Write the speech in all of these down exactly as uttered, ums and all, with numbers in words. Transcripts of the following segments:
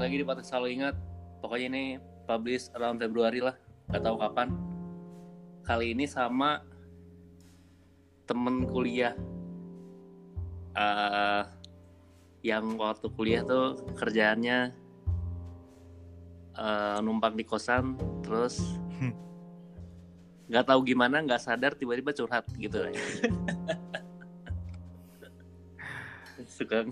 lagi di Podcast Selalu Ingat. Pokoknya ini publish around Februari lah, gak tahu kapan. Kali ini sama temen kuliah uh, yang waktu kuliah tuh kerjaannya uh, numpang di kosan, terus nggak tahu gimana, nggak sadar tiba-tiba curhat gitu. Suka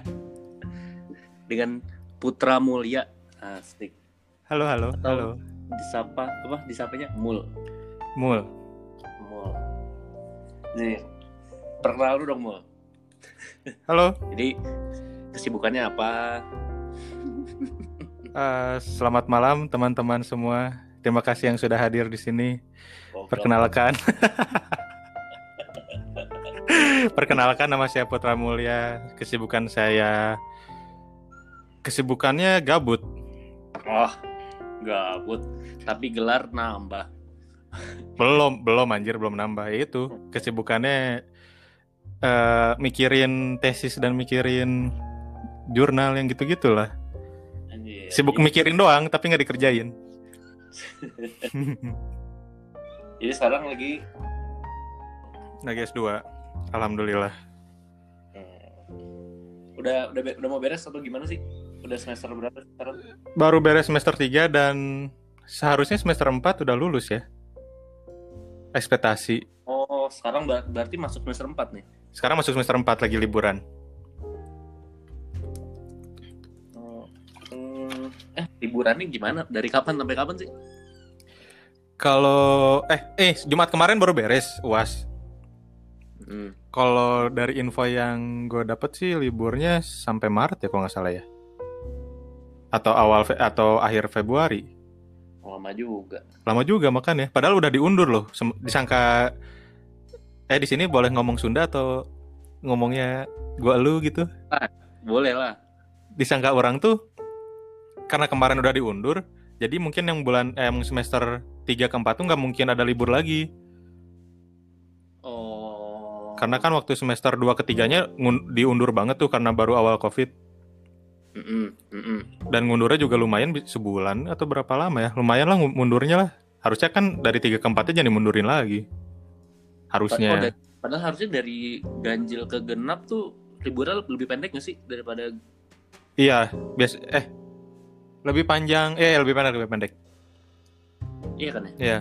dengan Putra Mulia, asik. Halo halo Atau halo. Disapa apa? Disapanya Mul. Mul. Mul. Nih, perkenal lu dong Mul. Halo. Jadi kesibukannya apa? Uh, selamat malam teman-teman semua. Terima kasih yang sudah hadir di sini. Oh, Perkenalkan. Perkenalkan, nama saya Putra Mulia. Kesibukan saya Kesibukannya gabut. Oh, gabut. Tapi gelar nambah. Belum, belum anjir, belum nambah. Itu kesibukannya uh, mikirin tesis dan mikirin jurnal yang gitu-gitulah. Anjir. Sibuk mikirin doang tapi nggak dikerjain. Jadi sekarang lagi lagi S dua. Alhamdulillah. Hmm. Udah udah udah mau beres atau gimana sih? Udah semester berapa sekarang? Baru beres semester tiga dan seharusnya semester empat udah lulus ya. Ekspektasi. Oh, sekarang ber- berarti masuk semester empat nih. Sekarang masuk semester empat, lagi liburan. Oh. Hmm. Eh, liburannya gimana? Dari kapan sampai kapan sih? Kalau eh eh Jumat kemarin baru beres U A S. Hmm. Kalau dari info yang gue dapet sih liburnya sampai Maret ya kalau nggak salah ya. Atau awal fe- atau akhir Februari. Lama juga. Lama juga makanya. Padahal udah diundur loh. Sem- disangka eh di sini boleh ngomong Sunda atau ngomongnya gua elu gitu? Ah, boleh lah. Disangka orang tuh karena kemarin udah diundur, jadi mungkin yang bulan eh, yang semester tiga ke empat tuh nggak mungkin ada libur lagi. Oh. Karena kan waktu semester dua ketiganya ngun- diundur banget tuh karena baru awal Covid. Mm-mm, mm-mm. Dan ngundurnya juga lumayan sebulan atau berapa lama ya? Lumayan lah mundurnya lah. Harusnya kan dari tiga ke empatnya jangan dimundurin lagi. Harusnya. Oh, dari, padahal harusnya dari ganjil ke genap tuh liburan lebih pendek nggak sih daripada? Iya, biasa eh lebih panjang, eh lebih pendek lebih pendek. Iya kan ya? Iya.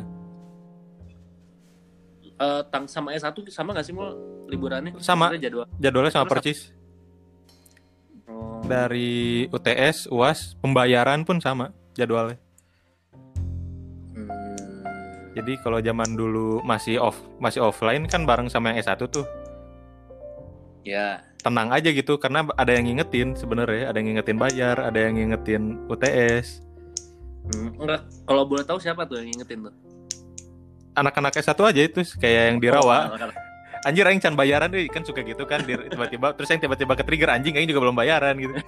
Uh, tang sama S satu sama nggak sih mau liburannya? Sama. Maksudnya jadwal. Jadwalnya sama Terus persis. Oh. Dari U T S, U A S, pembayaran pun sama jadwalnya. Hmm. Jadi kalau zaman dulu masih off, masih offline kan bareng sama yang S satu tuh. Ya. Tenang aja gitu karena ada yang ngingetin sebenarnya, ada yang ngingetin bayar, ada yang ngingetin U T S. Hmm, enggak. Kalau boleh tahu siapa tuh yang ngingetin tuh? Anak-anak S satu aja itu kayak yang di Rawa. Oh, Anjir aing can bayaran deh, kan suka gitu kan di, tiba-tiba terus yang tiba-tiba ke trigger anjing aing juga belum bayaran gitu.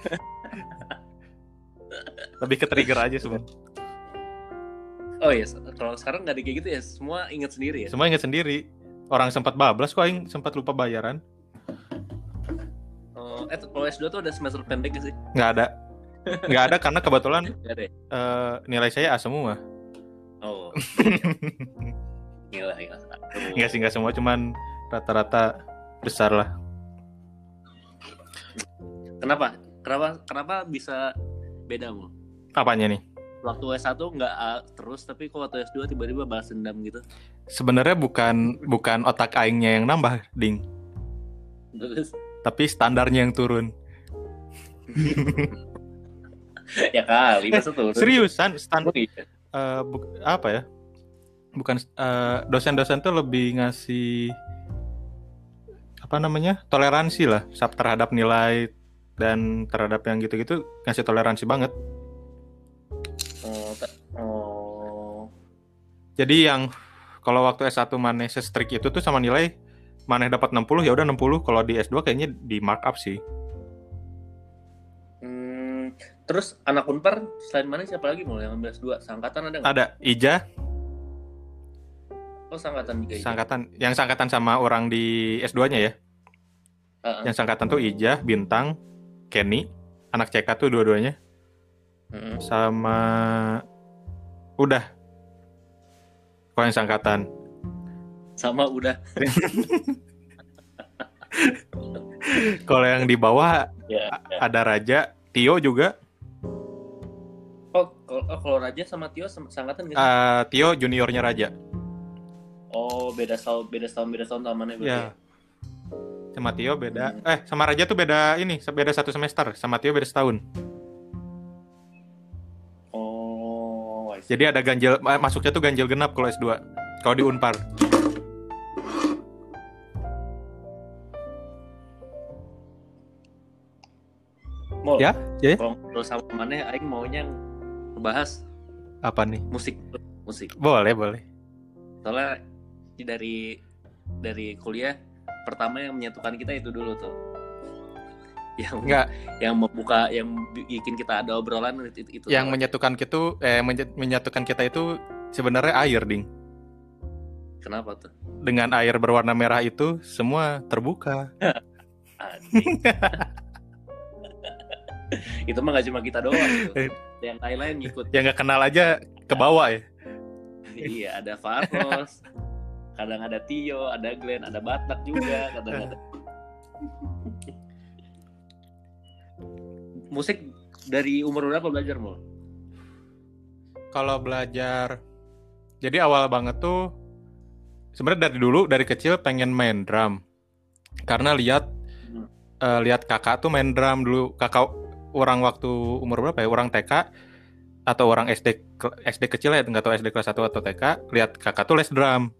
Lebih ke trigger aja semua. Oh iya, kalau sekarang nggak ada kayak gitu ya, semua ingat sendiri ya. Semua ingat sendiri. Orang sempat bablas kok aing sempat lupa bayaran. Oh, eh kalau S dua tuh ada semester pendek gak sih? Nggak ada. Nggak ada karena kebetulan Nggak ada. uh, nilai saya A semua. Oh. Gila, gila. Oh. Nggak sih, nggak semua, cuman rata-rata besar lah. Kenapa? Kenapa? Kenapa bisa beda mu? Apanya nih? Waktu S satu nggak A terus, tapi kok waktu S dua tiba-tiba balas dendam gitu? Sebenarnya bukan bukan otak aingnya yang nambah, ding. Terus? Tapi standarnya yang turun. Ya kali, masa turun? Seriusan, stand Oh, iya. uh, bu- apa ya? Bukan uh, dosen-dosen tuh lebih ngasih apa namanya? Toleransi lah terhadap nilai dan terhadap yang gitu-gitu, ngasih toleransi banget. Oh, ta- oh. Jadi yang kalau waktu S satu maneh se-strict itu tuh sama nilai maneh dapat enam puluh ya udah enam puluh, kalau di S dua kayaknya di markup sih. Hmm, terus anak Unpar selain mana siapa lagi mau yang ambil S dua? Sangkatan ada nggak? Ada Ija, Oh, sangkatan juga. sangkatan yang sangkatan sama orang di S dua-nya ya. Uh-uh. Yang sangkatan tuh Ija, Bintang, Kenny, anak C K tuh dua-duanya. Mm-mm. sama udah kalau yang seangkatan. Sama udah. Kalau yang di bawah Ya, a- ya. ada Raja, Tio juga. Oh, kalau oh, kalau Raja sama Tio sem- seangkatan nggak sih? Uh, Tio juniornya Raja. Oh, beda tahun, beda tahun, beda tahun tamannya berarti. Ya. Ya? Sama Tio beda. Hmm. Eh, sama Raja tuh beda ini, beda satu semester. Sama Tio beda setahun. Oh, I see. Jadi ada ganjil, ma- masuknya tuh ganjil genap kalau S dua. Kalau di Unpar. Mol, Ya, ya. kalau ngobrol sama mana, Aing maunya ngebahas Apa nih? musik, musik. Boleh, boleh. Soalnya dari dari kuliah pertama yang menyatukan kita itu dulu tuh. Yang Enggak, yang membuka, yang bikin kita ada obrolan itu, itu yang tuh. menyatukan kita eh menye- menyatukan kita itu sebenarnya air, Ding. Kenapa tuh? Dengan air berwarna merah itu semua terbuka. Anjing. Itu mah gak cuma kita doang tuh. Yang lain-lain ngikut. Yang nggak kenal aja ke bawah ya. Iya, ada Faros, kadang ada Tio, ada Glenn, ada Batak juga, kadang ada. Musik dari umur berapa belajar Mul? Kalau belajar, jadi awal banget tuh sebenarnya dari dulu dari kecil pengen main drum karena lihat Hmm. eh, lihat kakak tuh main drum dulu. Kakak orang waktu umur berapa ya? Orang T K atau orang S D ke- S D kecil ya, nggak tahu S D kelas satu atau T K. Lihat kakak tuh les drum.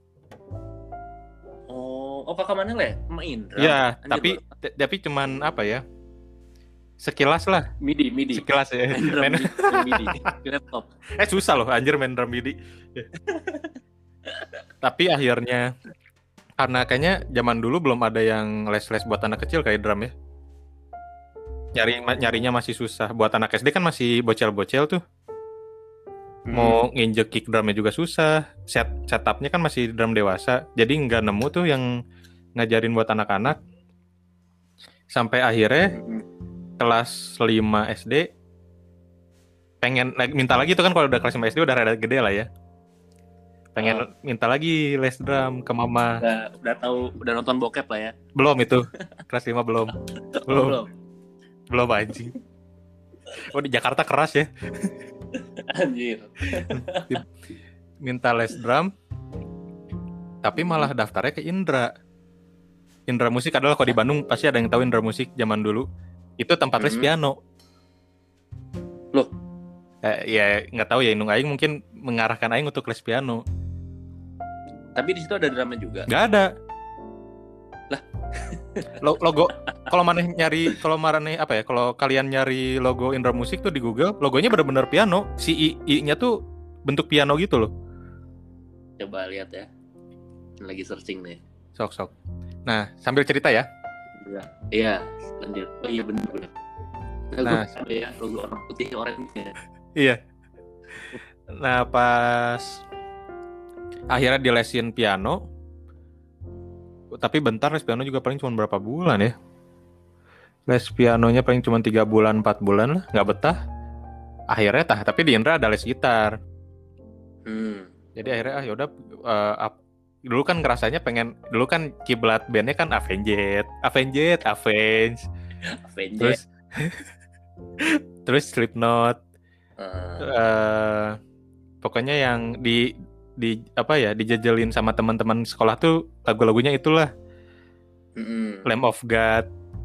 Oh, oh kakak mana le? Main drum? Iya, Anjir, tapi baru- t- tapi cuman apa ya? Sekilas lah, midi, midi. sekilas ya. Main drum Main- midi, main midi. Di laptop. eh susah loh anjir main drum midi. Tapi akhirnya karena kayaknya zaman dulu belum ada yang les-les buat anak kecil kayak drum ya. Nyari nyarinya masih susah. Buat anak S D kan masih bocel-bocel tuh. Hmm. Mau nginjek kick drumnya juga susah. Set setupnya kan masih drum dewasa. Jadi nggak nemu tuh yang ngajarin buat anak-anak. Sampai akhirnya Hmm. kelas lima S D pengen like, minta lagi tuh kan kalau udah kelas lima S D udah rada gede lah ya. Pengen Oh. minta lagi les drum ke mama. Udah, udah tahu, udah nonton bokep lah ya? Belum itu. Kelas lima belum. Oh, Belum. belum. Belum anjing. Oh di Jakarta keras ya. Anjir. Minta les drum. Tapi malah daftarnya ke Indra. Indra Musik adalah kalau di Bandung pasti ada yang tahu Indra Musik zaman dulu. Itu tempat les Mhm. piano. Loh? Eh, ya nggak tahu ya Indung Aing mungkin mengarahkan Aing untuk les piano. Tapi di situ ada drama juga. Nggak ada. Lah? Lo- logo kalau mana nyari kalau marane apa ya? Kalau kalian nyari logo Indra Musik tuh di Google, logonya benar-benar piano. Si I I-nya tuh bentuk piano gitu loh. Coba lihat ya. Lagi searching nih. Sok-sok. Nah, sambil cerita ya. Iya. Iya, lanjut. Oh iya benar benar. Nah, Nah, gue ya logo orang putih orang ya. Iya. Nah, pas akhirnya dilesin piano. Tapi bentar les piano juga paling cuma berapa bulan ya. Les pianonya paling cuma tiga bulan, empat bulan lah, nggak betah. Akhirnya tah, tapi di Indra ada les gitar. Hmm. Jadi akhirnya ah yaudah eh, ap- dulu kan ngerasanya pengen dulu kan kiblat bandnya kan Avenged, Avenged, Avenge. Avenged. Terus terus Slipknot. Uh, eh pokoknya yang di di apa ya dijajalin sama teman-teman sekolah tuh lagu-lagunya itulah mm-mm. Lamb of God.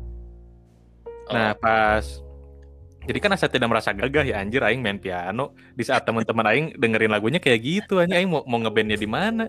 Nah Oh, pas jadi kan saya tidak merasa gagah ya anjir aing main piano di saat teman-teman aing dengerin lagunya kayak gitu anjing aing mau mau ngebandnya di mana?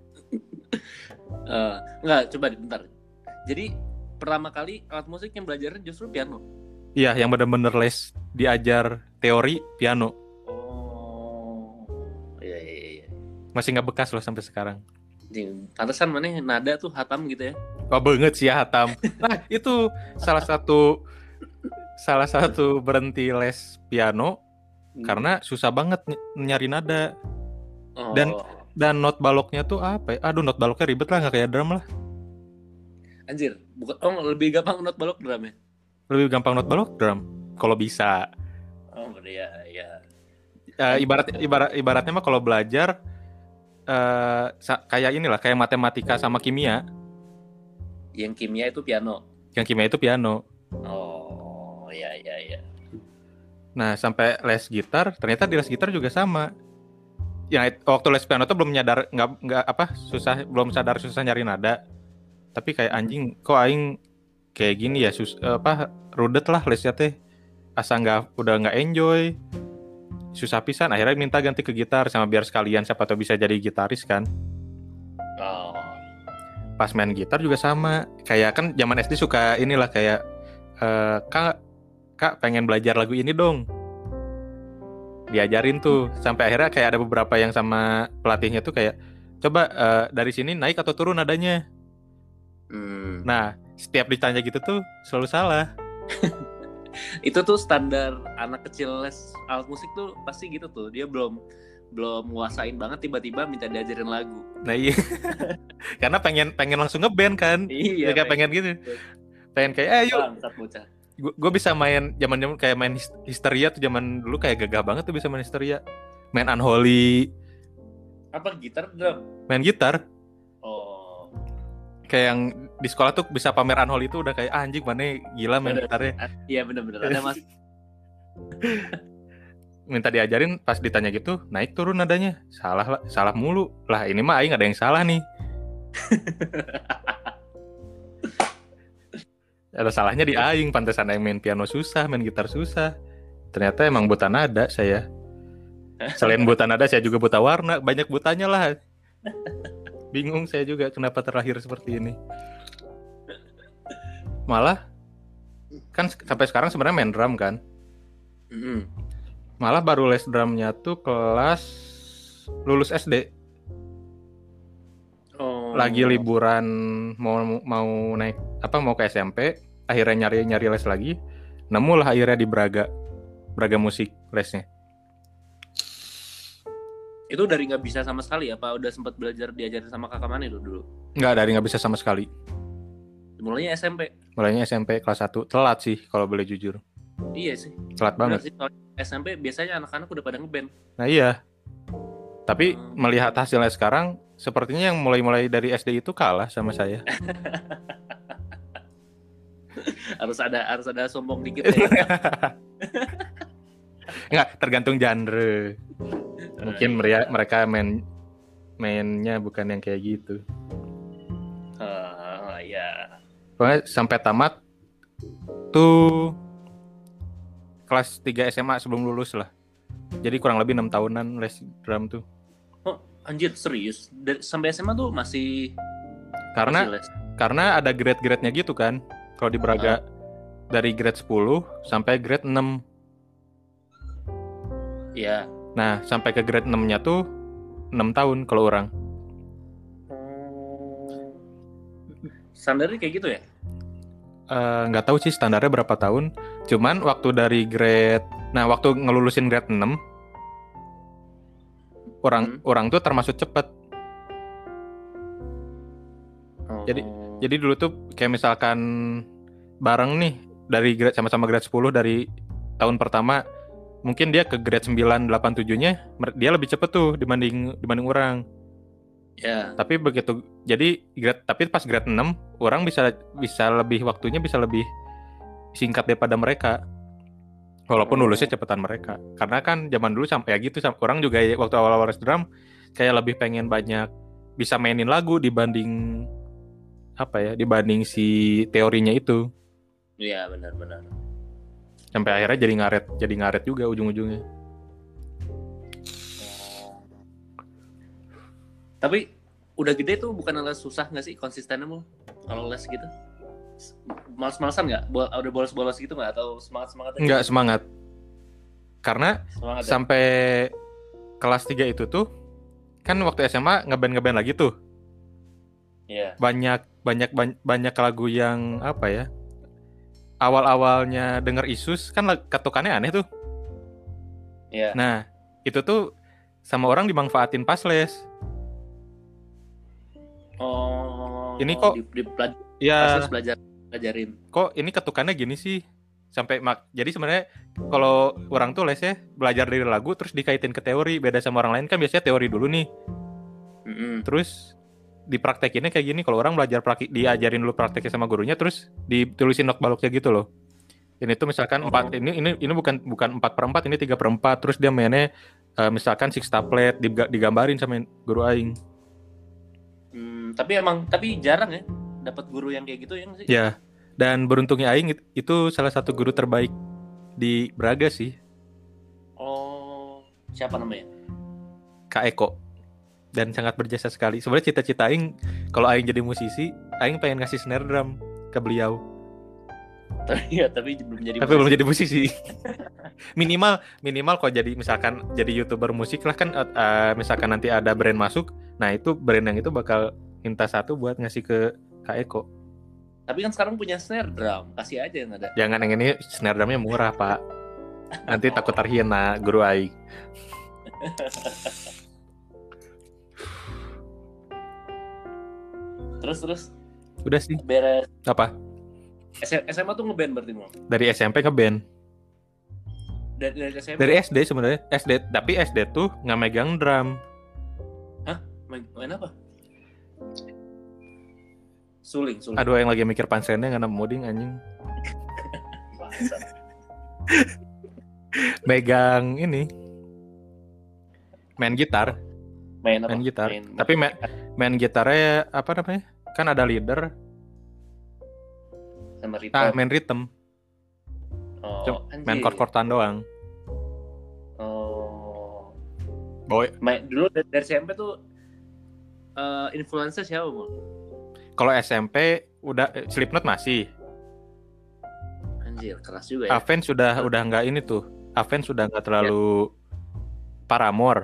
eh, enggak, coba bentar. Jadi pertama kali alat musik yang belajarnya justru piano. Iya yang bener-bener les diajar teori piano Oh, iya iya iya. masih nggak bekas loh sampai sekarang. Anjing, pantesan mana nada tuh hatam gitu ya. Wah banget sih ya Hatam. Nah itu salah satu salah satu berhenti les piano Hmm. karena susah banget ny- nyari nada. Oh. dan- Dan not baloknya tuh apa ya? Aduh not baloknya ribet lah nggak kayak drum lah. Anjir, bukan oh lebih gampang not balok drum ya. Lebih gampang not balok drum kalau bisa. Oh. Oh, ya, ya. Uh, ibarat ibarat ibaratnya mah kalau belajar uh, sa- kayak inilah, kayak matematika sama kimia. Yang kimia itu piano. Yang kimia itu piano. Oh, ya, ya, ya. Nah, sampai les gitar, ternyata di les gitar juga sama. Yang waktu les piano tuh belum nyadar, nggak nggak apa susah, belum sadar susah nyari nada. Tapi kayak anjing, kok aing kayak gini ya, sus apa rudet lah lesnya teh. Asa nggak, udah nggak enjoy, susah pisan. Akhirnya minta ganti ke gitar sama biar sekalian siapa tahu bisa jadi gitaris kan. Oh. Pas main gitar juga sama, kayak kan zaman S D suka inilah kayak e, kak kak pengen belajar lagu ini dong, diajarin tuh sampai akhirnya kayak ada beberapa yang sama pelatihnya tuh kayak coba uh, dari sini naik atau turun nadanya. Hmm. Nah setiap ditanya gitu tuh selalu salah. Itu tuh standar anak kecil les alat musik tuh pasti gitu tuh, dia belum belum nguasain banget tiba-tiba minta diajarin lagu. Nah iya. Karena pengen pengen langsung ngeband kan. Iya, kayak pengen, pengen gitu, pengen kayak ayo gue bisa main zaman zaman kayak main Histeria tuh zaman dulu, kayak gagah banget tuh bisa main Histeria, main Unholy. Apa gitar drum? Main gitar. Oh. Kayak yang di sekolah tuh bisa pamer Unholy itu udah kayak ah, anjing mana gila main gitarnya. Iya bener-bener ada mas. Minta diajarin, pas ditanya gitu naik turun nadanya salah lah, salah mulu lah. Ini mah aing ada yang salah nih. Ada salahnya di aing, pantesan aing main piano susah, main gitar susah. Ternyata emang buta nada saya. Selain buta nada, saya juga buta warna. Banyak butanya lah. Bingung saya juga kenapa terlahir seperti ini. Malah kan sampai sekarang sebenarnya main drum kan. Mm-hmm. Malah baru les drumnya tuh kelas lulus S D. Oh. Lagi liburan mau mau naik apa mau ke S M P, akhirnya nyari nyari les lagi, nemulah akhirnya di Braga, Braga musik lesnya. Itu dari nggak bisa sama sekali apa udah sempat belajar diajarin sama kakak mana itu dulu? Nggak, dari nggak bisa sama sekali. Mulainya S M P. Mulainya S M P kelas satu, telat sih kalau boleh jujur. Iya sih. Telat banget. Sih, S M P biasanya anak-anak udah pada ngeband. Nah iya. Tapi hmm. melihat hasilnya sekarang, sepertinya yang mulai-mulai dari S D itu kalah sama saya. harus ada harus ada sombong dikit ya. Enggak, tergantung genre. Mungkin mereka mereka main mainnya bukan yang kayak gitu. Uh, ya. Pokoknya sampai tamat tuh kelas tiga S M A sebelum lulus lah. Jadi kurang lebih enam tahunan les drum tuh. Oh, anjir serius? Dari, sampai S M A tuh masih karena masih les. Karena ada grade-grade-nya gitu kan. Kalau di Braga uh. dari grade sepuluh sampai grade enam. Iya. Nah, sampai ke grade enam-nya tuh enam tahun kalau orang. Standarnya kayak gitu ya? Nggak uh, tahu sih standarnya berapa tahun. Cuman waktu dari grade, nah waktu ngelulusin grade enam, orang hmm. orang tuh termasuk cepet. Oh. Jadi jadi dulu tuh kayak misalkan bareng nih dari grade sama-sama grade sepuluh dari tahun pertama, mungkin dia ke grade sembilan, delapan, tujuh-nya dia lebih cepet tuh dibanding dibanding orang. Ya. Yeah. Tapi begitu jadi grade tapi pas grade enam orang bisa bisa lebih waktunya bisa lebih singkat daripada mereka. Walaupun lulusnya cepetan mereka. Karena kan zaman dulu sampai ya gitu orang juga waktu awal-awal les drum kayak lebih pengen banyak bisa mainin lagu dibanding apa ya, dibanding si teorinya itu. Iya, benar-benar. Sampai akhirnya jadi ngaret, jadi ngaret juga ujung-ujungnya. Tapi udah gede tuh bukan les susah nggak sih konsistennya mau kalau les gitu? Malas-malasan nggak? Bo- udah bolos-bolos gitu nggak? Atau semangat-semangat? Nggak semangat. Karena semangat, sampai ya? Kelas tiga itu tuh kan waktu S M A ngeband-ngeband lagi tuh. Iya. Yeah. Banyak banyak banyak lagu yang apa ya? Awal-awalnya denger Isus kan ketukannya aneh tuh. Iya. Yeah. Nah, itu tuh sama orang dimanfaatin pas les. Oh. Ini kok di, di pelaj- ya pas belajar pelajarin. Kok ini ketukannya gini sih? Sampai mak jadi sebenarnya kalau orang tuh les ya belajar dari lagu terus dikaitin ke teori. Beda sama orang lain kan biasanya teori dulu nih. Mm-mm. Terus dipraktekinnya kayak gini. Kalau orang belajar praktik diajarin dulu prakteknya sama gurunya terus ditulisin not baloknya gitu loh. Ini tuh misalkan Oh. empat ini ini ini bukan bukan empat per empat, ini tiga per empat. Terus dia mainnya uh, misalkan sextuplet digambarin sama guru aing. Hmm, tapi emang tapi jarang ya dapat guru yang kayak gitu ya nggak sih? Ya. Dan beruntungnya aing itu salah satu guru terbaik di Braga sih. Oh, siapa namanya? Kak Eko. Dan sangat berjasa sekali. Sebenarnya cita-cita aing kalau aing jadi musisi, aing pengen ngasih snare drum ke beliau. Iya, tapi belum jadi Tapi musisi. belum jadi musisi. minimal minimal kalau jadi misalkan jadi YouTuber musik lah kan uh, misalkan nanti ada brand masuk, nah itu brand yang itu bakal minta satu buat ngasih ke Kak Eko. Tapi kan sekarang punya snare drum, kasih aja yang ada. Jangan yang ini snare drumnya murah, Pak. Nanti takut terhina guru aing. Terus terus Udah sih. beres. Apa? S- SMA tuh ngeband berarti mau? Dari S M P ke band. Dari, dari S M P? Dari S D sebenarnya. S D, tapi S D tuh nggak megang drum. Main, main apa? Suling, suling. Aduh, yang lagi mikir pansennya nggak nemu moding anjing. Megang ini. Main gitar. Main apa? Main gitar. Main, Tapi main, main gitarnya apa namanya? Kan ada leader. sama Rita. Ah, main rhythm. Oh, Main chord-chordan doang. Oh. Boy. Main dulu dari, dari S M P tuh uh, influencer siapa, Bang? Kalau S M P udah Slipknot masih. Anjir, keras juga ya. Avenged sudah udah nggak ini tuh. Avenged sudah nggak terlalu Paramore.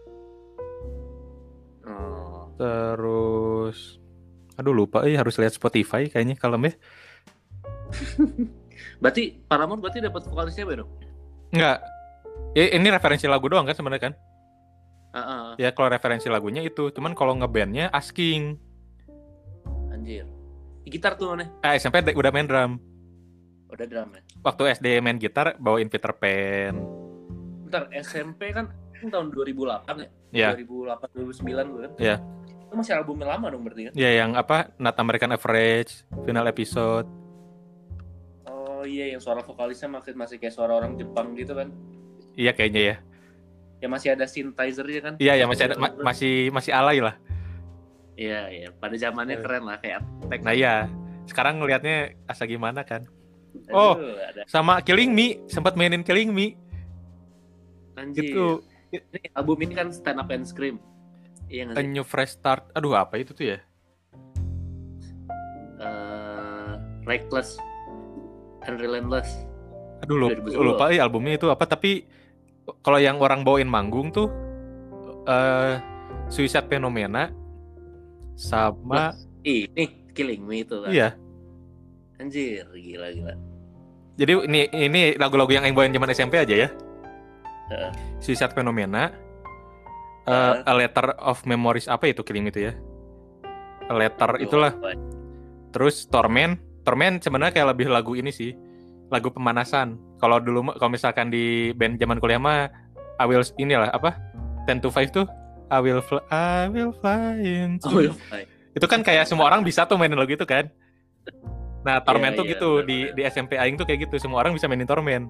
Oh. Terus aduh lupa eh harus lihat Spotify kayaknya kalau meh. Berarti Paramore berarti dapat vokalis siapa dong? Enggak. Ya, ini referensi lagu doang kan sebenarnya kan? Uh-uh. Ya kalau referensi lagunya itu, cuman kalau ngebandnya Asking. Anjir. Gitar tuh mana? Eh S M P udah main drum. Udah drum ya. Waktu S D main gitar bawain Peter Pan. Bentar, S M P kan tahun dua ribu delapan ya? Iya. dua ribu delapan dua ribu sembilan kan? Iya. Itu masih albumnya lama dong berarti kan? Ya yang apa? Not American Average, Final Episode. Oh iya, yang suara vokalisnya masih masih kayak suara orang Jepang gitu kan? Iya kayaknya ya. Ya masih ada synthesizer-nya kan? Iya ya masih ada ma- masih masih alay lah. Iya, iya. Pada zamannya keren lah kayak Attack. Nah iya. Sekarang ngelihatnya asa gimana kan? Aduh, Oh, ada. sama Killing Me, sempat mainin Killing Me. Anjir. Gitu. Ini album ini kan Stand Up and Scream. Iya nggak A sih? New Fresh Start. Aduh apa itu tuh ya? Uh, Reckless and Relentless. Aduh lupa, dua ribu sepuluh. lupa ya albumnya itu apa. Tapi kalau yang orang bawain manggung tuh uh, Suicide Phenomena sama Ini Killing Me itu kan. iya. Anjir, gila gila. Jadi ini ini lagu-lagu yang yang bawain zaman S M P aja ya. Heeh. Suicide Phenomena, uh, Uh. A Letter of Memories apa itu Killing itu ya? A Letter Aduh, itulah. apa? Terus Torment, Torment sebenarnya kayak lebih lagu ini sih, lagu pemanasan. Kalau dulu kalau misalkan di band zaman kuliah mah I will inilah apa? ten to five tuh I will fly, I will fly into. Oh, iya. Itu kan kayak semua orang bisa tuh mainin lagu itu kan. Nah, Torment Iya, tuh iya, gitu bener, di bener. di S M P aing tuh kayak gitu, semua orang bisa mainin Torment.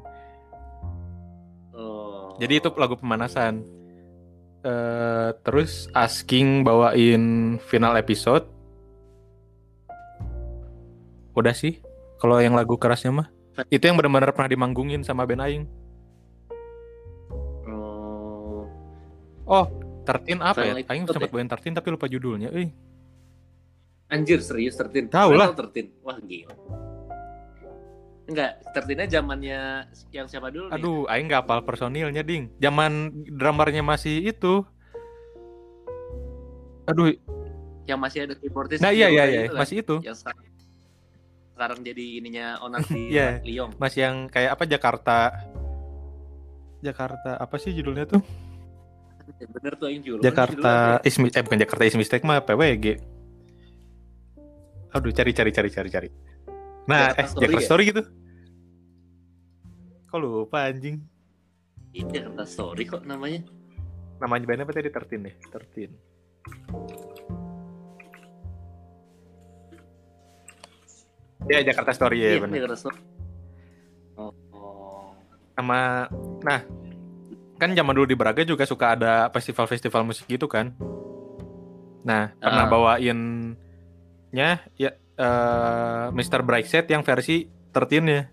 Oh. Jadi itu lagu pemanasan. Uh, terus Asking bawain Final Episode. Udah sih. Kalau yang lagu kerasnya mah itu yang benar-benar pernah dimanggungin sama band aing. Oh. Oh, thirteen apa ya? Final Aing Episode sempat ya? bawain thirteen tapi lupa judulnya. Eh, Anjir, serius tertin. Tahu lah. tertin. Wah, gila. Enggak, tertinnya zamannya yang siapa dulu nih? aduh, aing nggak hafal personilnya, ding. Zaman drummernya masih itu. Aduh, Yang masih ada keyboardis. nah iya iya gitu iya, kan? masih itu. Yang sekarang, sekarang jadi ininya owner di Iya. Lyon. Masih yang kayak apa Jakarta. Jakarta apa sih judulnya tuh? Bener tuh yang judul. Jakarta Ismi eh bukan Jakarta Is Mistake mah P W G. Aduh, cari cari cari cari cari. Nah, Jakarta eh Story Jakarta ya? Story gitu. Kok lupa anjing? Ini Jakarta Story kok namanya. Namanya bandnya apa tadi? Tertin deh, Tertin. Ya Jakarta Story ya, Iya, benar. Jakarta Story. Oh, oh. Sama, nah kan zaman dulu di Braga juga suka ada festival-festival musik gitu kan. Nah pernah Ah. bawainnya ya uh, mister Brightside yang versi tertinnya.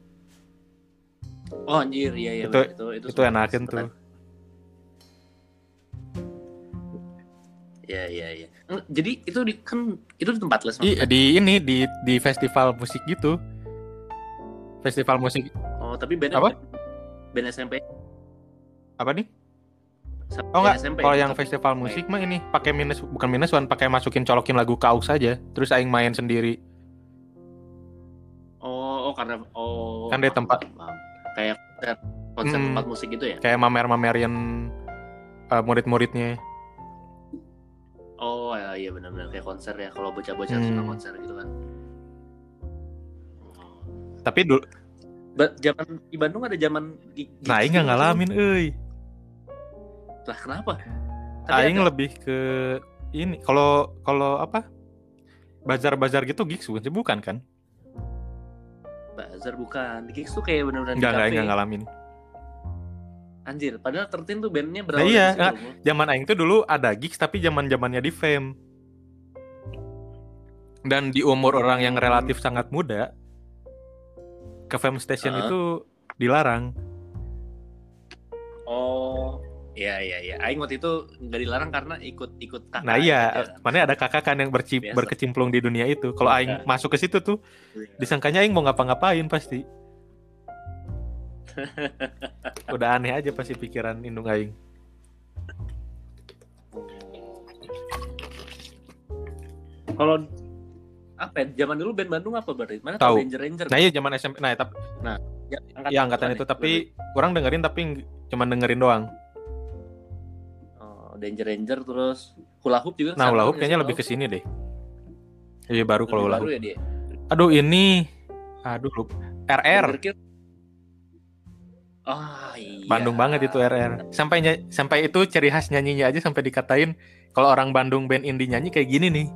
Oh anjir, iya iya Itu bener. itu itu, itu enakin tuh. Iya iya iya. Jadi itu di, kan itu di tempat les Iya di ini di di festival musik gitu. Festival musik. Oh tapi bandnya apa? Band S M P. Apa nih? Sampai Oh enggak, S M P, kalau yang sampai festival musik mah ini pakai minus, bukan minus one, pakai masukin colokin lagu Kaus aja, terus aing main sendiri. Oh, oh karena oh Kan di tempat kayak konser hmm, tempat musik gitu ya? Kayak mamer-mamerin uh, murid-muridnya. Oh ya, iya benar-benar kayak konser ya, kalau bocah-bocah hmm. suka konser gitu kan. Oh. Tapi dulu ba- zaman di Bandung ada zaman gi- nah aing nggak ngalamin euy. Lah kenapa? Aing lebih ke ini, kalau kalau apa? Bazar-bazar gitu gigs bukan sih, bukan kan? Bazar bukan. Gigs tuh kayak benar-benar Enggak, enggak, enggak ngalamin. Anjir, padahal Tertin tuh bandnya Nah berawal iya, dari situ. Nah, zaman aing tuh dulu ada gigs tapi zaman-zamannya di Fame. Dan di umur hmm. orang yang relatif sangat muda, ke Fame Station uh-huh. itu dilarang. Oh, iya iya iya. Aing waktu itu nggak dilarang karena ikut-ikut kakak. Nah iya, mana ada kakak kan yang berci- berkecimplung di dunia itu. Kalau aing ya. masuk ke situ tuh, ya. disangkanya aing mau ngapa-ngapain pasti. Udah aneh aja pasti pikiran indung aing. Kalau apa ya? Zaman dulu band Bandung apa berarti? Mana tahu Danger Ranger? Nah iya zaman S M P. Nah, tapi nah, ya, angkatan, ya, angkatan itu tapi berarti. Orang dengerin tapi cuma dengerin doang. Oh, Danger Ranger terus Hula Hoop juga. Nah, Hula Hoop kayaknya lebih ke sini deh. Iya baru kalau Hula Hoop. Ya, dia? Aduh ini aduh lupa. R R. Oh, iya. Bandung banget itu R R. Sampai ny- sampai itu ciri khas nyanyinya aja sampai dikatain kalau orang Bandung band indie nyanyi kayak gini nih.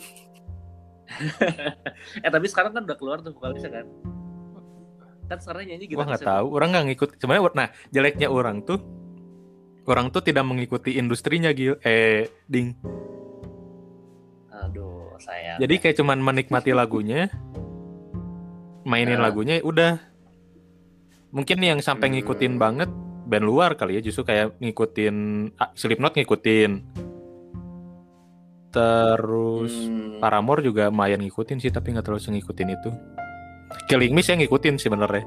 eh tapi sekarang kan udah keluar tuh vokalisnya kan. Kan sekarang nyanyi gitu. Gua nggak tahu, orang nggak ngikut. Sebenarnya nah, jeleknya orang tuh orang tuh tidak mengikuti industrinya Gil. Eh, Ding. Aduh, sayang. Jadi kayak cuman menikmati lagunya. Mainin uh. lagunya udah. Mungkin yang sampai ngikutin hmm. banget band luar kali ya, justru kayak ngikutin Slipknot ngikutin. Terus hmm. Paramore juga lumayan ngikutin sih, tapi nggak terlalu ngikutin itu. Killing Me saya ngikutin sih sebenarnya.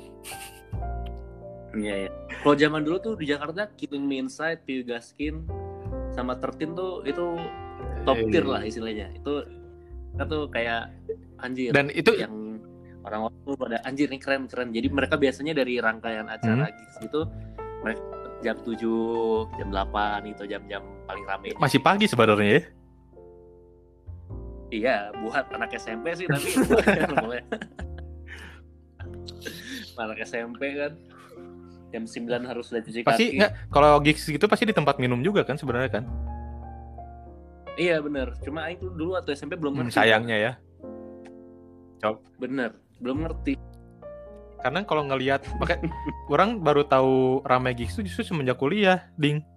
Iya ya. Kalau zaman dulu tuh di Jakarta Killing Me Inside, Pure Gaskin sama Tertin tuh itu top tier lah istilahnya. Itu kan tuh kayak anjir. Dan itu yang orang-orang tuh pada anjir nih keren-keren. Jadi mereka biasanya dari rangkaian acara hmm. gigs gitu mereka jam tujuh, jam delapan itu jam-jam paling rame. Masih pagi sebenarnya ya. Iya, buat anak S M P sih tapi anak S M P kan jam sembilan harus sudah cuci kaki. Pasti enggak, kalau gigs gitu pasti di tempat minum juga kan sebenarnya kan? Iya benar. Cuma itu dulu waktu S M P belum ngerti. Hmm, sayangnya ya. Cok. Bener, belum ngerti. Karena kalau ngelihat, pakai orang baru tahu ramai gigs itu justru semenjak kuliah, Ding.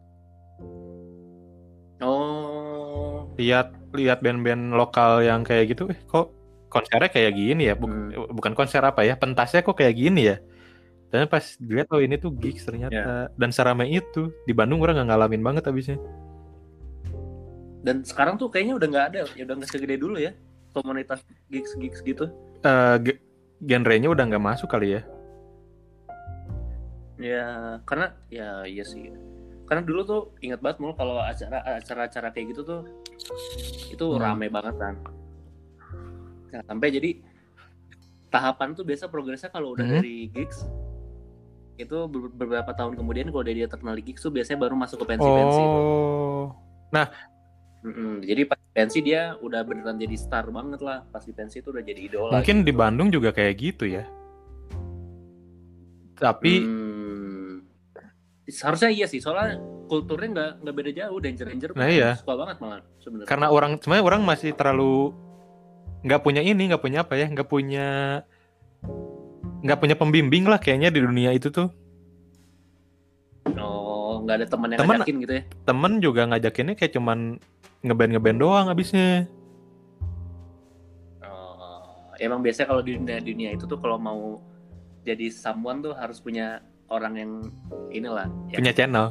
Oh. Lihat lihat band-band lokal yang kayak gitu, eh kok konsernya kayak gini ya? Buk- hmm. Bukan konser apa ya? Pentasnya kok kayak gini ya? Dan pas dilihat oh ini tuh gigs ternyata yeah. Dan seramai itu di Bandung orang nggak ngalamin banget abisnya. Dan sekarang tuh kayaknya udah nggak ada, ya udah nggak segede dulu ya komunitas gigs-gigs gitu. Uh, ge- genrenya udah nggak masuk kali ya? Ya karena ya iya sih. Karena dulu tuh ingat banget mulu kalau acara acara-acara kayak gitu tuh itu hmm. rame banget kan. Nah, sampai jadi tahapan tuh biasa progresnya kalau udah hmm. dari gigs itu beberapa tahun kemudian kalau dia terkenal di gigs tuh biasanya baru masuk ke pensi-pensi. Oh. Nah, mm-mm. jadi pas pensi dia udah beneran jadi star banget lah. Pas di pensi itu udah jadi idola. Mungkin gitu. Di Bandung juga kayak gitu ya. Tapi hmm, seharusnya iya sih, soalnya kulturnya nggak nggak beda jauh. Danger Danger nah iya, suka banget malah sebenarnya. karena orang sebenarnya orang masih terlalu nggak punya ini, nggak punya apa ya, nggak punya nggak punya pembimbing lah kayaknya di dunia itu tuh. Oh, nggak ada teman yang Temen, ngajakin gitu ya? temen juga ngajakinnya kayak cuman ngeband ngeband doang abisnya. Oh, emang biasanya kalau di dunia dunia itu tuh kalau mau jadi someone tuh harus punya orang yang inilah yang, Punya channel.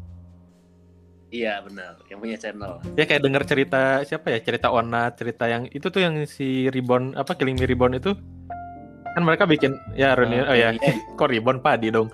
iya benar, yang punya channel. Ya kayak denger cerita siapa ya, cerita Onat, cerita yang itu tuh yang si Reborn apa Killing Me Reborn itu kan mereka bikin ya reunion. Oh, oh ya iya. kok Reborn Padi dong.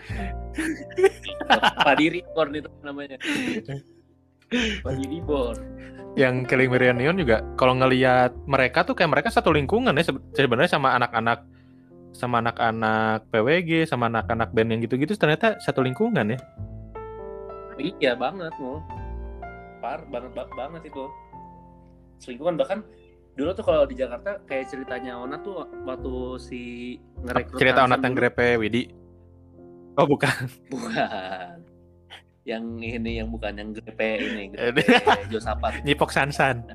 Padi Reborn itu namanya. Padi Reborn. Yang Killing Me Reunion juga kalau ngelihat mereka tuh kayak mereka satu lingkungan ya sebenarnya sama anak-anak sama anak-anak P W G sama anak-anak band yang gitu-gitu ternyata satu lingkungan ya. Iya banget mau. Par banget banget itu. Selingkuhan bahkan dulu tuh kalau di Jakarta kayak ceritanya Onat tuh waktu si ngerekrut cerita Hansan Onat yang dulu. grepe Widi. Oh bukan. Bukan. Yang ini yang bukan yang grepe ini, grepe Josapat. Nyipok Sansan.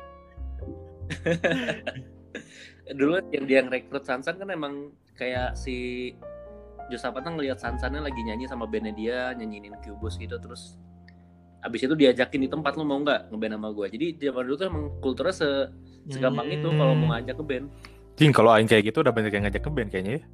Dulu yang dia ngerekrut Sansan kan emang kayak si Josapat kan ngelihat Sansannya lagi nyanyi sama bandnya dia, nyanyiin Cubus gitu, terus abis itu diajakin di tempat, lu mau nggak ngeband sama gue. Jadi zaman dulu tuh emang kulturnya se segampang hmm. itu kalau mau ngajak ke band. Jing, kalau aing kayak gitu udah banyak yang ngajak ke band kayaknya ya.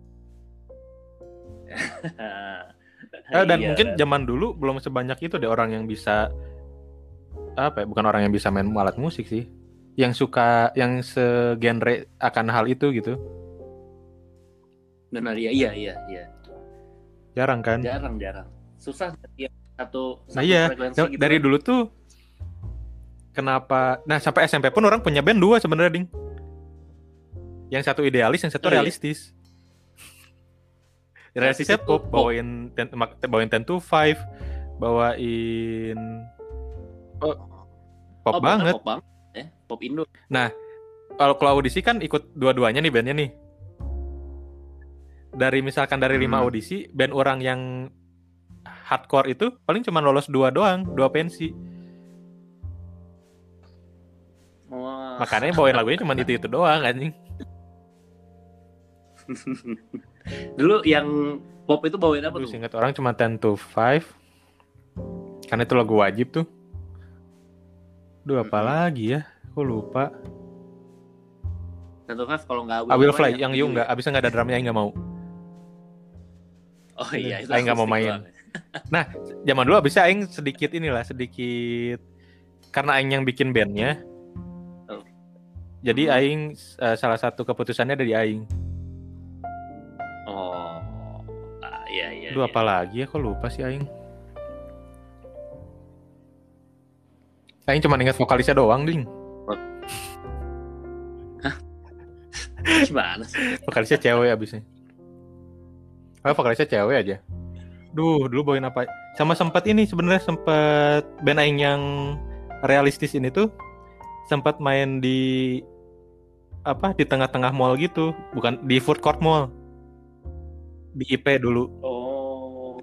eh, dan iya, mungkin kan. Zaman dulu belum sebanyak itu deh orang yang bisa apa ya, bukan orang yang bisa main alat musik sih, yang suka yang segenre akan hal itu gitu. Benar ya, iya iya iya. Jarang kan? Jarang jarang. Susah ya satu, satu nah iya frekuensi gitu dari kan. Dulu tuh kenapa nah sampai S M P pun orang punya band dua sebenarnya ding, yang satu idealis yang satu oh, realistis. Iya. Realistisnya pop, bawain ten, bawain ten to five, bawain oh, pop oh, banget pop banget eh pop Indo. Nah kalau kalau audisi kan ikut dua-duanya nih bandnya nih, dari misalkan dari lima hmm. audisi band orang yang hardcore itu paling cuma lolos dua doang, dua pensi. Wah. Makanya bawain lagunya cuma itu-itu doang anjing. Dulu yang pop itu bawain apa? Dulu, tuh? Singkat orang cuma ten to five. Karena itu lagu wajib tuh. Duh apa mm-hmm. lagi ya? Aku lupa. ten to five kalau enggak I Will Fly yang You enggak, abisnya enggak ada drumnya, enggak mau. Oh iya, itu aing enggak mau main. Doang. Nah, zaman dulu abisnya aing sedikit inilah, sedikit karena aing yang bikin bandnya. Oh. Jadi hmm. aing uh, salah satu keputusannya dari aing. Oh. Ah, iya iya. Duh iya. apa lagi ya, kok lupa sih aing. Aing cuma ingat vokalisnya doang, ding. Hah? Gimana sih? Vokalisnya cewek abisnya. Oh, vokalisnya cewek aja. Duh, dulu bawain apa? Sama sempat ini sebenarnya sempat band aing yang realistis ini tuh sempat main di apa di tengah-tengah mall gitu, bukan di food court mall. Di I P dulu. Oh.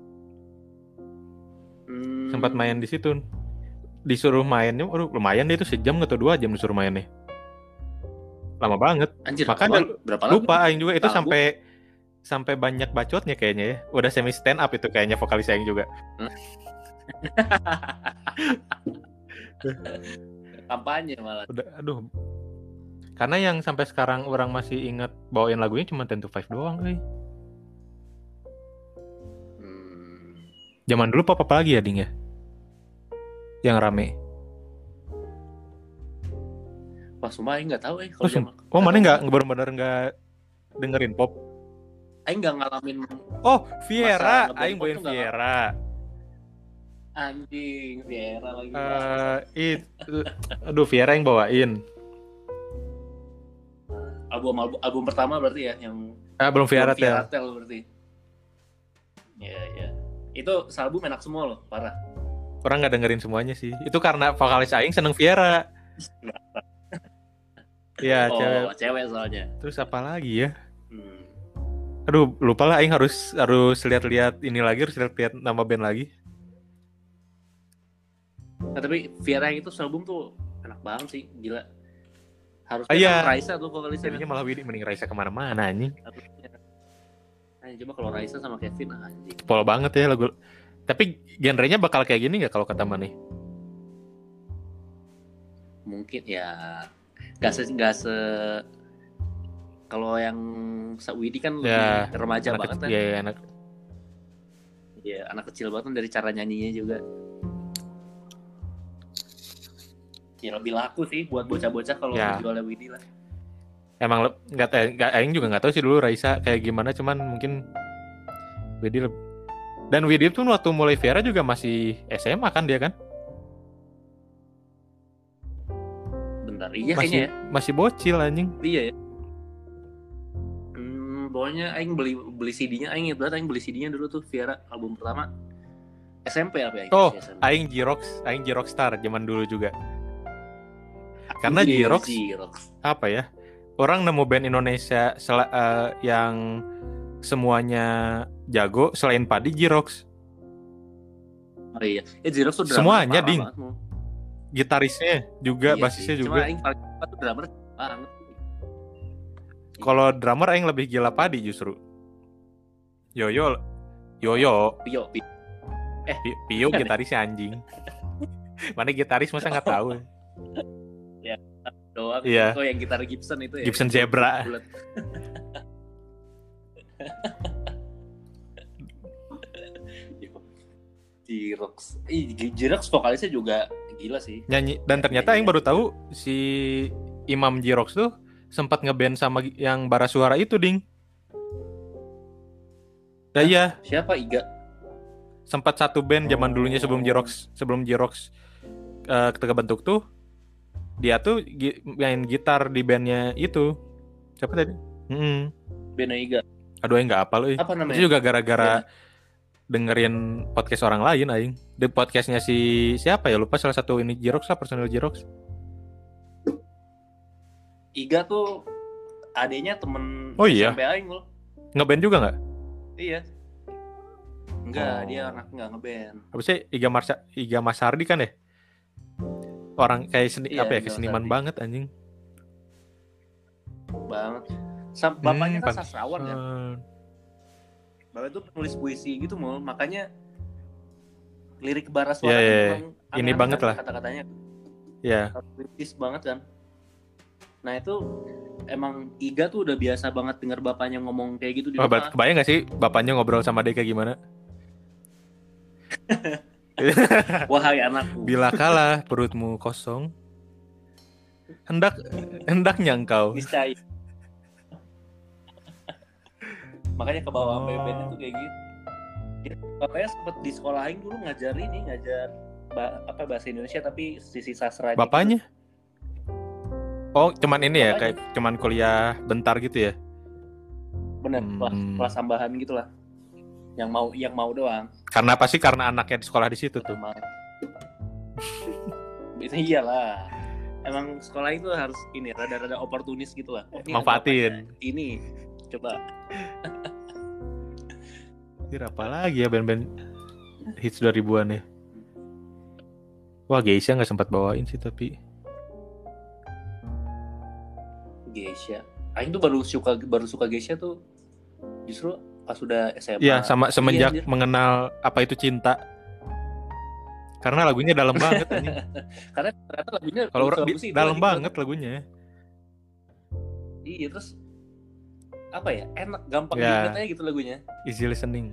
Hmm. Sempat main di situ. Disuruh mainnya, aduh lumayan deh itu sejam atau dua jam disuruh mainnya. Lama banget. Anjir, makanya berapa lupa aing juga itu Lagu. sampai sampai banyak bacotnya kayaknya ya. Udah semi stand up itu kayaknya vokalis aing juga. Kampanye malah. Udah aduh. Karena yang sampai sekarang orang masih ingat bawain lagunya cuma ten to five doang, euy. Hmm. Zaman dulu pop apa lagi ya, Ding ya? Yang rame. Wah, sumpah aing enggak tahu eh kalau oh, jam... oh mana enggak benar-benar enggak dengerin pop. Aing enggak ngalamin. Oh, Viera, aing bawain Viera. Anjing, Viera lagi. Eh, uh, it aduh Viera yang bawain. Album album, album pertama berarti ya yang ah belum Viera Tel. Viera Tel berarti. Iya, iya. Itu album enak semua loh, parah. Orang enggak dengerin semuanya sih. Itu karena vokalis aing seneng Viera. Iya, oh, cewek. cewek soalnya. Terus apa lagi ya? Hmm. Aduh, lupa lah aing harus harus lihat-lihat ini lagi, harus lihat-lihat nama band lagi. Nah, tapi Viera yang itu album tuh enak banget sih, gila. Harusnya Ah, iya. kan Raisa tuh vokalisnya. Jadinya malah Widi mending Raisa kemana-mana anjing. Nah, coba kalau Raisa sama Kevin anjing. Pol banget ya lagu. Tapi genrenya bakal kayak gini nggak kalau kata Mane? Mungkin ya nggak se nggak se kalau yang Widi kan Ya, lebih remaja anak banget kecil, kan. ya, anak Ya anak kecil banget kan dari cara nyanyinya juga. Ya lebih laku sih buat bocah-bocah kalau Ya. jualnya Widi lah. emang le- nggak tahu, nggak aing juga nggak tahu sih dulu Raisa kayak gimana, cuman mungkin Widi leb- dan Widi tuh waktu mulai Viera juga masih S M A kan dia kan? Bentar, iya masih kayaknya ya. masih bocil anjing. Iya ya. Hmm, pokoknya aing beli beli C D-nya, aing ingat banget aing beli C D-nya dulu tuh Viera album pertama S M P apa ya? Oh, S M P. aing Jirox, aing Jirox Star zaman dulu juga. Karena Iya, Jirox, Jirox. apa ya? Orang nemu band Indonesia sel- uh, yang semuanya jago selain Padi, Jirox. Oh iya, ya Jirox tuh drummer Semuanya, parah Ding. banget, Mo. Gitarisnya juga, Iya basisnya sih. juga. Cuma aing paling suka tuh drummer banget. Kalau drummer aing lebih gila Padi justru. Yoyo, Yoyo, Pio, Pio. Eh, Pi- Pio gitarisnya anjing. Mana gitaris masa nggak tahu? ya doang. Iya. Kok yang gitar Gibson itu ya? Gibson Zebra. Bulat. Jirox. Ih, Jirox vokalisnya juga gila sih. Nyanyi, dan ternyata aing baru tahu si Imam Jirox tuh sempat ngeband sama yang Bara Suara itu, Ding. Ya iya, Siapa Iga? sempat satu band zaman dulunya sebelum Jirox, sebelum Jirox uh, kebentuk tuh. Dia tuh gi- main gitar di bandnya itu. Siapa tadi? Hmm. Beno Iga. Aduh, aing nggak hafal euy. Apa namanya? Itu juga gara-gara dengerin podcast orang lain aing. Di podcastnya si siapa ya? Lupa, salah satu ini Jirox lah, personil Jirox. Iga tuh adenya temen Oh iya? S M P aing loh. Ngeband juga nggak? Iya. Enggak, Oh. dia anak enggak ngeband. Apa sih Iga Marsa Iga Masardi kan ya? Orang kayak seni, Iya, apa ya, Iga keseniman Masardi. banget anjing. Banget. Sam, bapaknya Hmm, kan pantesan. sastrawan kan. Bapak itu penulis puisi gitu mau, makanya lirik Bara Iya, Suara iya, itu iya. emang Ini aneh-aneh banget kan lah. kata-katanya. Ya, Kritis banget kan. Nah itu emang Iga tuh udah biasa banget dengar bapaknya ngomong kayak gitu di oh, rumah. berarti kebayang gak sih bapaknya ngobrol sama dia kayak gimana? Wahai anakku. Bila kalah perutmu kosong, hendak hendaknya engkau. Niscaya. Makanya ke bawah Oh. band itu kayak gitu. Ya, bapaknya sempet di sekolahin dulu ngajar ini, ngajar ba- apa bahasa Indonesia tapi sisi sastra. Bapaknya? Oh, cuman ini ya, Bapaknya. kayak cuman kuliah bentar gitu ya? Bener, Hmm. kelas, kelas tambahan gitulah. Yang mau yang mau doang. Karena apa sih? Karena anaknya di sekolah di situ tuh. Emang. Itu iyalah. Emang sekolah itu harus ini rada-rada oportunis gitu lah. Oh, ini ada Manfaatin. bapaknya. Ini coba. Kira apa lagi ya band-band hits dua ribuan ya? Wah, Geisha nggak sempat bawain sih tapi. Geisha. Aing tuh baru suka baru suka Geisha tuh justru pas sudah S M A. Iya, sama semenjak Iya, anjir. mengenal apa itu cinta. Karena lagunya dalam banget anjing. Karena ternyata lagunya Kalau orang bagus-bagus di- itu dalam anjing. banget lagunya. Iya, terus apa ya? Enak, gampang Ya. diingat aja gitu lagunya. Easy listening.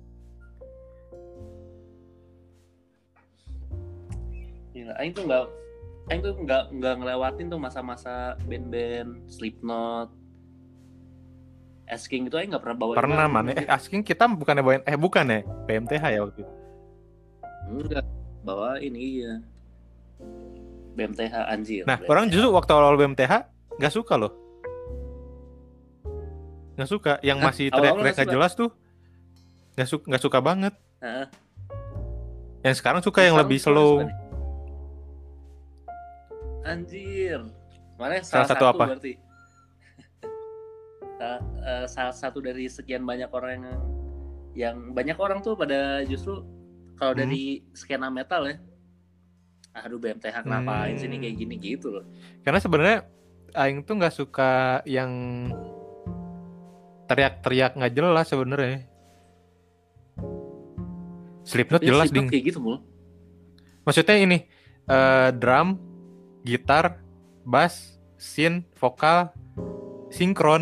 Gila, Aing tuh nggak Aing tuh nggak nggak ngelewatin tuh masa-masa band-band Slipknot, Asking itu Aing nggak pernah bawain. Pernah lagu. mana? Eh, Asking kita bukannya bawain eh bukan ya? P M T H ya waktu itu. Enggak, bawain iya. B M T H anjir. Nah, B M T H. orang justru waktu awal B M T H nggak suka loh. Nggak suka. Yang Hah? masih Awal-awal teriak-teriak nggak nggak suka? jelas tuh. Nggak suka, nggak suka banget. Heeh. Yang sekarang suka yang Sekarang lebih suka- slow. suka nih. Anjir. Mana Salah salah, satu satu, apa? berarti? uh, uh, salah satu dari sekian banyak orang yang yang banyak orang tuh pada justru kalau Hmm. dari skena metal ya, aduh B M T H kenapain Hmm. sih ini kayak gini gitu loh. Karena sebenarnya aing tuh nggak suka yang teriak-teriak nggak jelas sebenarnya. Slipknot Tapi jelas Slipknot ding. kayak gitu mul. Maksudnya ini uh, drum, gitar, bass, synth, vokal, sinkron.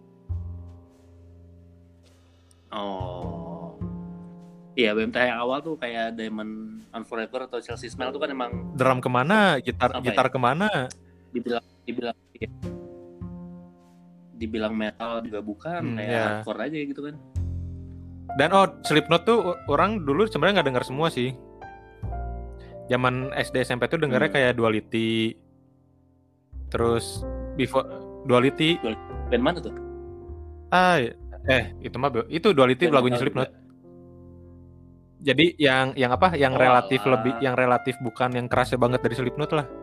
Oh. Iya, B M T H yang awal tuh kayak Diamond on Forever atau Chelsea Smile tuh kan emang Drum kemana, gitar apa gitar ya? kemana? Dibilang dibilang ya, dibilang metal juga bukan, Hmm, kayak ya. hardcore aja gitu kan. Dan oh, Slipknot tuh orang dulu sebenarnya nggak dengar semua sih. Zaman S D S M P tuh dengarnya Hmm. kayak Duality. Terus before Duality. Band mana tuh? Ah, eh itu mah itu Duality Band lagunya metal Slipknot. juga. Jadi yang yang apa? Yang Oh, relatif alah. lebih yang relatif bukan yang kerasnya banget dari Slipknot lah.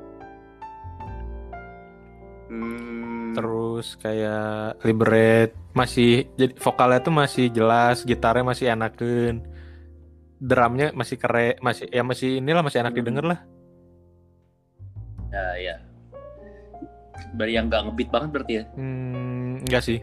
Hmm. Terus kayak Liberate masih jadi vokalnya tuh masih jelas, gitarnya masih enakeun. Drumnya masih keren, masih ya masih inilah masih enak Hmm. didengar lah. Ya, ya. Dari yang nggak ngebeat banget berarti ya? Hmm, enggak sih.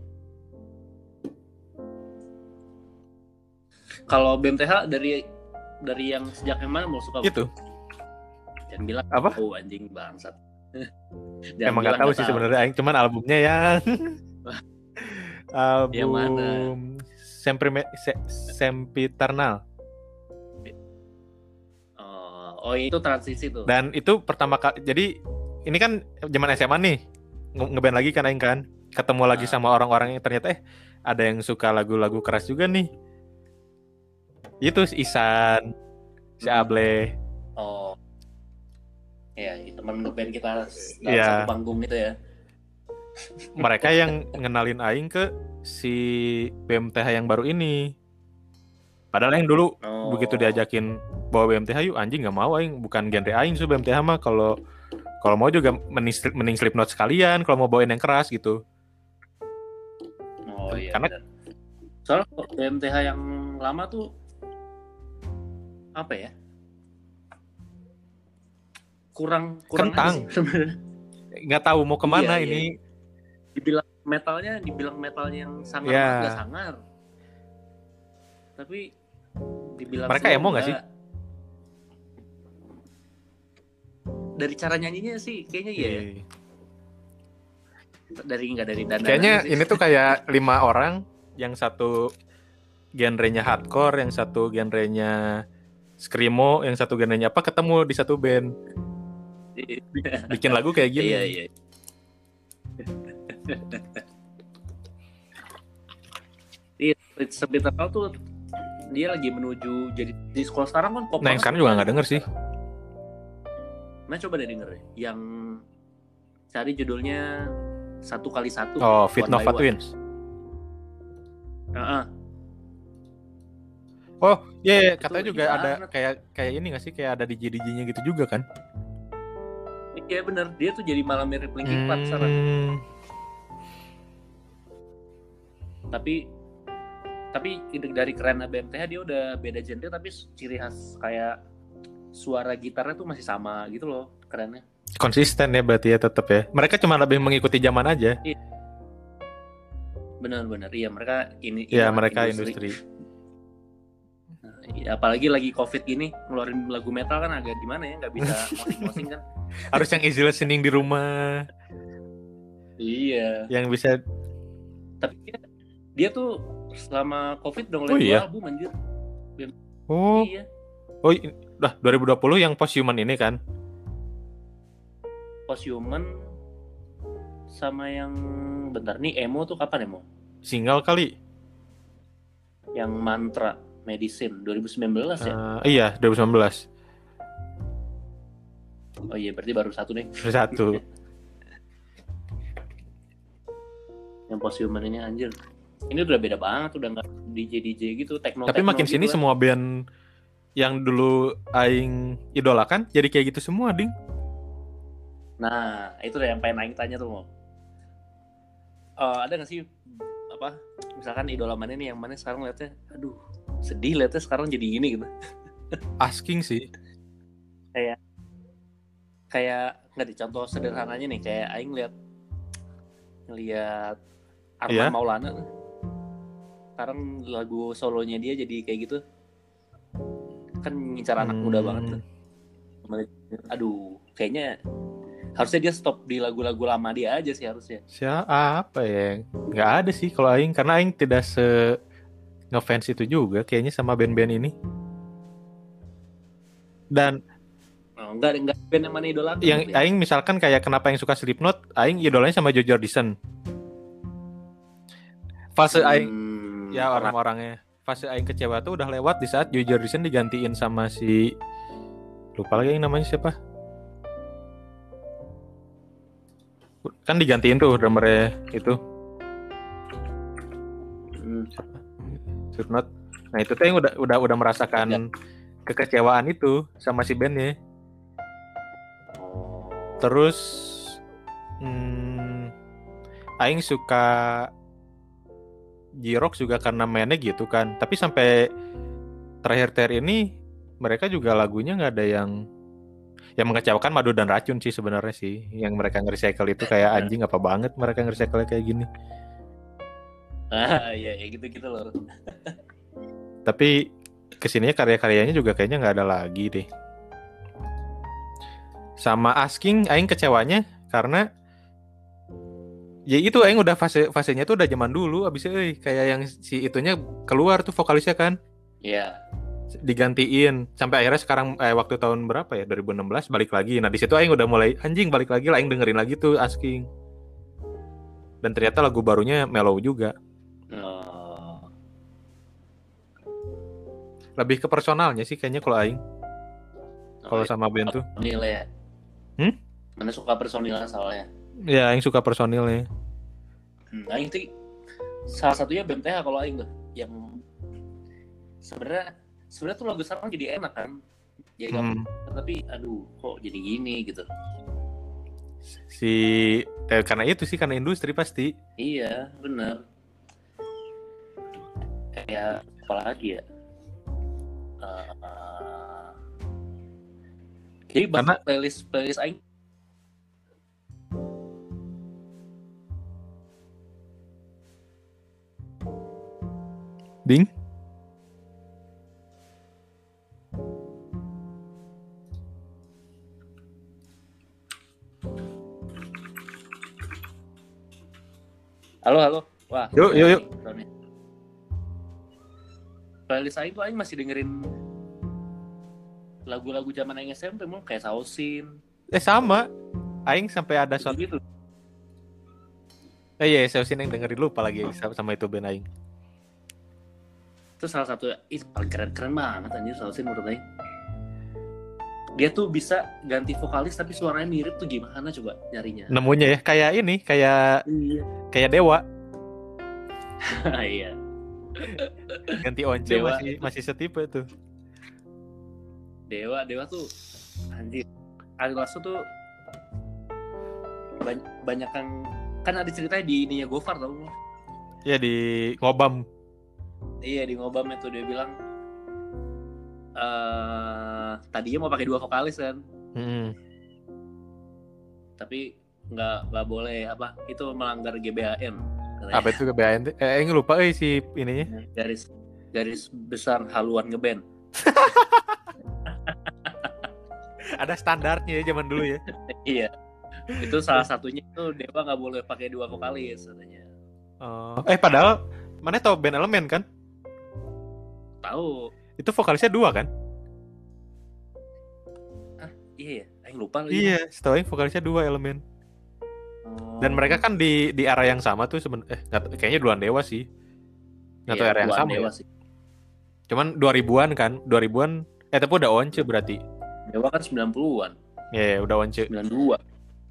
Kalau B M T H dari dari yang sejak yang mana mau suka? Itu. Jangan bilang Apa? oh anjing bangsat. Emang nggak tahu sih sebenarnya aing, cuman albumnya yang album yang mana? Sempri- Se- Sempiternal. Oh, itu transisi tuh. Dan itu pertama kali, jadi ini kan zaman S M A nih, nge- ngeband lagi kan aing kan, ketemu lagi Ah. sama orang-orang yang ternyata eh ada yang suka lagu-lagu keras juga nih. Itu si Isan, si Hmm. Able. Oh, ya teman ngeband kita dalam Iya. satu panggung gitu ya. Mereka yang ngenalin aing ke si B M T H yang baru ini. Padahal yang dulu Oh. begitu diajakin bawa B M T H yuk, anjing nggak mau aing, bukan genre aing sih B M T H mah. Kalau kalau mau juga mending, mending Slipknot sekalian kalau mau bawain yang keras gitu. Oh iya. Karena- Benar. Soalnya B M T H yang lama tuh apa ya? Kurang kurang Kentang. aja sih sebenarnya. Nggak tahu mau kemana Iya, ini. iya. Dibilang metalnya, dibilang metalnya yang sangar Iya. banget nggak sangar. Tapi dibilang Mereka slow emo nggak sih? enggak. Dari cara nyanyinya sih kayaknya iya ya. Iya. Dari nggak dari dandan Kayaknya aja sih. ini tuh kayak lima orang, yang satu genrenya hardcore, yang satu genrenya screamo, yang satu genrenya apa, ketemu di satu band. Bikin lagu kayak gini. Iya, iya. Iya, Sempiternal tuh dia lagi menuju jadi di sekolah sekarang kan pop Nah yang banget. sekarang juga nggak denger sih. Nah coba deh denger deh. Yang cari judulnya satu kali satu. Oh, Fit One Nova by One. Twins. Heeh. Oh, iya, yeah, Itu katanya juga gimana? ada kayak kayak ini nggak sih, kayak ada D J D J-nya gitu juga kan? Iya bener, dia tuh jadi malah mirip Linkin Park sekarang. Hmm, Tapi tapi dari keren B M T H dia udah beda genre tapi ciri khas kayak suara gitarnya tuh masih sama gitu loh, kerennya. konsisten ya berarti ya tetap ya. Mereka cuma lebih mengikuti zaman aja. Bener-bener, iya mereka ini. Iya, ini mereka industri. Nah, iya, apalagi lagi COVID gini, ngeluarin lagu metal kan agak gimana ya, nggak bisa mosing-mosing kan. Harus yang easy listening di rumah, Iya. yang bisa. Tapi dia, dia tuh selama COVID udah Oh, ngeluarin iya? dua album anjir. Oh, Iya. oh, i- udah dua ribu dua puluh yang Posthuman ini kan? Posthuman sama yang bentar nih emo tuh kapan emo? Single kali. Yang Mantra Medicine dua ribu sembilan belas ya. Uh, iya, dua ribu sembilan belas. Oh iya berarti baru satu nih. Satu. Yang Posthuman ini anjir. Ini udah beda banget, udah nggak D J D J gitu, techno. Tapi makin gitu sini kan. semua band yang dulu aing idolakan jadi kayak gitu semua, ding. Nah, itu deh yang pengen aing tanya tuh mau. uh, ada nggak sih apa misalkan idola mana nih yang mana sekarang liatnya aduh sedih liatnya sekarang jadi gini gitu. Asking sih. Kayak kayak nggak dicontoh sederhananya nih kayak aing lihat ngelihat Arman Iya. Maulana sekarang lagu solonya dia jadi kayak gitu kan ngincar anak Hmm. muda banget tuh. Aduh kayaknya harusnya dia stop di lagu-lagu lama dia aja sih harusnya. Siapa ya? Nggak ada sih kalau aing karena aing tidak se ngefans itu juga kayaknya sama band-band ini. Dan Oh, enggak enggak band yang mana idolakan yang ya? aing misalkan kayak kenapa yang suka Slipknot, aing idolanya sama Joy Jordison. Fase Hmm, aing ya orang-orangnya. Fase aing kecewa tuh udah lewat di saat Joy Jordison digantiin sama si lupa lagi yang namanya siapa. Kan digantiin tuh drummernya itu. Hmm. Slipknot. Nah, itu tuh yang udah udah udah merasakan ya. Kekecewaan itu sama si bandnya. Oh. Terus hmm, aing suka J-Rock juga karena mainnya gitu kan. Tapi sampai terakhir-terakhir ini mereka juga lagunya nggak ada yang yang mengecewakan. Madu dan Racun sih sebenarnya sih. Yang mereka nge-recycle itu kayak anjing apa banget mereka nge-recycle kayak gini. Ah iya ya gitu-gitu loh. Tapi kesininya karya-karyanya juga kayaknya nggak ada lagi deh. Sama Asking aing kecewanya karena ya itu aing udah fase fasenya tuh udah zaman dulu abis itu kayak yang si itunya keluar tuh vokalisnya kan. Iya. Digantiin sampai akhirnya sekarang eh, waktu tahun berapa ya dua ribu enam belas balik lagi. Nah di situ aing udah mulai anjing balik lagi lah aing dengerin lagi tuh Asking. Dan ternyata lagu barunya mellow juga. Oh. Lebih ke personalnya sih kayaknya kalau aing. Kalau Oh, sama band tuh. personil ya. Hmm? Mana suka personilnya soalnya. Ya aing suka personilnya. Hmm, aing tuh salah satunya B M T H kalau aing tuh yang sebenarnya sebenarnya tuh lagu sekarang jadi enak kan. Jadi Hmm. tapi aduh kok jadi gini gitu. Si eh, karena itu sih karena industri pasti. Iya, benar. Kayak apa lagi ya? Uh, jadi Karena playlist playlist aing ding halo halo wah yuk yuk yuk playlist aing tuh aing masih dengerin lagu-lagu zaman aing S M P mulu kayak Sausin eh sama aing sampai ada shot gitu. eh iya Sausin yang dengerin lupa lagi sama itu band aing. Itu salah satu itu paling keren-keren banget anjir Sausin menurut aing. Dia tuh bisa ganti vokalis tapi suaranya mirip tuh gimana coba nyarinya. Nemunya ya kayak ini kayak Iya. kayak Dewa. Iya. Ganti Once Dewa masih itu. masih setipe tuh. Dewa Dewa tuh anjir. Ari Lasso tuh banyak banyak yang kan ada ceritanya di ininya Gofar tau lu. Iya di Ngobam. Iya di Ngobam itu dia bilang uh, tadinya mau pakai dua vokalis kan. Hmm. Tapi nggak nggak boleh apa itu melanggar G B H M. Apa itu G B H M? Eh, aing lupa euy si ininya. Garis garis besar haluan ngeband. Ada standarnya ya zaman dulu ya. Iya. Itu salah satunya itu Dewa nggak boleh pakai dua vokalis katanya. Oh. Eh padahal mana tau band Elemen kan? Tahu. Itu vokalisnya dua kan? Ah, iya ya. Aing lupa lagi. Iya, setahu aing vokalisnya dua Elemen. Oh. Dan mereka kan di di era yang sama tuh seben eh gak, kayaknya duluan Dewa sih. Enggak tahu iya, era yang sama Dewa ya. sih. Cuman dua ribuan kan? dua ribuan eh tapi udah Once berarti. Dewa kan sembilan puluhan. Iya, yeah, udah Once. sembilan puluh dua.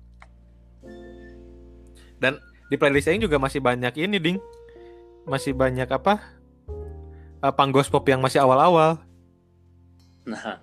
Dan di playlist aing juga masih banyak ini, Ding. Masih banyak apa? Uh, panggos pop yang masih awal-awal. Nah.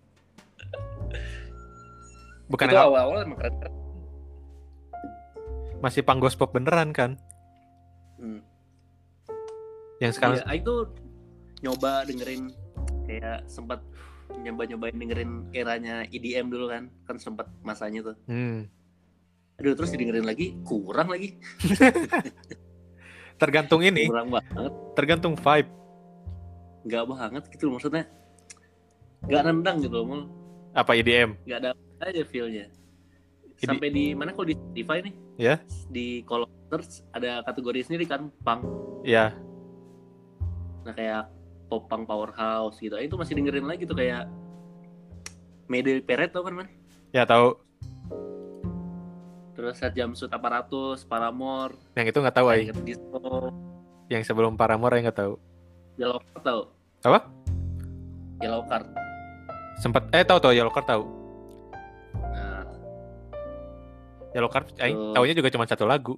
Bukan itu yang awal-awal emang keren. masih panggospop beneran kan. Hmm. Yang sekarang Iya, Aing tuh nyoba dengerin kayak sempat nyoba-nyobain dengerin eranya E D M dulu kan, kan sempat masanya tuh. hmm. Aduh, terus didengerin lagi kurang lagi. Tergantung ini, Kurang banget, tergantung vibe. nggak banget gitu maksudnya. Nggak nendang gitu loh, Apa E D M? nggak ada aja feel-nya. E D Sampai di mana kalau di Spotify nih? Ya? Di kolom search ada kategori sendiri kan, punk. Ya. Nah kayak pop punk powerhouse gitu. Itu masih dengerin lagi tuh kayak Mayday Parade tau kan man? Ya tahu. Terus Set Jumpsuit Apparatus, Paramore. Yang itu nggak tahu aing. Tiger Disco, Yang sebelum Paramore aing nggak tahu. Yellow Card tau? Apa? Yellow Card. Sempet eh tahu tahu Yellow Card tahu. Nah, Yellow Card aing Tuh. taunya juga cuma satu lagu.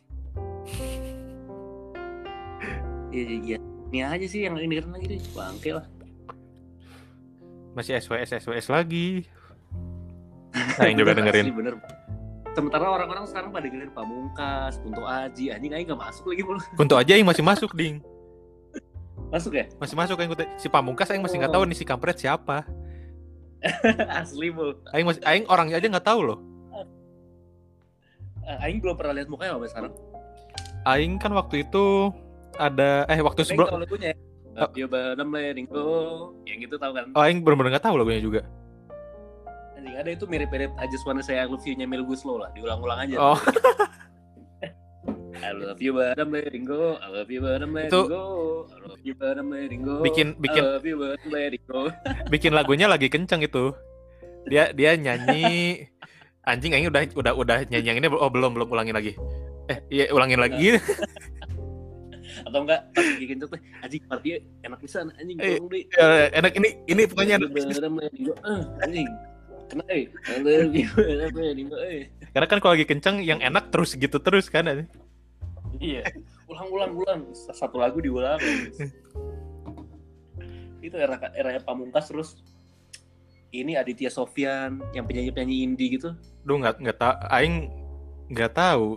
iya iya. Ini aja sih yang dengerin lagi deh. Bangke lah. Masih S W S S W S lagi. Aing juga dengerin. Asli, bener. Sementara orang-orang sekarang pada dengerin Pamungkas, Kunto Aji, anjing aing gak masuk lagi mulu. Kunto aja aing masih masuk ding. Masuk ya? Masih masuk aing Kunto. Si Pamungkas aing masih nggak tahu nih si kampret siapa. Asli mulu. Aing masih aing orangnya aja nggak tahu loh. Aing belum pernah lihat mukanya sampai sekarang. Aing kan waktu itu ada eh waktu Aing sebelum tahu lagunya ya. Oh. Dia badam letting go. Yang gitu tahu kan? oh, aing bener-bener nggak tahu lagunya juga. Anjing ada itu mirip-mirip I Just Wanna Say I Love You-nya Mel Guslow lah, diulang-ulang aja. Oh. I love you but I'm letting go. I love you but I'm letting Itu- go. I love you but I'm letting go. Bikin- bikin- I love you but I'm letting go. Bikin lagunya lagi kenceng itu. Dia dia nyanyi anjing aing udah udah udah nyanyi yang ini oh belum belum ulangin lagi. Eh iya ulangin lagi. Atau enggak pas lagi kenceng tuh anjing partinya enak pisan anjing Eh, tolong deh. Eh, enak ini ini pokoknya I love you but I'm letting go. Eh, anjing. Kena eh. I love you but I'm letting go. Eh. karena kan kalau lagi kenceng yang enak terus gitu terus kan. Iya. Ulang-ulang ulang satu lagu diulang. Itu era era Pamungkas terus ini Aditya Sofyan yang penyanyi-penyanyi indie gitu. Duh nggak nggak tahu aing nggak tahu.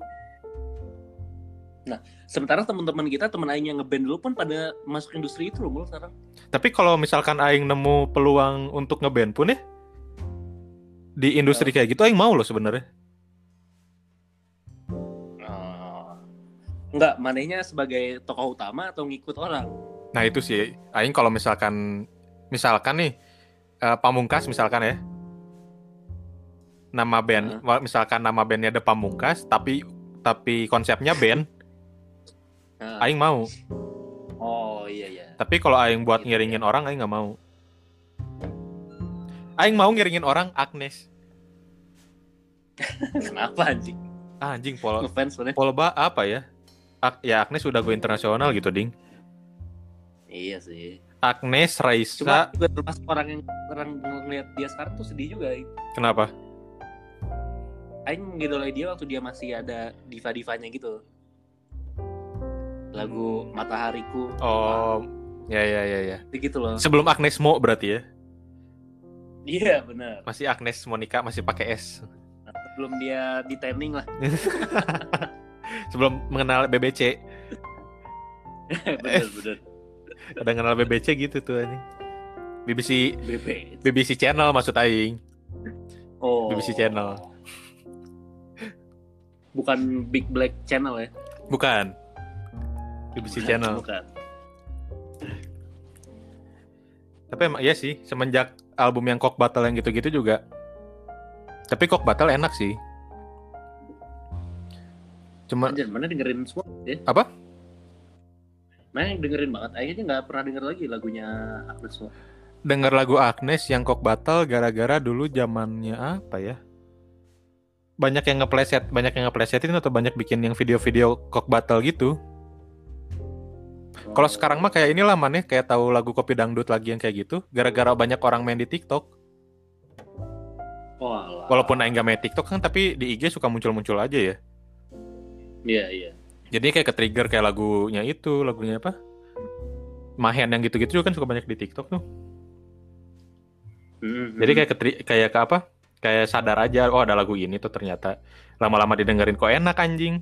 Sementara teman-teman kita, teman aing yang ngeband dulu pun pada masuk industri itu loh mulu sekarang. Tapi kalau misalkan aing nemu peluang untuk ngeband pun ya di industri kayak gitu aing mau loh sebenarnya. Oh. Enggak, manehnya sebagai tokoh utama atau ngikut orang? Nah itu sih aing kalau misalkan misalkan nih uh, Pamungkas misalkan ya. Nama band Uh. misalkan nama bandnya The Pamungkas tapi tapi konsepnya band Nah. aing mau. Oh iya iya. Tapi kalau aing buat Gitu, ngiringin orang aing nggak mau. Aing mau ngiringin orang Agnes. Kenapa anjing? Ah, anjing pol Ngefans sebenarnya. Polba apa ya? Ag- ya Agnes udah go internasional gitu ding. Iya sih. Agnes, Cuma Raisa, juga termasuk orang yang orang ngeliat dia sekarang tuh sedih juga. Aing. kenapa? Aing ngidolain dia waktu dia masih ada diva-divanya gitu. Lagu Matahariku. Oh, ya ya ya ya. Gitu loh. Sebelum Agnes Mo berarti ya. Iya benar. Masih Agnes Monica masih pakai S. Sebelum dia di tanning lah. Sebelum mengenal B B C. bener bener. Udah kenal B B C gitu tuh anjing. B B C B B. B B C Channel maksud aing. Oh. B B C Channel. Bukan Big Black Channel ya. Bukan. B B C Channel. Bukan. Tapi emang iya sih, semenjak album yang Cock Battle yang gitu-gitu juga. Tapi Cock Battle enak sih. Cuma Anjir, mana dengerin semua ya? Apa? Mana yang dengerin banget. Akhirnya nggak pernah denger lagi lagunya Agnes Mo. denger lagu Agnes yang Cock Battle gara-gara dulu zamannya apa ya? Banyak yang ngepleset, banyak yang ngeplesetin atau banyak bikin yang video-video Cock Battle gitu. Kalau sekarang mah kayak inilah maneh kayak tahu lagu Kopi Dangdut lagi yang kayak gitu, gara-gara banyak orang main di TikTok. Oh, alah. Walaupun aing gak main TikTok kan, tapi di I G suka muncul-muncul aja ya. Iya, iya. Jadi kayak ke-trigger kayak lagunya itu, lagunya apa? Mahen yang gitu-gitu juga kan suka banyak di TikTok tuh. Mm-hmm. Jadi kayak ketri- kayak ke apa? Kayak sadar aja, oh ada lagu ini tuh ternyata. Lama-lama didengerin kok enak anjing.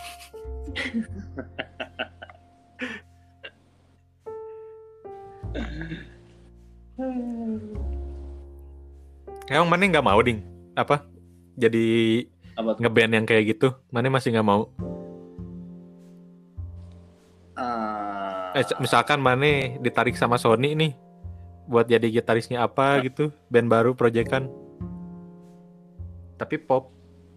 Emang mana nggak mau ding? Apa? Jadi ngeband yang kayak gitu? Mana masih nggak mau? Uh... Eh, misalkan mana ditarik sama Sony nih buat jadi gitarisnya apa nah. gitu, band baru proyekan. Tapi pop.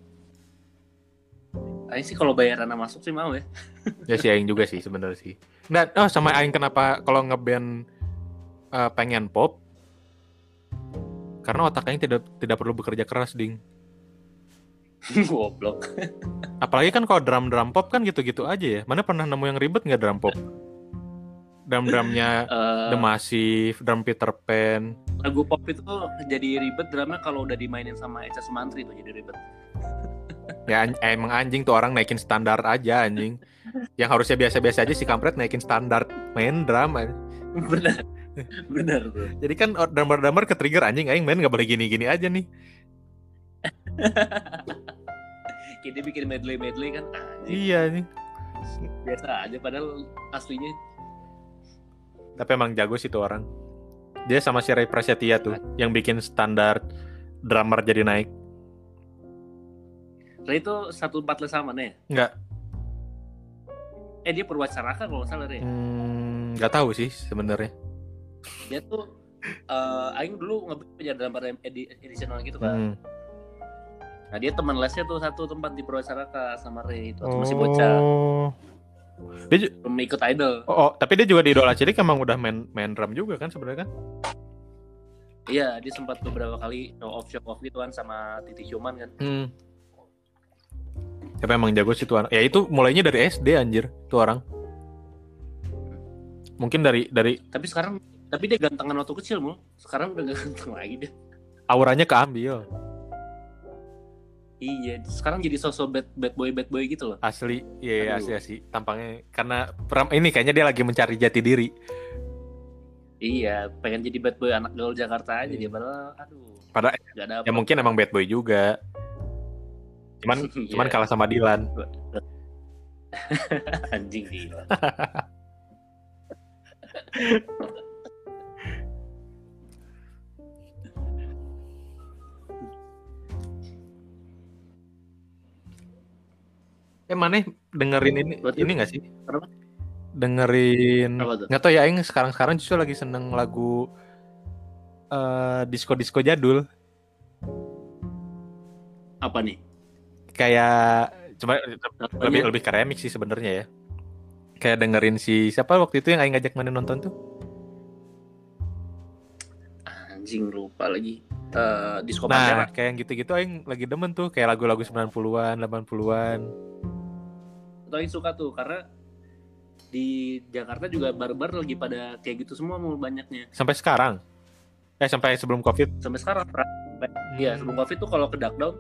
Aing sih kalau bayaran masuk sih mau ya. Ya sih Aing juga sih sebenarnya sih. Nah, oh sama Aing kenapa kalau ngeband uh, pengen pop? Karena otak Aing tidak tidak perlu bekerja keras, ding. Goblok. Apalagi kan kalau drum-drum pop kan gitu-gitu aja ya. Mana pernah nemu yang ribet nggak drum pop? Drum-drumnya uh, The Massive, drum Peter Pan. Lagu pop itu jadi ribet drumnya kalau udah dimainin sama Echa Sumantri tuh jadi ribet. Ya emang anjing tuh orang naikin standar aja anjing. Yang harusnya biasa-biasa aja si kampret naikin standar main drum. Benar. Benar tuh. Jadi kan drummer-drummer ke trigger anjing aing main enggak boleh gini-gini aja nih. Kita bikin medley-medley kan anjing. Iya nih. Biasa aja padahal aslinya. Tapi emang jago sih tuh orang. Dia sama si Ray Prasetya tuh yang bikin standar drummer jadi naik. Ray itu satu empat les sama nih? Enggak. Eh dia Purwacaraka kalau salah Ray. Hmm, enggak tahu sih sebenarnya. Dia tuh uh, Aing dulu ngebikin drummer edi- edisional gitu kan. Hmm. Nah dia teman lesnya tuh satu tempat di Purwacaraka sama Ray itu oh. Masih bocah. Dia ju- belum ikut idol. Oh, oh, tapi dia juga di Idola Cilik emang udah main main drum juga kan sebenarnya kan? Iya, dia sempat beberapa kali show off show off gitu kan sama Titi Human kan. Hmm. Tapi emang jago sih tuh orang. Ya itu mulainya dari S D anjir tuh orang. Mungkin dari dari. Tapi sekarang, tapi dia gantengan waktu kecil mul. Sekarang udah gak ganteng lagi dia. Auranya keambil. Iya, sekarang jadi sosok bad bad boy bad boy gitu loh. Asli, iya yeah, asli asli. Tampangnya karena ini kayaknya dia lagi mencari jati diri. Iya, pengen jadi bad boy anak gaul Jakarta aja dia padahal aduh. Padahal ya mungkin emang bad boy juga. Cuman cuman kalah sama Dilan. Anjing Dilan. Eh mana dengerin ini Buat ini nggak sih? Apa? Dengerin nggak tau ya, Aing sekarang-sekarang justru lagi seneng lagu uh, disco-disco jadul. Apa nih? Kayak cuma Apanya? lebih lebih ke remix sih sebenarnya ya. Kayak dengerin si siapa waktu itu yang Aing ngajak mana nonton tuh? Anjing lupa lagi. Uh, disco Pantera. Nah, kayak yang gitu-gitu Aing lagi demen tuh, kayak lagu-lagu sembilan puluhan, delapan puluhan. Atau Aing suka tuh karena di Jakarta juga bar-bar lagi pada kayak gitu semua mau banyaknya. Sampai sekarang? Eh sampai sebelum Covid? Sampai sekarang. Iya, hmm. sebelum Covid tuh kalau ke Dark Down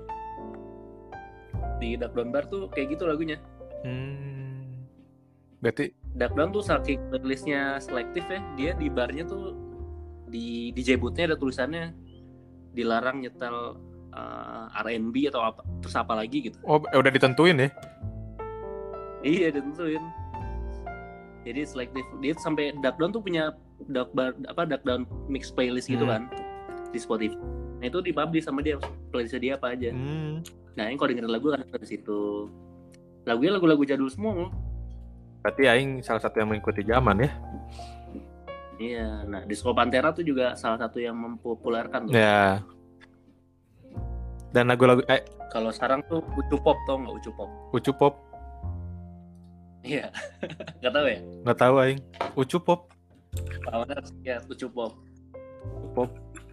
di Dark Down bar tuh kayak gitu lagunya. Hmm. Berarti Dark Down tuh saking listnya selektif ya, dia di barnya tuh di D J booth-nya ada tulisannya dilarang nyetel uh, R and B atau apa terus apa lagi gitu. Oh, udah ditentuin ya? Iya, ditentuin. Jadi selektif. Dia sampai Dark Down tuh punya dark bar apa Dark Down mix playlist gitu hmm. kan di Spotify. Nah, itu dipublish sama dia playlist dia apa aja. Hmm. Nah, yang kalau dengerin lagu kan dari situ. Lagunya lagu-lagu jadul semua loh. Berarti Aing salah satu yang mengikuti zaman ya. Iya, nah Disco Pantera tuh juga salah satu yang mempopulerkan tuh. Ya. Dan lagu-lagu eh kalau sekarang tuh Ucu Pop tau nggak Ucu Pop? Ucu Pop. Iya, nggak tahu ya? Nggak tahu Aing. Ucu Pop. Awalnya ya Ucu Pop. Pop.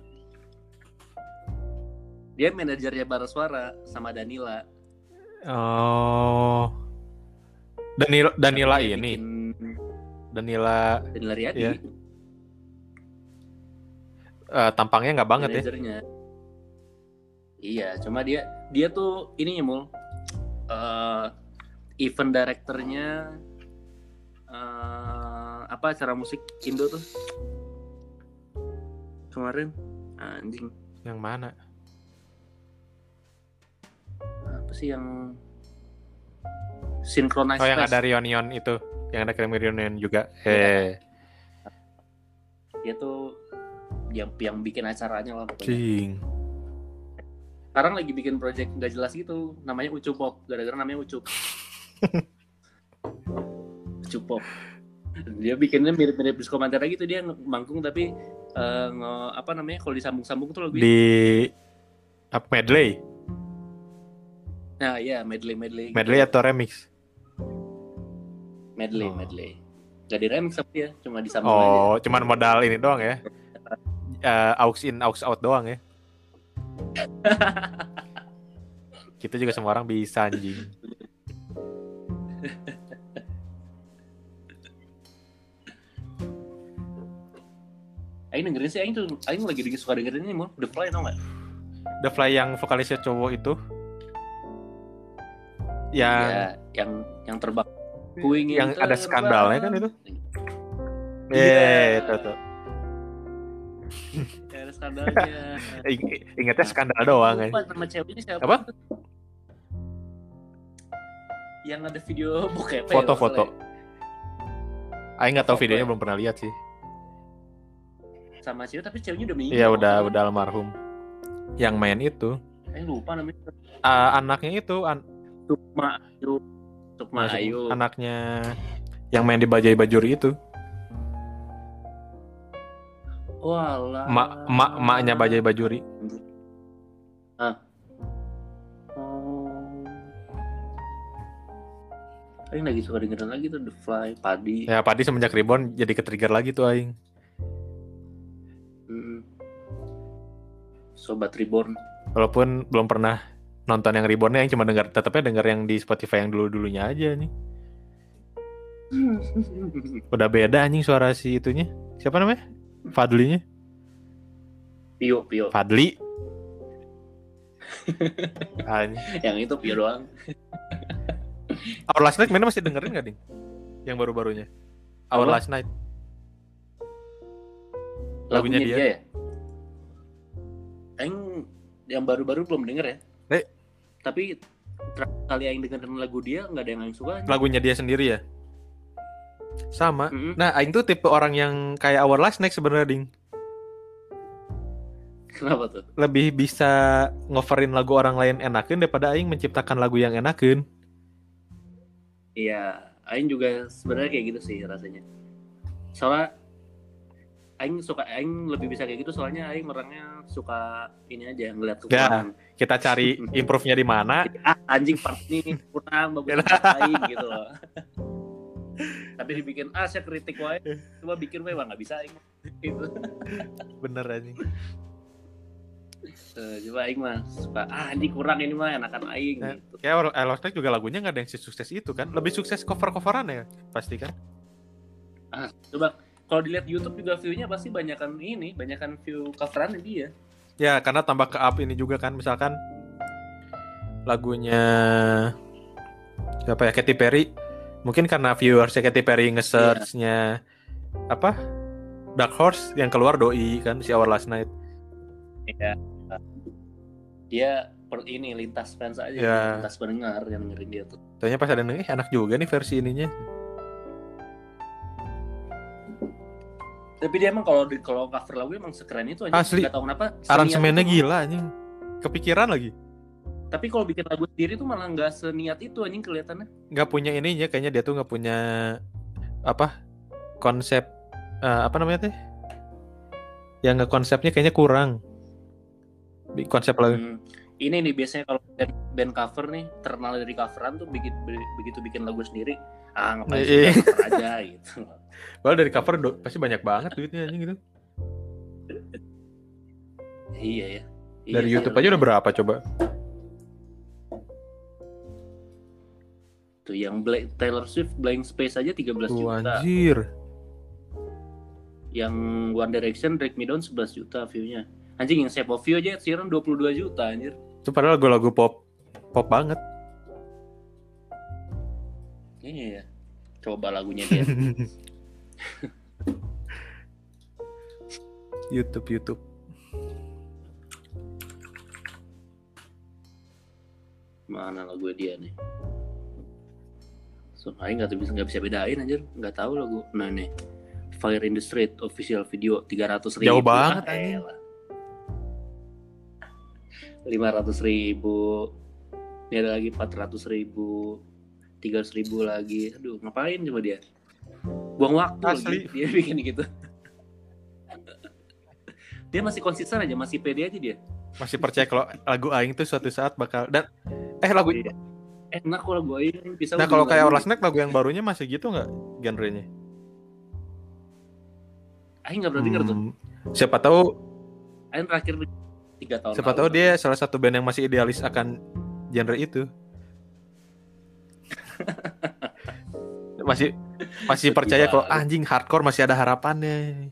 Dia manajernya Barasuara sama Danila. Oh. Danila Danila Sampai ini. Bikin... Danila. Danila Riyadi. Ya. Uh, tampangnya nggak banget manajernya. Ya. Iya, cuma dia dia tuh ininya mul. Uh, event directornya uh, apa acara musik Indo tuh kemarin anjing yang mana apa sih yang Synchronized Oh, yang Fest. ada reunion itu, yang ada Grammy reunion juga. Eh, Dia tuh yang yang bikin acaranya lah pokoknya. cing. Sekarang lagi bikin project nggak jelas gitu, namanya Ucup Pop, gara-gara namanya Ucup. Ucup Pop. Dia bikinnya mirip-mirip Disco Pantera gitu, dia manggung tapi uh, nge, apa namanya kalau disambung-sambung tuh lagunya. Di apa medley? Nah, iya medley medley. Medley gitu. atau remix? Medley, oh. medley. Gak di remix tapi ya, cuma disambung oh, aja. Oh, cuman modal ini doang ya? Uh, aux in, aux out doang ya? Kita juga semua orang bisa anjing. Aing dengerin sih, Aing tuh, Aing lagi suka dengerin ini mau The Fly tau nggak? The Fly yang vokalisnya cowok itu? Yang ya, yang yang terbang. Yang ada skandalnya kan itu? Iya, yeah, itu tuh. Ya, ada skandalnya. Ingatnya skandal doang kan? Nama ceweknya siapa? Apa? Yang ada video bokep. Foto-foto. Aing nggak tahu videonya, belum pernah lihat sih. Sama cewek tapi ceweknya udah meninggal. Iya udah kan? udah almarhum. Yang main itu. Aing lupa namanya. Uh, anaknya itu an Sukma Ayu. Sukma Ayu. Anaknya yang main di Bajai Bajuri itu. Walah. Mak mak maknya Bajai Bajuri. Ah. Oh. Aing lagi suka dengerin lagi tuh The Fly, Padi. Ya Padi semenjak Reborn jadi ke-trigger lagi tuh Aing. Mm-mm. Sobat Reborn. Walaupun belum pernah nonton yang Reborn-nya, yang cuma dengar, tetapnya dengar yang di Spotify yang dulu-dulunya aja nih. Udah beda anjing suara si itunya. Siapa namanya? Fadlinya? Pio, Pio. Fadli. Yang itu Pio doang. Our Last Night mana masih dengerin gak, Ding? Yang baru-barunya. Our Apa? Last Night. Lagunya, Lagunya dia. dia ya? Aing yang baru-baru belum denger ya. Eh. Tapi terakhir kali Aing dengerin lagu dia nggak ada yang Aing suka. Lagunya dia sendiri ya? Sama. Mm-hmm. Nah, Aing tuh tipe orang yang kayak Our Last Night sebenarnya, Ding. Kenapa tuh? Lebih bisa ngoverin lagu orang lain enakeun daripada Aing menciptakan lagu yang enakeun. Iya, Aing juga sebenarnya kayak gitu sih rasanya. Soalnya Aing suka, Aing lebih bisa kayak gitu soalnya Aing orangnya suka ini aja, ngeliat kekurangan. Ya, kita cari improve-nya di mana. Ah, anjing part ini kurang bagus Aing gitu loh. Tapi dibikin, ah saya kritik wae, coba bikin wae, nggak bisa Aing gitu. Bener anjing. Uh, coba Aing mah suka, ah ini kurang ini mah enakan Aing Nah, gitu. kayak I Lost Track juga lagunya nggak ada yang sukses itu kan, lebih sukses cover-coveran ya pasti kan. Ah coba kalau dilihat YouTube juga view-nya pasti banyakan ini, banyakan view coveran dia. Ya karena tambah ke up ini juga kan, misalkan lagunya siapa ya, Katy Perry, mungkin karena viewersnya Katy Perry nge-search-nya yeah. apa Dark Horse, yang keluar Doi kan si Our Last Night. Iya. Dia per ini lintas fans aja, ya. lintas pendengar yang dengerin dia tuh. Tanya pas ada nih, eh, enak juga nih versi ininya. Tapi dia emang kalau kalau cover lagu emang sekeren itu aja. Asli. Nggak tahu kenapa. Aransemennya gila anjing. Kepikiran lagi. Tapi kalau bikin lagu sendiri tuh malah nggak seniat itu anjing kelihatannya. Nggak punya ininya, kayaknya dia tuh nggak punya apa konsep uh, apa namanya teh? Yang nggak konsepnya kayaknya kurang. Konsep lagu. Hmm, ini nih biasanya kalau band, band cover nih terkenal dari coveran tuh begitu begitu bikin lagu sendiri, ah ngapain sih cover aja gitu. Well dari cover do, pasti banyak banget duitnya anjing gitu. Iya ya. Dari iya, YouTube iya, aja udah berapa coba? Tuh yang Black, Taylor Swift Blank Space aja tiga belas juta. Anjir. Yang One Direction Drag Me Down sebelas juta view-nya. Anjing yang Shape of You aja sekarang dua puluh dua juta anjir. Itu padahal lagu-lagu pop pop banget. Iya ya. Coba lagunya dia. YouTube YouTube. Mana lagu dia nih? So, Aing nggak bisa nggak bisa bedain anjir, nggak tahu lagu. Nah nih, Fire in the Street official video tiga ratus ribu. Jauh banget ah, anjing. lima ratus ribu. Ini ada lagi empat ratus ribu, tiga ratus ribu lagi. Aduh, ngapain coba dia? Buang waktu Asli. lagi dia bikin gitu. Dia masih konsisten aja, masih pede aja dia. Masih percaya kalau lagu Aing tuh suatu saat bakal dan eh lagu Iya. Enak kok lagu Aing bisa. Nah kalau kayak Orla Snack lagu yang barunya masih gitu nggak genrenya? Aing nggak pernah denger tuh. Hmm, siapa tahu Aing terakhir tiga tahun siapa lalu. tahu dia salah satu band yang masih idealis akan genre itu. masih masih percaya kalau anjing hardcore masih ada harapannya.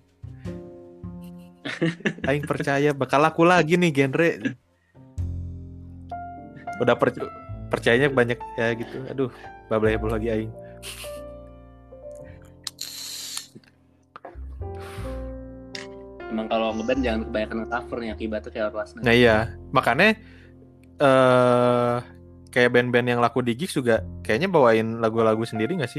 Aing percaya bakal laku lagi nih genre. Udah per- percayanya banyak ya gitu. Aduh, bablayable lagi Aing. Emang kalau ngeband jangan kebanyakan cover nih, akibatnya kayak Orla Snack. Nah iya, makanya eh kayak band-band yang laku di gigs juga kayaknya bawain lagu-lagu sendiri nggak sih?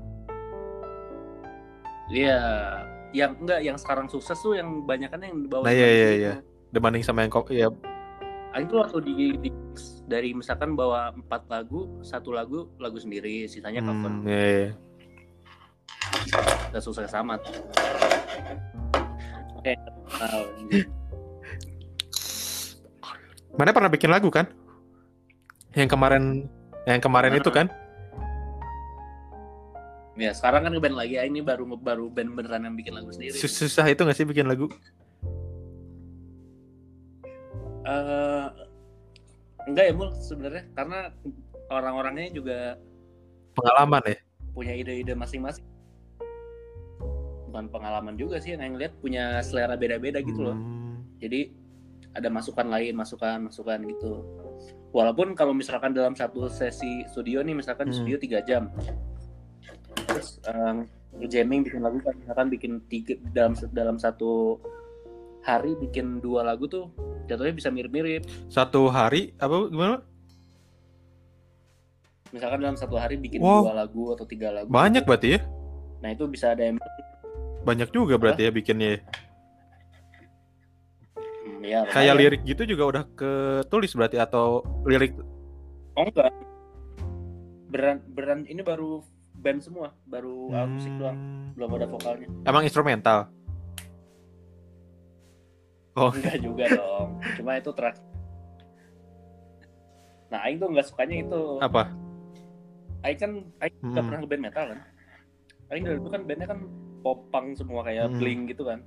Iya, yang enggak yang sekarang sukses tuh yang banyakan yang bawa. Nah iya iya iya. Dibanding sama yang kok ya. Aing tuh waktu di, di dari misalkan bawa empat lagu, satu lagu lagu sendiri, sisanya cover. Hmm, iya, iya. Gak sukses amat. Oke, tahu. Mana pernah bikin lagu kan? Yang kemarin yang kemarin Nah. itu kan? Ya sekarang kan ngeband lagi, Aing ini baru baru band beneran yang bikin lagu sendiri. Susah itu nggak sih bikin lagu? Uh, enggak ya Mul sebenarnya, karena orang-orangnya juga Pengalaman ya. punya ide-ide masing-masing. Bukan pengalaman juga sih, yang lihat punya selera beda-beda gitu loh. Hmm. Jadi ada masukan lain, masukan, masukan gitu. Walaupun kalau misalkan dalam satu sesi studio nih, misalkan Hmm. studio tiga jam, terus um, jamming bikin lagu kan, misalkan bikin tiga dalam dalam satu hari bikin dua lagu tuh jatuhnya bisa mirip-mirip. Satu hari apa gimana? Misalkan dalam satu hari bikin Wow. dua lagu atau tiga lagu. Banyak gitu. berarti ya? Nah itu bisa ada yang Banyak juga berarti ya bikinnya. hmm, ya, Kayak lumayan. lirik gitu juga udah ketulis berarti atau lirik Oh enggak. Beran beran ini baru band semua, baru alat musik doang, belum ada vokalnya. Emang instrumental? Oh, Enggak juga dong. Cuma itu track. Nah, Aing tuh nggak sukanya itu. apa? Aing kan Aing nggak Hmm. pernah ngeband metal kan. Aing dari dulu kan bandnya kan pop punk semua kayak Hmm. Blink gitu kan.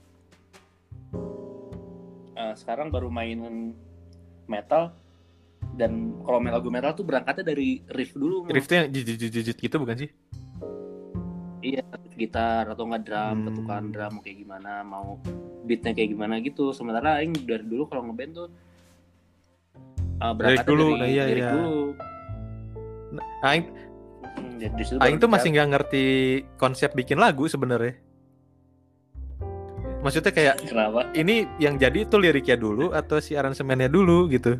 Nah, sekarang baru mainin metal, dan kalau main lagu metal tuh berangkatnya dari riff dulu. Mo. Riff tuh yang jijit-jijit gitu bukan sih? Iya, gitar atau nggak drum, Hmm. ketukan drum mau kayak gimana, mau beatnya kayak gimana gitu. Sementara Aing dari dulu kalau ngeband tuh uh, berangkatnya dulu, dari nah iya, lirik iya. dulu. Aing Hmm, jadi di situ Aing baru tuh masih bicara. nggak ngerti konsep bikin lagu sebenarnya. Maksudnya kayak Kenapa? ini yang jadi itu liriknya dulu atau si aransemennya dulu gitu.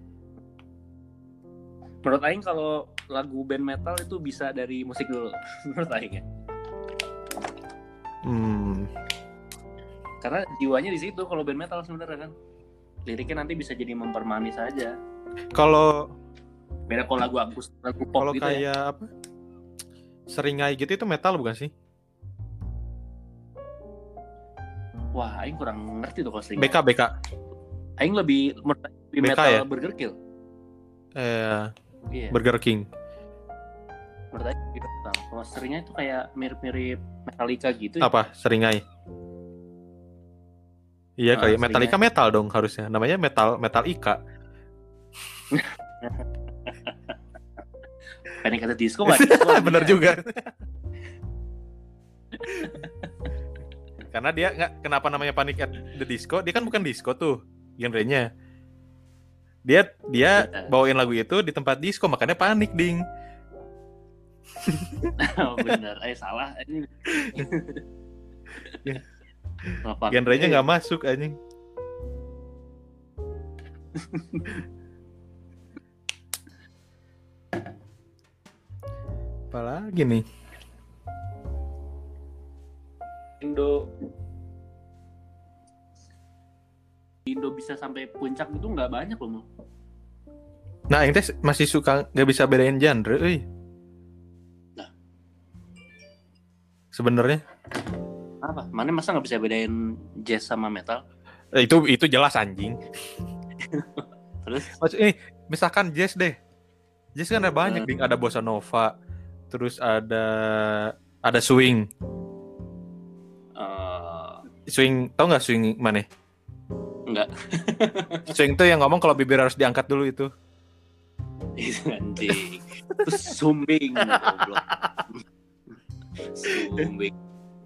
Menurut Aing kalau lagu band metal itu bisa dari musik dulu. Menurut Aing ya. Hmm. Karena jiwanya di situ kalau band metal sebenarnya kan. Liriknya nanti bisa jadi mempermanis aja. Kalau Beda kalau lagu akustik, lagu pop kalau gitu ya. kayak apa? Seringai gitu itu metal bukan sih? Wah, Aing kurang ngerti tuh kalau sering. B K B K. Aing lebih menurut Aing lebih B K metal ya? Burger Kill. Eh, Iya. Burger King. Menurut Aing lebih metal. Kalau seringnya itu kayak mirip-mirip Metallica gitu. Ya. Apa? Seringai. Iya Ah, kali. Metallica Seringai. metal dong harusnya. Namanya metal metal Ika. Panic at the Disco nggak disco. Bener artinya. juga. Karena dia nggak kenapa namanya Panic at the Disco? Dia kan bukan disco tuh genrenya. Dia dia Iya. bawain lagu itu di tempat disco makanya panik ding. Oh, bener. Eh salah. Ini. Ya. Apa? Genrenya Eh, nggak masuk anjing. Apalagi nih? Indo Indo bisa sampai puncak itu nggak banyak loh. Nah, ini masih suka nggak bisa bedain genre, euy. Nah, sebenarnya apa? Mana masa nggak bisa bedain jazz sama metal? Eh, itu itu jelas anjing. Terus? Maksud ini misalkan jazz deh. Jazz kan ada banyak, uh, ding. Ada bossa nova, terus ada ada swing. Uh... Swing, tau nggak swing mana? Enggak. Swing tuh yang ngomong kalau bibir harus diangkat dulu itu. Itu anjing. Terus sumbing goblok. Sumbing.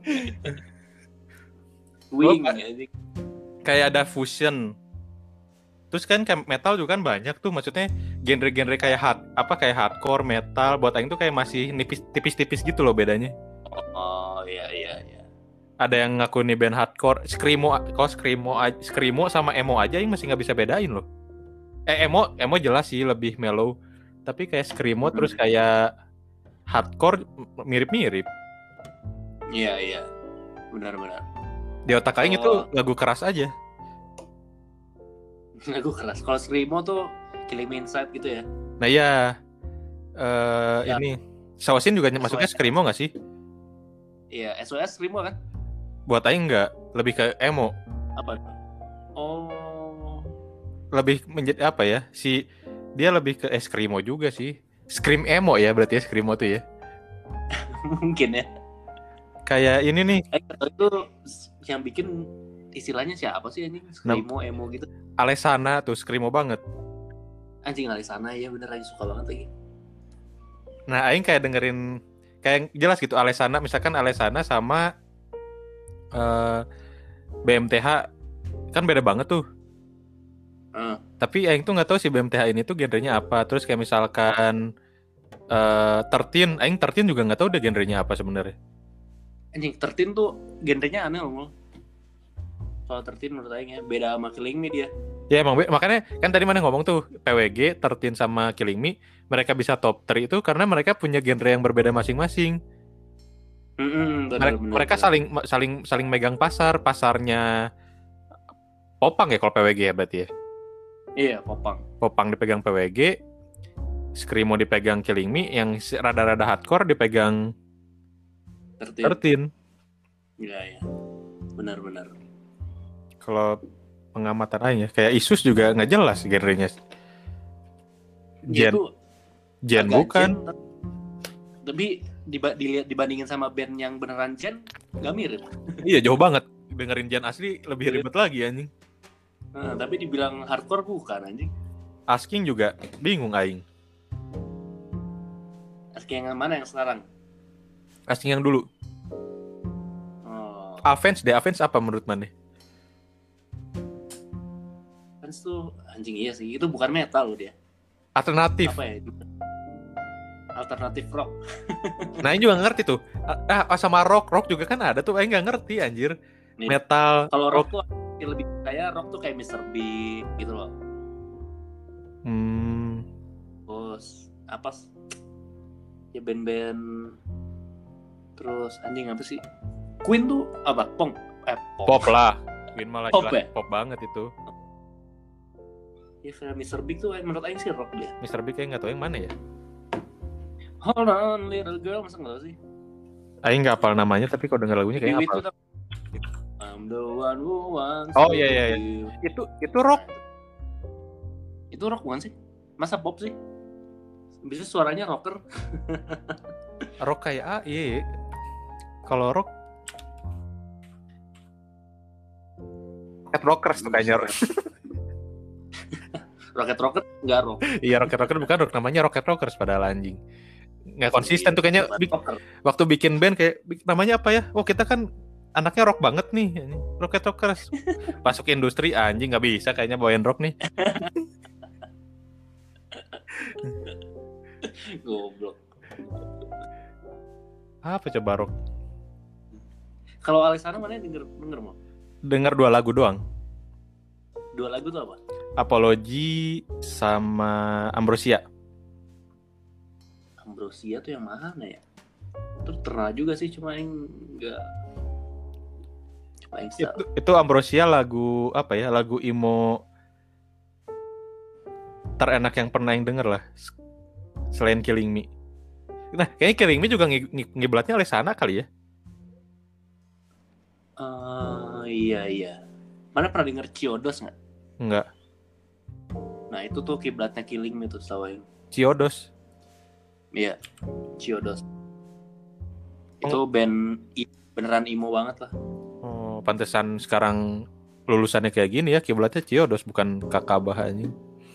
Swing oh, anjing. Kayak ada fusion. Terus kan kayak metal juga kan banyak tuh, maksudnya genre-genre kayak hard, apa kayak hardcore, metal, buat aing tuh kayak masih nipis, tipis-tipis gitu loh bedanya. Oh iya iya iya. Ada yang ngaku nih band hardcore, screamo, kok screamo, screamo sama emo aja yang masih nggak bisa bedain loh. Eh emo, emo jelas sih lebih mellow, tapi kayak screamo hmm. terus kayak hardcore mirip-mirip. Iya iya, benar-benar. Di otak aing oh. itu lagu keras aja. Lagu keras. Kalau screamo tuh Killing Me Inside gitu ya. Nah iya, uh, ya. Ini Sawasin juga masuknya screamo nggak sih? Iya, S O S screamo kan? Buat aing nggak, lebih ke emo. Apa? Oh. Lebih menjadi apa ya? Si dia lebih ke eh, screamo juga sih. Scream emo ya berarti ya screamo tuh ya. Mungkin ya. Kayak ini nih. Eh, itu yang bikin istilahnya siapa sih ini? Screamo, emo gitu. Alesana tuh screamo banget. Anjing Alesana ya bener aja suka banget lagi. Nah, aing kayak dengerin kayak jelas gitu Alesana, misalkan Alesana sama uh, B M T H kan beda banget tuh. Uh. Tapi aing tuh nggak tahu si B M T H ini tuh genrenya apa. Terus kayak misalkan uh, Tertin, aing Tertin juga nggak tahu deh genrenya apa sebenarnya. Anjing Tertin tuh genrenya aneh loh. Soal Tertin menurut aing ya beda sama Killing Me dia. Ya emang makanya kan tadi mana ngomong tuh P W G, Tertin sama Killing Me mereka bisa top tiga itu karena mereka punya genre yang berbeda masing-masing. Mm-hmm, bener, mereka bener, mereka bener. saling saling saling megang pasar, pasarnya Popang ya kalau P W G ya berarti ya. Iya, Popang. Popang dipegang P W G, Screamo dipegang Killing Me, yang rada-rada hardcore dipegang Tertin. Iya, iya. Benar-benar. Kalau pengamatan aja kayak Isus juga nggak jelas genrenya. Gen, Gen bukan. Gen, tapi diba- dilihat dibandingin sama band yang beneran Gen nggak mirip. Iya jauh banget. Dengerin Gen asli lebih ribet lagi anjing. Nah, tapi dibilang hardcore bukan anjing. Asking juga bingung aing. Asking yang mana yang sekarang? Asking yang dulu. Oh. Avenge deh, Avenge apa menurut mana? Avenge tuh anjing iya sih, itu bukan metal loh dia. Alternatif. Apa ya? Alternatif rock. Nah ini juga ngerti tuh. Ah sama rock, rock juga kan ada tuh. Aing nggak ngerti anjir. Nih, metal. Kalau rock, rock tuh lebih kayak rock tuh kayak mister Big gitu loh. Hmm. Terus apa? Ya band-band. Terus anjing apa sih? Queen tuh apa? Pong. Eh, pop. Pop lah. Queen malah pop, jelas ya? Pop banget itu. Ya mister Big tuh menurut Aing sih rock dia. mister Big kayak nggak tahu yang mana ya. Hold on little girl masa nggak tahu sih. Aing nggak hafal namanya tapi kalau denger lagunya kayak hafal. I'm the one who wants. Oh iya iya. iya. Itu itu rock. Itu rock bukan sih? Masa pop sih? Bisa suaranya rocker. Rock kayak ah iya. Kalau rock Rocket Rockers tuh kayaknya. Rocket Rocker nggak rock. Iya Rocket Rocker bukan rock, namanya Rocket Rockers padahal anjing. Nggak konsisten tuh kayaknya. Bik- waktu bikin band kayak namanya apa ya? Oh kita kan anaknya rock banget nih, Rocket Rockers. Masuk industri anjing nggak bisa kayaknya bawain rock nih. Goblok. Apa coba rock? Kalau Alesana mana denger denger mau? Dengar dua lagu doang. Dua lagu tuh apa? Apology sama Ambrosia. Ambrosia tuh yang mana ya? Terus pernah juga sih, cuma yang enggak cuma yang itu, itu Ambrosia lagu apa ya? Lagu emo terenak yang pernah yang denger lah. Selain Killing Me. Nah, kayaknya Killing Me juga ng- ng- ngiblatnya oleh sana kali ya? Uh, iya iya. Mana pernah denger Chiodos nggak? Enggak. Nah itu tuh kiblatnya Killing Me tuh setahu yang. Chiodos. Iya, Chiodos. Itu band beneran emo banget lah. Oh, pantesan sekarang lulusannya kayak gini ya, kiblatnya Chiodos bukan Kakabah anjing.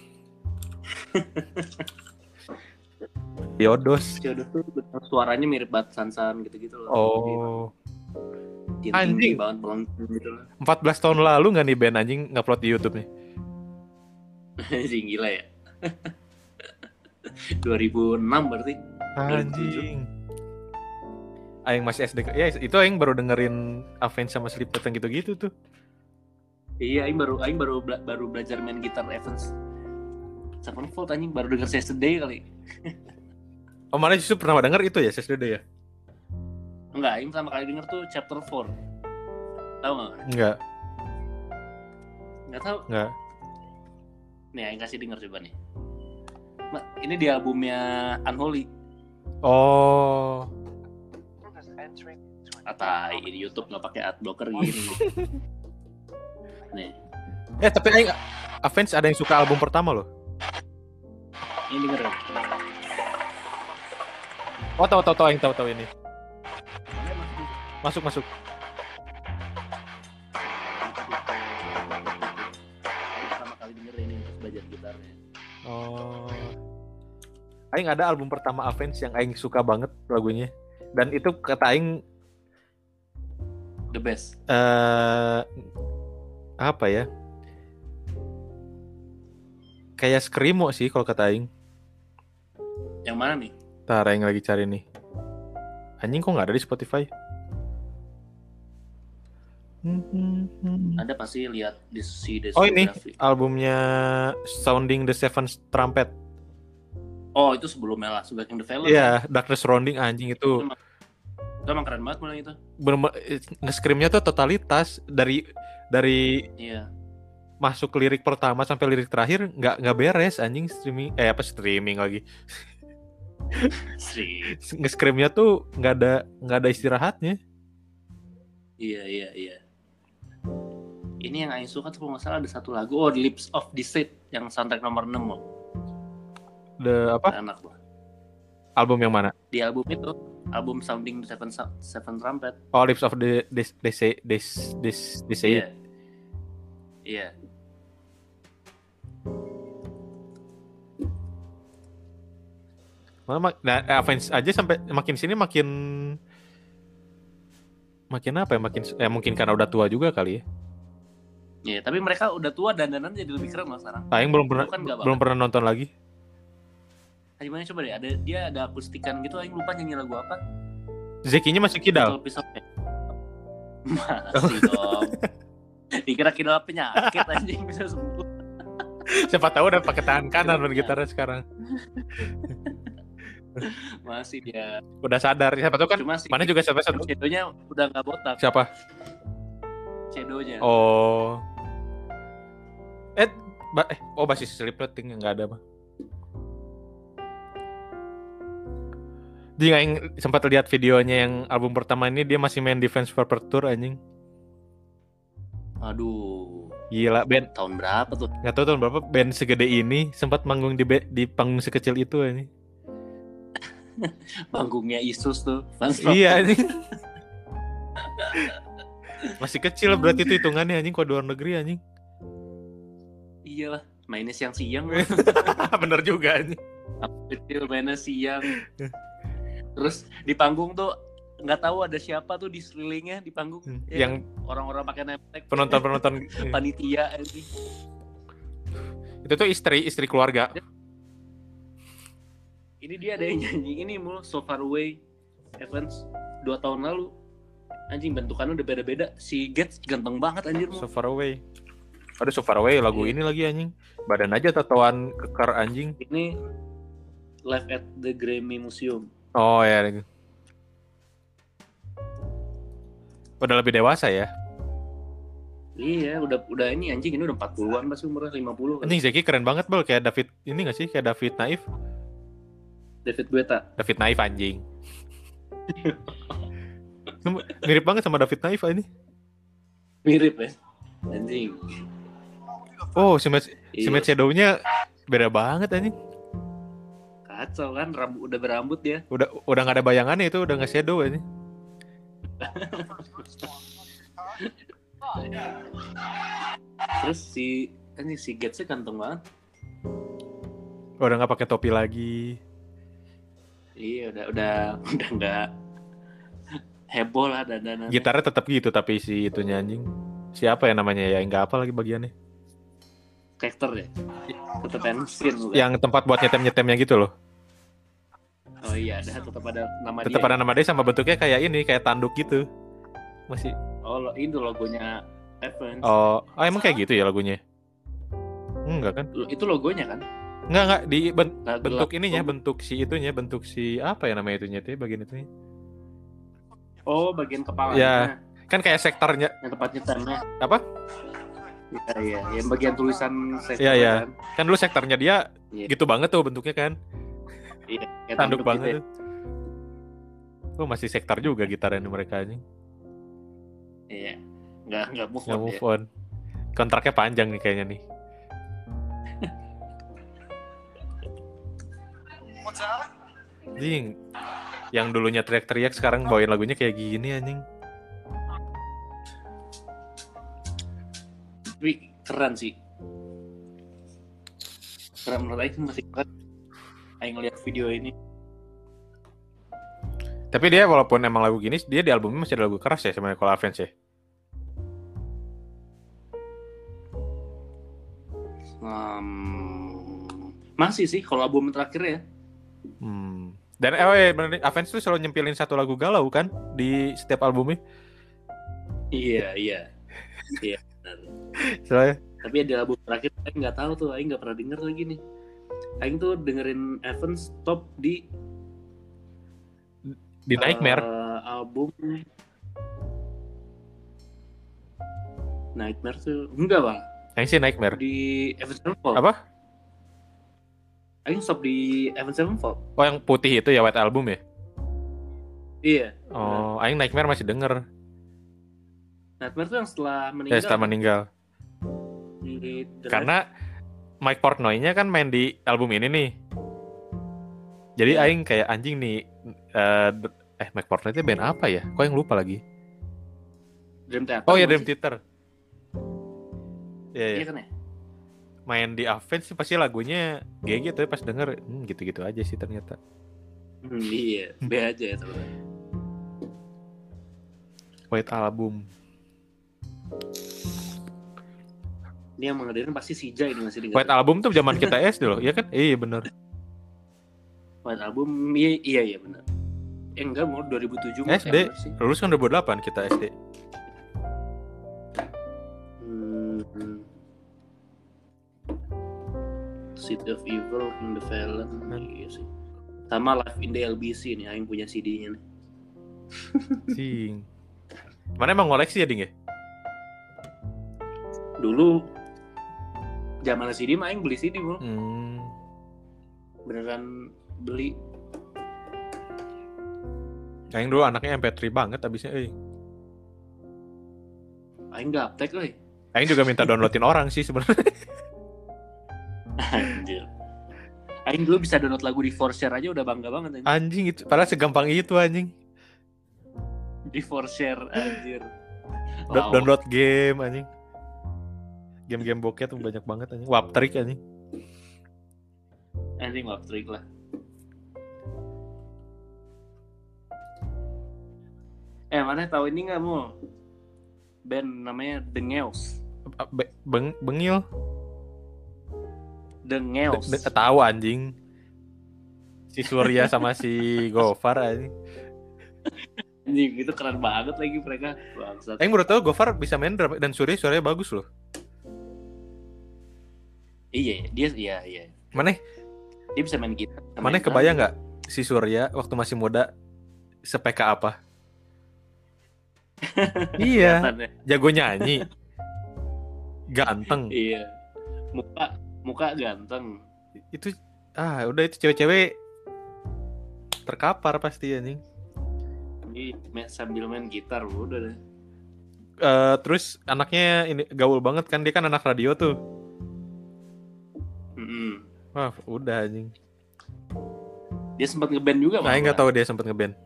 Chiodos. Chiodos tuh suaranya mirip banget Sansan gitu-gitu loh. Oh. Anjing banget pelengkung gitu loh. empat belas tahun lalu nggak nih band anjing ngupload di YouTube nih? Anjing gila ya. dua ribu enam berarti. Anjing. Aing masih S D. Ya itu Aing baru dengerin Avenged sama Slipknot yang gitu-gitu tuh. Iya, Aing baru Aing baru bela- baru belajar main gitar Avenged Sevenfold anjing, baru denger Yesterday kali. Oh, mana justru pernah denger itu ya Yesterday ya? Enggak, Aing pertama kali denger tuh Chapter four. Tahu enggak? Enggak. Enggak tahu. Enggak. Nih, Aing kasih denger coba nih. Ini di albumnya Unholy. Oh. Atai di YouTube nggak pakai ad blocker gini. Nih. Eh tapi Aing Avenged ada yang suka album pertama loh. Ini denger. Oh tahu tahu tahu Aing tahu tahu ini. Masuk masuk. Pertama kali denger ini terus belajar gitarnya. Oh. Aing ada album pertama Avenged yang Aing suka banget lagunya. Dan itu kata Aing the best. Eh uh, apa ya? Kayak Screamo sih kalau kata Aing. Yang mana nih? Ntar Aing lagi cari nih. Anjing kok nggak ada di Spotify? Ada pasti lihat di si Oh ini albumnya Sounding the Seventh Trumpet. Oh itu sebelumnya lah, Back in the Valley. Iya, yeah, Darkness Surrounding anjing itu. Itu emang keren banget mulai itu. Bener-bener nge-screamnya tuh totalitas dari dari iya. Masuk lirik pertama sampai lirik terakhir nggak nggak beres anjing streaming eh apa streaming lagi. Nge-screamnya tuh nggak ada nggak ada istirahatnya. Iya iya iya. Ini yang Aing suka tuh kalau nggak salah ada satu lagu, oh The Lips of Deceit yang soundtrack nomor enam loh. The apa? Enak lah. Album yang mana? Di album itu, album Sounding the Seven Seven Trumpet. Oh Lips of the This This This This Deceit. Iya. Iya. Nah, Avenged aja sampai makin sini makin makin apa ya makin ya mungkin karena udah tua juga kali ya. Iya, tapi mereka udah tua dan dandan jadi lebih keren loh sekarang. Aing belum pernah kan belum pernah nonton lagi. Ah, gimana coba deh, ada dia ada akustikan gitu, Aing lupa nyanyi lagu apa. Zekinya masih Kidal. Masih dong. Dikira Kidal penyakit anjing bisa sembuh. Siapa tahu udah pakai tangan kanan bergitarnya sekarang. Masih dia. Udah sadar, siapa tahu kan. Si mana juga siapa tahu. Shadownya udah nggak botak. Siapa? Shadownya. Oh. Eh, ba- eh oh basis Slipknot tinggal nggak ada mah. Dia nggak sempat lihat videonya yang album pertama ini dia masih main Defense Vapor Tour anjing. Aduh. Gila band tahun berapa tuh? Nggak tahu tahun berapa band segede ini sempat manggung di di panggung sekecil itu ini. Panggungnya Isus tuh. Iya anjing. Masih kecil berarti itu hitungannya anjing kok luar negeri anjing. Iyalah, mainnya siang-siang. Bener juga anjing. Kecil mainnya siang. Terus di panggung tuh nggak tahu ada siapa tuh di sekelilingnya di panggung. Hmm. Ya, yang orang-orang pakai nepek. Penonton-penonton panitia anjing. Itu tuh istri istri keluarga. Ini dia ada yang nyanyi ini mulu So Far Away Evans dua tahun lalu. Anjing bentukannya udah beda-beda. Si Gates ganteng banget anjir mulu. So Far Away. Ada So Far Away lagu yeah. Ini lagi anjing. Badan aja tatoan kekar anjing. Ini Live at the Grammy Museum. Oh ya. Udah lebih dewasa ya. Iya, udah udah ini anjing ini udah empat puluhan pasti umurnya lima puluh. Anjing Zeki keren banget Bol, kayak David ini gak sih? Kayak David Naif. David Guetta. David Naif anjing. Mirip banget sama David Naif ini. Mirip ya. Anjing. Oh, si Matt, si Iya. Matt Shadow-nya beda banget anjing. Kacau kan, rambut udah berambut ya. Udah udah enggak ada bayangannya itu, udah nggak shadow ini. Terus si ini si Gates-nya ganteng banget. Udah nggak pakai topi lagi. Iya, udah udah udah enggak heboh lah dandanan. Gitarnya tetap gitu tapi si itunya anjing. Siapa ya namanya ya? Enggak apa lagi bagiannya. Karakter ya. Tetap pensil bukan? Yang tempat buat nyetem-nyetemnya gitu loh. Oh iya, ada tetap ada nama Tetap dia. ada nama dia sama bentuknya kayak ini, kayak tanduk gitu. Masih. Oh, lo- itu logonya Evans. Oh, oh emang kayak gitu ya lagunya? Enggak kan? Lo- Itu logonya kan? Enggak enggak di ben- Lagu- bentuk lagu- ininya, bentuk si itunya, bentuk si apa ya namanya itunya tuh, bagian itunya. Oh, bagian kepalanya. Ya. Kan kayak sektornya Yang tempat nyetemnya. apa? Iya, iya, yang bagian tulisan sektor Iya, iya. kan. Kan dulu sektornya dia Iya. gitu banget tuh bentuknya kan. Iya, kayak Tanduk gitu banget ya. tuh. Oh, masih sektor juga gitarnya mereka ini. Iya. Enggak enggak move Nggak on move ya. on. Kontraknya panjang nih kayaknya nih. Anjing. Yang dulunya teriak-teriak sekarang bawain lagunya kayak gini anjing. Tapi keren sih. Keren menurut Aing masih keren. Aing ngeliat video ini. Tapi dia walaupun emang lagu gini, dia di albumnya masih ada lagu keras ya sebenarnya kalau Avenged ya. Um, masih sih kalau album terakhir ya. Hmm. Dan eh, oh iya, bener nih, Avenged tuh selalu nyempilin satu lagu galau kan di setiap albumnya. Iya, iya. Iya, benar. Soalnya Tapi ya di album terakhir Aing nggak tahu tuh, Aing nggak pernah denger lagi nih. Aing tuh dengerin Evans top di di Nightmare. eh, album Nightmare tuh enggak bang, Yang sih Nightmare. di Evans Sevenfold. Apa? Aing stop di Evans Sevenfold. Oh yang putih itu ya White Album ya? Iya. Oh, Aing Nightmare masih denger. Nightmare tuh yang setelah Ya meninggal. setelah meninggal. Di The Karena Mike Portnoy-nya kan main di album ini nih. Jadi Iya. Aing kayak anjing nih. eh, eh Mike Portnoy itu band apa ya? Kok yang lupa lagi? Dream Theater. Oh ya bukan Dream sih? Theater. Iya Iya ya. kan ya. Main di Avenged sih pasti lagunya G G tapi pas denger hmm, gitu-gitu aja sih ternyata. Hmm, iya, B aja ya sebenarnya. White Album. Ini yang mengadain pasti si Jai ini masih dengerin. White Album tuh zaman kita S D loh, iya kan? Iya bener. White Album iya iya, iya benar. Eh enggak, mau dua ribu tujuh S D. bener sih. Lulus kan dua ribu delapan kita S D. Hmm. City of Evil, King the Fallen, iya sih. Sama Live in the L B C nih, Aing punya C D-nya nih. Cing. Mana emang ngoleksi ya, Ding ya? Dulu zaman C D mah Aing beli C D mulu. Hmm. Beneran beli. Yang dulu anaknya M P tiga banget abisnya, eh. Aing gaptek euy. Aing juga minta downloadin orang sih sebenarnya. Anjir. Aing dulu bisa download lagu di Forshare aja udah bangga banget anjing. Anjing itu, padahal segampang itu anjing. Di Forshare anjir. Do- Wow. Download game anjing. Game-game bokeh tuh banyak banget anjing. Waptrik anjing. Anjing love trick lah. Eh mana tahu ini nggak mau? Band namanya The Ngeos. Be- beng- bengil. The Ngeos. De- de- tahu anjing. Si Surya sama si Gofar anjing. Anjing itu keren banget lagi mereka. Bangsat. Aing baru tahu Gofar bisa main drum dan Surya suaranya bagus loh. Iya, dia iya iya. Mana? Dia bisa main gitar. Mana kebayang nggak si Surya waktu masih muda sepeka apa? Iya, jago nyanyi, ganteng. Iya, muka muka ganteng. Itu ah udah itu cewek-cewek terkapar pasti anjing. Iya, sambil main gitar udah deh. Uh, terus anaknya ini gaul banget kan, dia kan anak radio tuh. Mm-hmm. Wah udah anjing. Dia sempat ngeband juga. Nah nggak tahu dia sempat ngeband.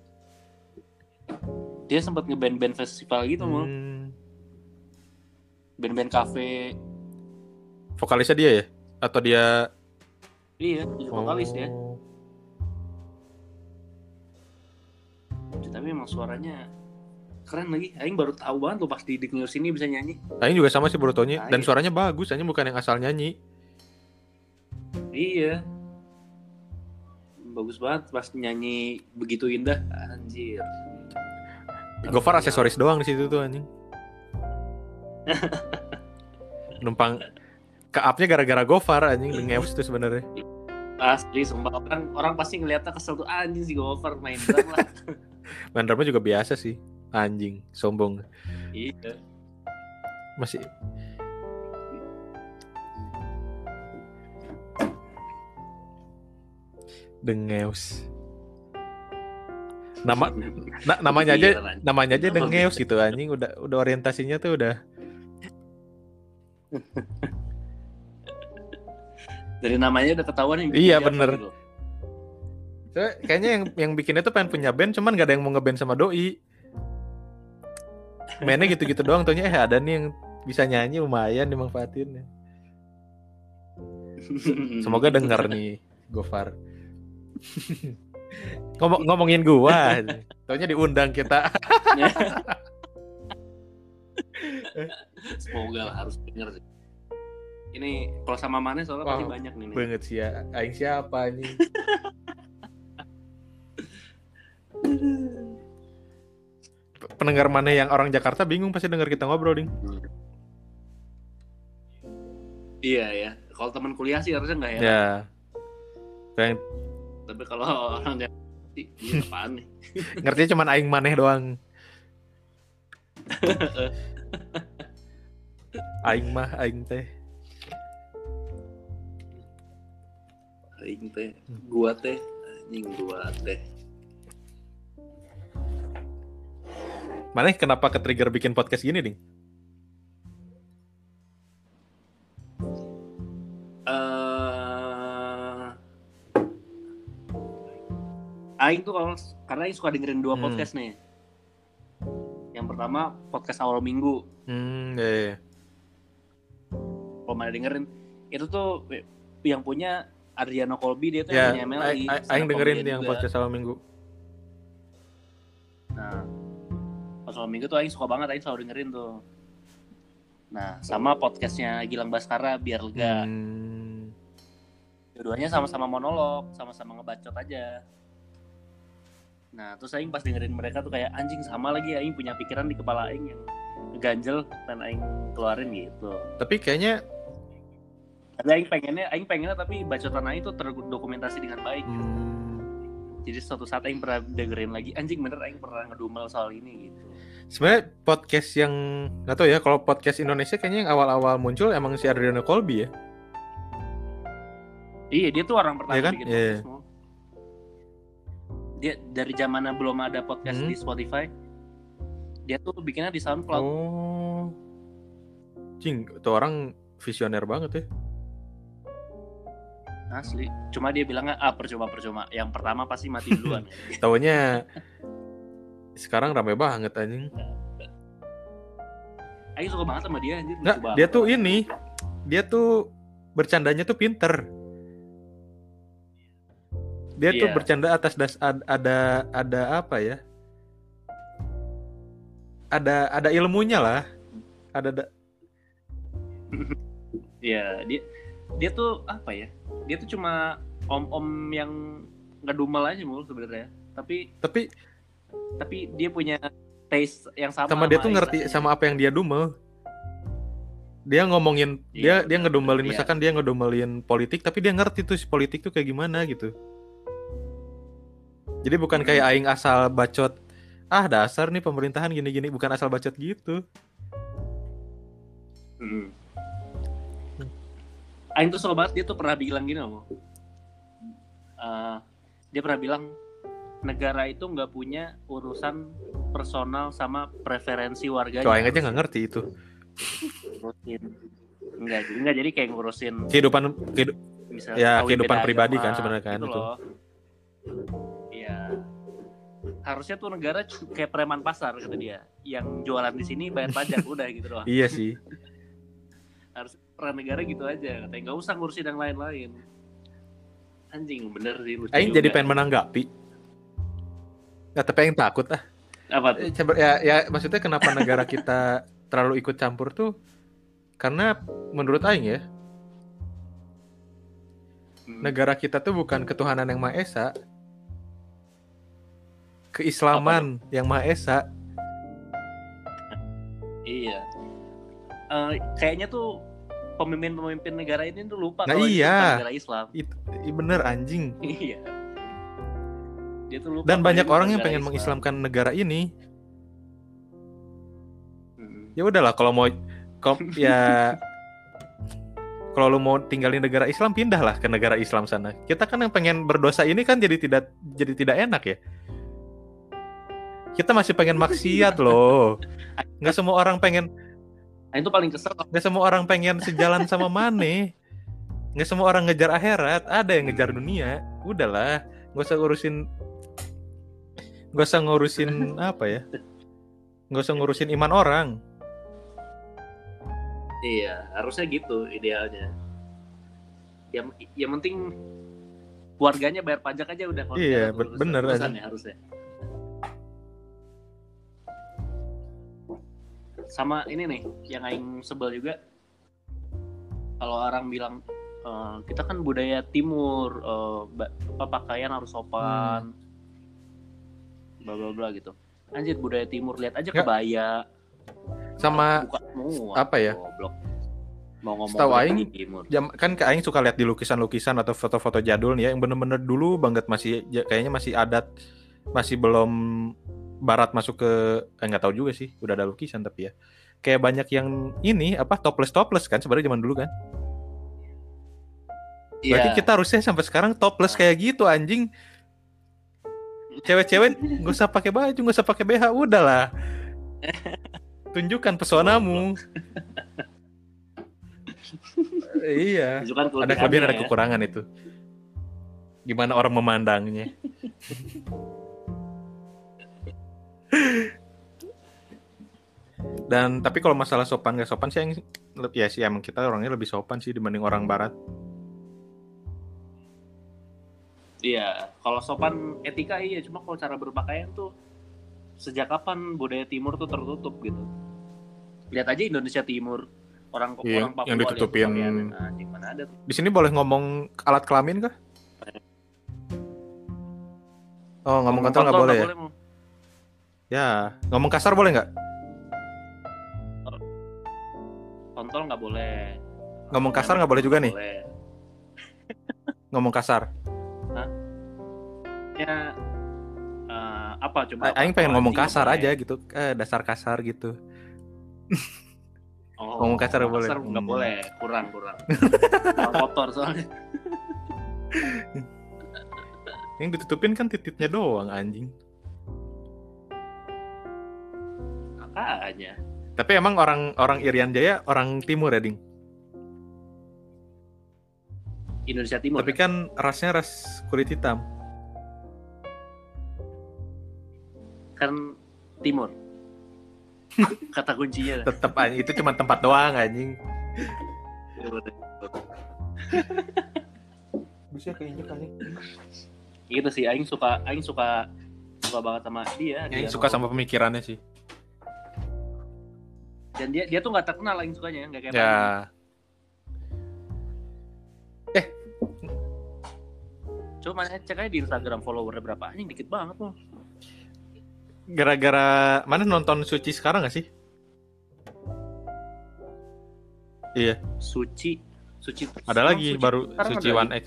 Dia sempat ngeband band festival gitu mul. Hmm. Band-band kafe. Vokalisnya dia ya? Atau dia? Iya, dia vokalis oh. ya. Tapi emang suaranya keren lagi. Aing baru tahu banget tuh pas di Dik News ini bisa nyanyi. Aing juga sama sih baru taunya. Dan suaranya bagus, Aing bukan yang asal nyanyi. Iya. Bagus banget pas nyanyi begitu indah. Anjir. Gofar aksesoris doang di situ tuh anjing. Numpang ke up-nya gara-gara Gofar anjing, ngeus tuh sebenarnya. Asli sumpah orang orang pasti ngeliatnya kesel tuh anjing si Gofar main drum lah. Main drumnya juga biasa sih. Anjing, sombong. Iya. Masih Dengeus. Nama na, namanya aja namanya aja Dengeus gitu anjing, udah udah orientasinya tuh udah. Dari namanya udah ketahuan yang iya bener. Gitu. So, kayaknya yang yang bikinnya tuh pengen punya band, cuman gak ada yang mau ngeband sama doi. Mainnya gitu-gitu doang, taunya eh ada nih yang bisa nyanyi lumayan dimanfaatin. Semoga dengar nih Gofar. Ngomong ngomongin gua, taunya diundang kita. Semoga lah, harus denger sih. Ini kalau sama Mane soalnya wow, pasti banyak nih. Banget sih ya. Aing siapa nih? Pendengar Mane yang orang Jakarta bingung pasti denger kita ngobrol, Ding. Iya ya. Kalau teman kuliah sih harusnya enggak ya. Ya. Kayak tapi kalau orang Jakarta sih ini apaan nih? Ngertinya cuma aing Maneh doang. Aing mah aing teh. Aing teh, gua teh, anjing gua teh. Maneh kenapa ke-trigger bikin podcast gini, Ding? Uh, Aing tuh kalau karena Aing suka dengerin dua hmm. podcast nih. Yang pertama podcast awal minggu. Hmm, iya. iya. Kalau mana dengerin itu tuh yang punya Adriano Colby, dia tuh ya, yang punya Melly. Aing dengerin yang juga. Podcast awal minggu. Nah, pas awal minggu tuh Aing suka banget, Aing selalu dengerin tuh. Nah, sama podcastnya Gilang Baskara Biar Lega. Hmm. Dua-duanya sama-sama monolog, sama-sama ngebacot aja. Nah, terus Aing pas dengerin mereka tuh kayak anjing sama lagi Aing punya pikiran di kepala Aing yang ganjel dan Aing keluarin gitu. Tapi kayaknya ada Aing pengennya, Aing pengennya tapi bacotan Aing tuh terdokumentasi dengan baik. Hmm. Jadi suatu saat Aing pernah dengerin lagi, anjing bener Aing pernah ngedumel soal ini gitu. Sebenarnya podcast yang nggak tahu ya, kalau podcast Indonesia kayaknya yang awal-awal muncul emang si Adriano Colby ya. Iya, dia tuh orang pertama ya kan? bikin yeah. podcast mau. Dia dari zamannya belum ada podcast hmm. di Spotify, dia tuh bikinnya di SoundCloud. Oh, cing, tuh orang visioner banget ya. Asli, cuma dia bilangnya ah percuma-percuma. Yang pertama pasti mati duluan. Taunya sekarang rame banget anjing. Aing suka banget sama dia anjir. Nggak, dia tuh ini, dia tuh bercandanya tuh pinter. Dia yeah. tuh bercanda atas das ada ada apa ya? Ada ada ilmunya lah. Ada da... Iya, dia dia tuh apa ya? Dia tuh cuma om-om yang ngedumel aja mulu sebenarnya. Tapi tapi tapi dia punya taste yang sama. Sama dia tuh ngerti aja. Sama apa yang dia dumel. Dia ngomongin Iya, dia dia benar, ngedombalin benar. misalkan dia ngedombalin politik tapi dia ngerti tuh si politik tuh kayak gimana gitu. Jadi bukan Hmm. kayak aing asal bacot, ah dasar nih pemerintahan gini-gini, bukan asal bacot gitu. Hmm. Aing tuh suka banget, dia tuh pernah bilang gini loh. Uh, dia pernah bilang negara itu nggak punya urusan personal sama preferensi warganya. Tuh aing aja nggak ngerti itu. Ngurusin enggak, enggak jadi kayak ngurusin kehidupan kehidup, misalnya ya kawin kehidupan beda pribadi agama, kan sebenarnya kan gitu itu. loh. Iya. Harusnya tuh negara kayak preman pasar kata dia. Yang jualan di sini bayar pajak udah gitu doang. Iya sih. Harus peran negara gitu aja, katanya nggak usah ngurusin yang lain-lain. Anjing bener sih. Aing jadi pengen menanggapi. Nggak tapi aing takut ah. Apa tuh? Ya, ya maksudnya kenapa negara kita terlalu ikut campur tuh? Karena menurut aing ya, hmm. negara kita tuh bukan ketuhanan yang Maha Esa, keislaman yang Maha Esa. Iya. Uh, kayaknya tuh pemimpin-pemimpin negara ini tuh lupa nah, kalau iya. itu negara Islam. Itu bener anjing. Iya. Dia tuh lupa. Dan banyak orang yang pengen Islam. mengislamkan negara ini. Hmm. Ya udahlah kalau mau kalau ya kalau lu mau tinggal di negara Islam, pindahlah ke negara Islam sana. Kita kan yang pengen berdosa ini kan jadi tidak jadi tidak enak ya. Kita masih pengen maksiat loh. Nggak semua orang pengen. Itu paling kesel. Nggak semua orang pengen sejalan sama Mane. Nggak semua orang ngejar akhirat. Ada yang ngejar dunia. Udahlah, nggak usah ngurusin, nggak usah ngurusin apa ya? Nggak usah ngurusin iman orang. Iya, harusnya gitu idealnya. Yang yang penting warganya bayar pajak aja udah. Iya, bener aja. Ya, harusnya. Sama ini nih yang aing sebel juga, kalau orang bilang e, kita kan budaya timur, e, apa pakaian harus sopan, hmm. bla bla bla gitu. Anjir, budaya timur, lihat aja Nggak. Kebaya sama buka, mau, apa ya goblok. Mau ngomong setahu aing timur. Jam, kan ke aing suka lihat di lukisan-lukisan atau foto-foto jadul nih ya, yang bener-bener dulu banget, masih kayaknya masih adat, masih belum barat masuk ke eh, nggak tahu juga sih, udah ada lukisan tapi ya kayak banyak yang ini apa topless topless kan sebenarnya zaman dulu kan. Yeah. Berarti kita harusnya sampai sekarang topless kayak gitu anjing. Cewek-cewek nggak usah pakai baju, nggak usah pakai B H, udahlah. Tunjukkan pesonamu. Iya. Ada kelebihan ada kekurangan ya. Itu. Gimana orang memandangnya. Dan tapi kalau masalah sopan gak sopan sih yang ya sih emang kita orangnya lebih sopan sih dibanding orang barat. Iya, kalau sopan etika iya, cuma kalau cara berpakaian tuh sejak kapan budaya timur tuh tertutup gitu. Lihat aja Indonesia Timur, orang iya, orang Papua yang ditutupin. Nah, di mana ada tuh. Di sini boleh ngomong alat kelamin kah? Oh, ngomong kontol nggak boleh ya? Boleh, ya, ngomong kasar boleh nggak? Kontol nggak boleh. Ngomong kasar nggak boleh juga nih? Boleh. Ngomong kasar. Hah? Ya, uh, apa coba? Aing pengen ngomong kasar aja gitu, eh, dasar kasar gitu. Oh, ngomong kasar nggak boleh? Kasar nggak hmm. boleh, kurang kurang. Kotor soalnya. Yang ditutupin kan titiknya doang anjing. Kakaknya. Tapi emang orang orang Irian Jaya orang timur ya, Ding? Indonesia Timur. Tapi kan rasnya ras kulit hitam. Kan timur. Kata kuncinya. Tetep aja itu cuma tempat doang anjing. Bisa keinjek anjing. Gitu sih, aing suka aing suka suka banget sama dia. Aing dia suka sama pemikirannya sih. Dan dia dia tuh nggak terkenal, aing sukanya, nggak kayak ya. Eh, coba cek aja di Instagram followernya berapa, anjing dikit banget loh. Gara-gara mana nonton Suci sekarang nggak sih? Iya. Suci, Suci. Ada oh, lagi Suci. baru Sekarang Suci ada One lagi. X.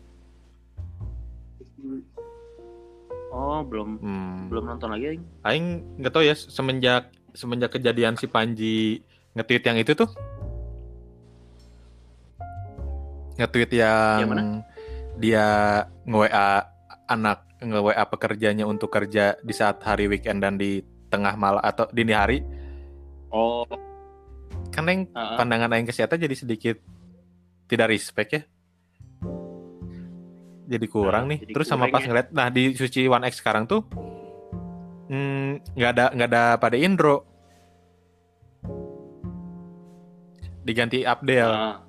Oh belum, Hmm. belum nonton lagi. Aing. Aing nggak tahu ya semenjak semenjak kejadian si Panji nge-tweet yang itu tuh, nge-tweet yang, Yang mana? dia nge-W A anak, nge-W A pekerjanya untuk kerja di saat hari weekend dan di tengah malam atau dini hari. Oh. Kan yang Uh-uh. pandangan Aing ke siata jadi sedikit tidak respect ya. Jadi kurang Nah, nih. jadi Terus sama pas kurang ya. ngeliat, nah di Suci One X sekarang tuh hmm, nggak ada nggak ada pada Indro, diganti Abdel. Nah,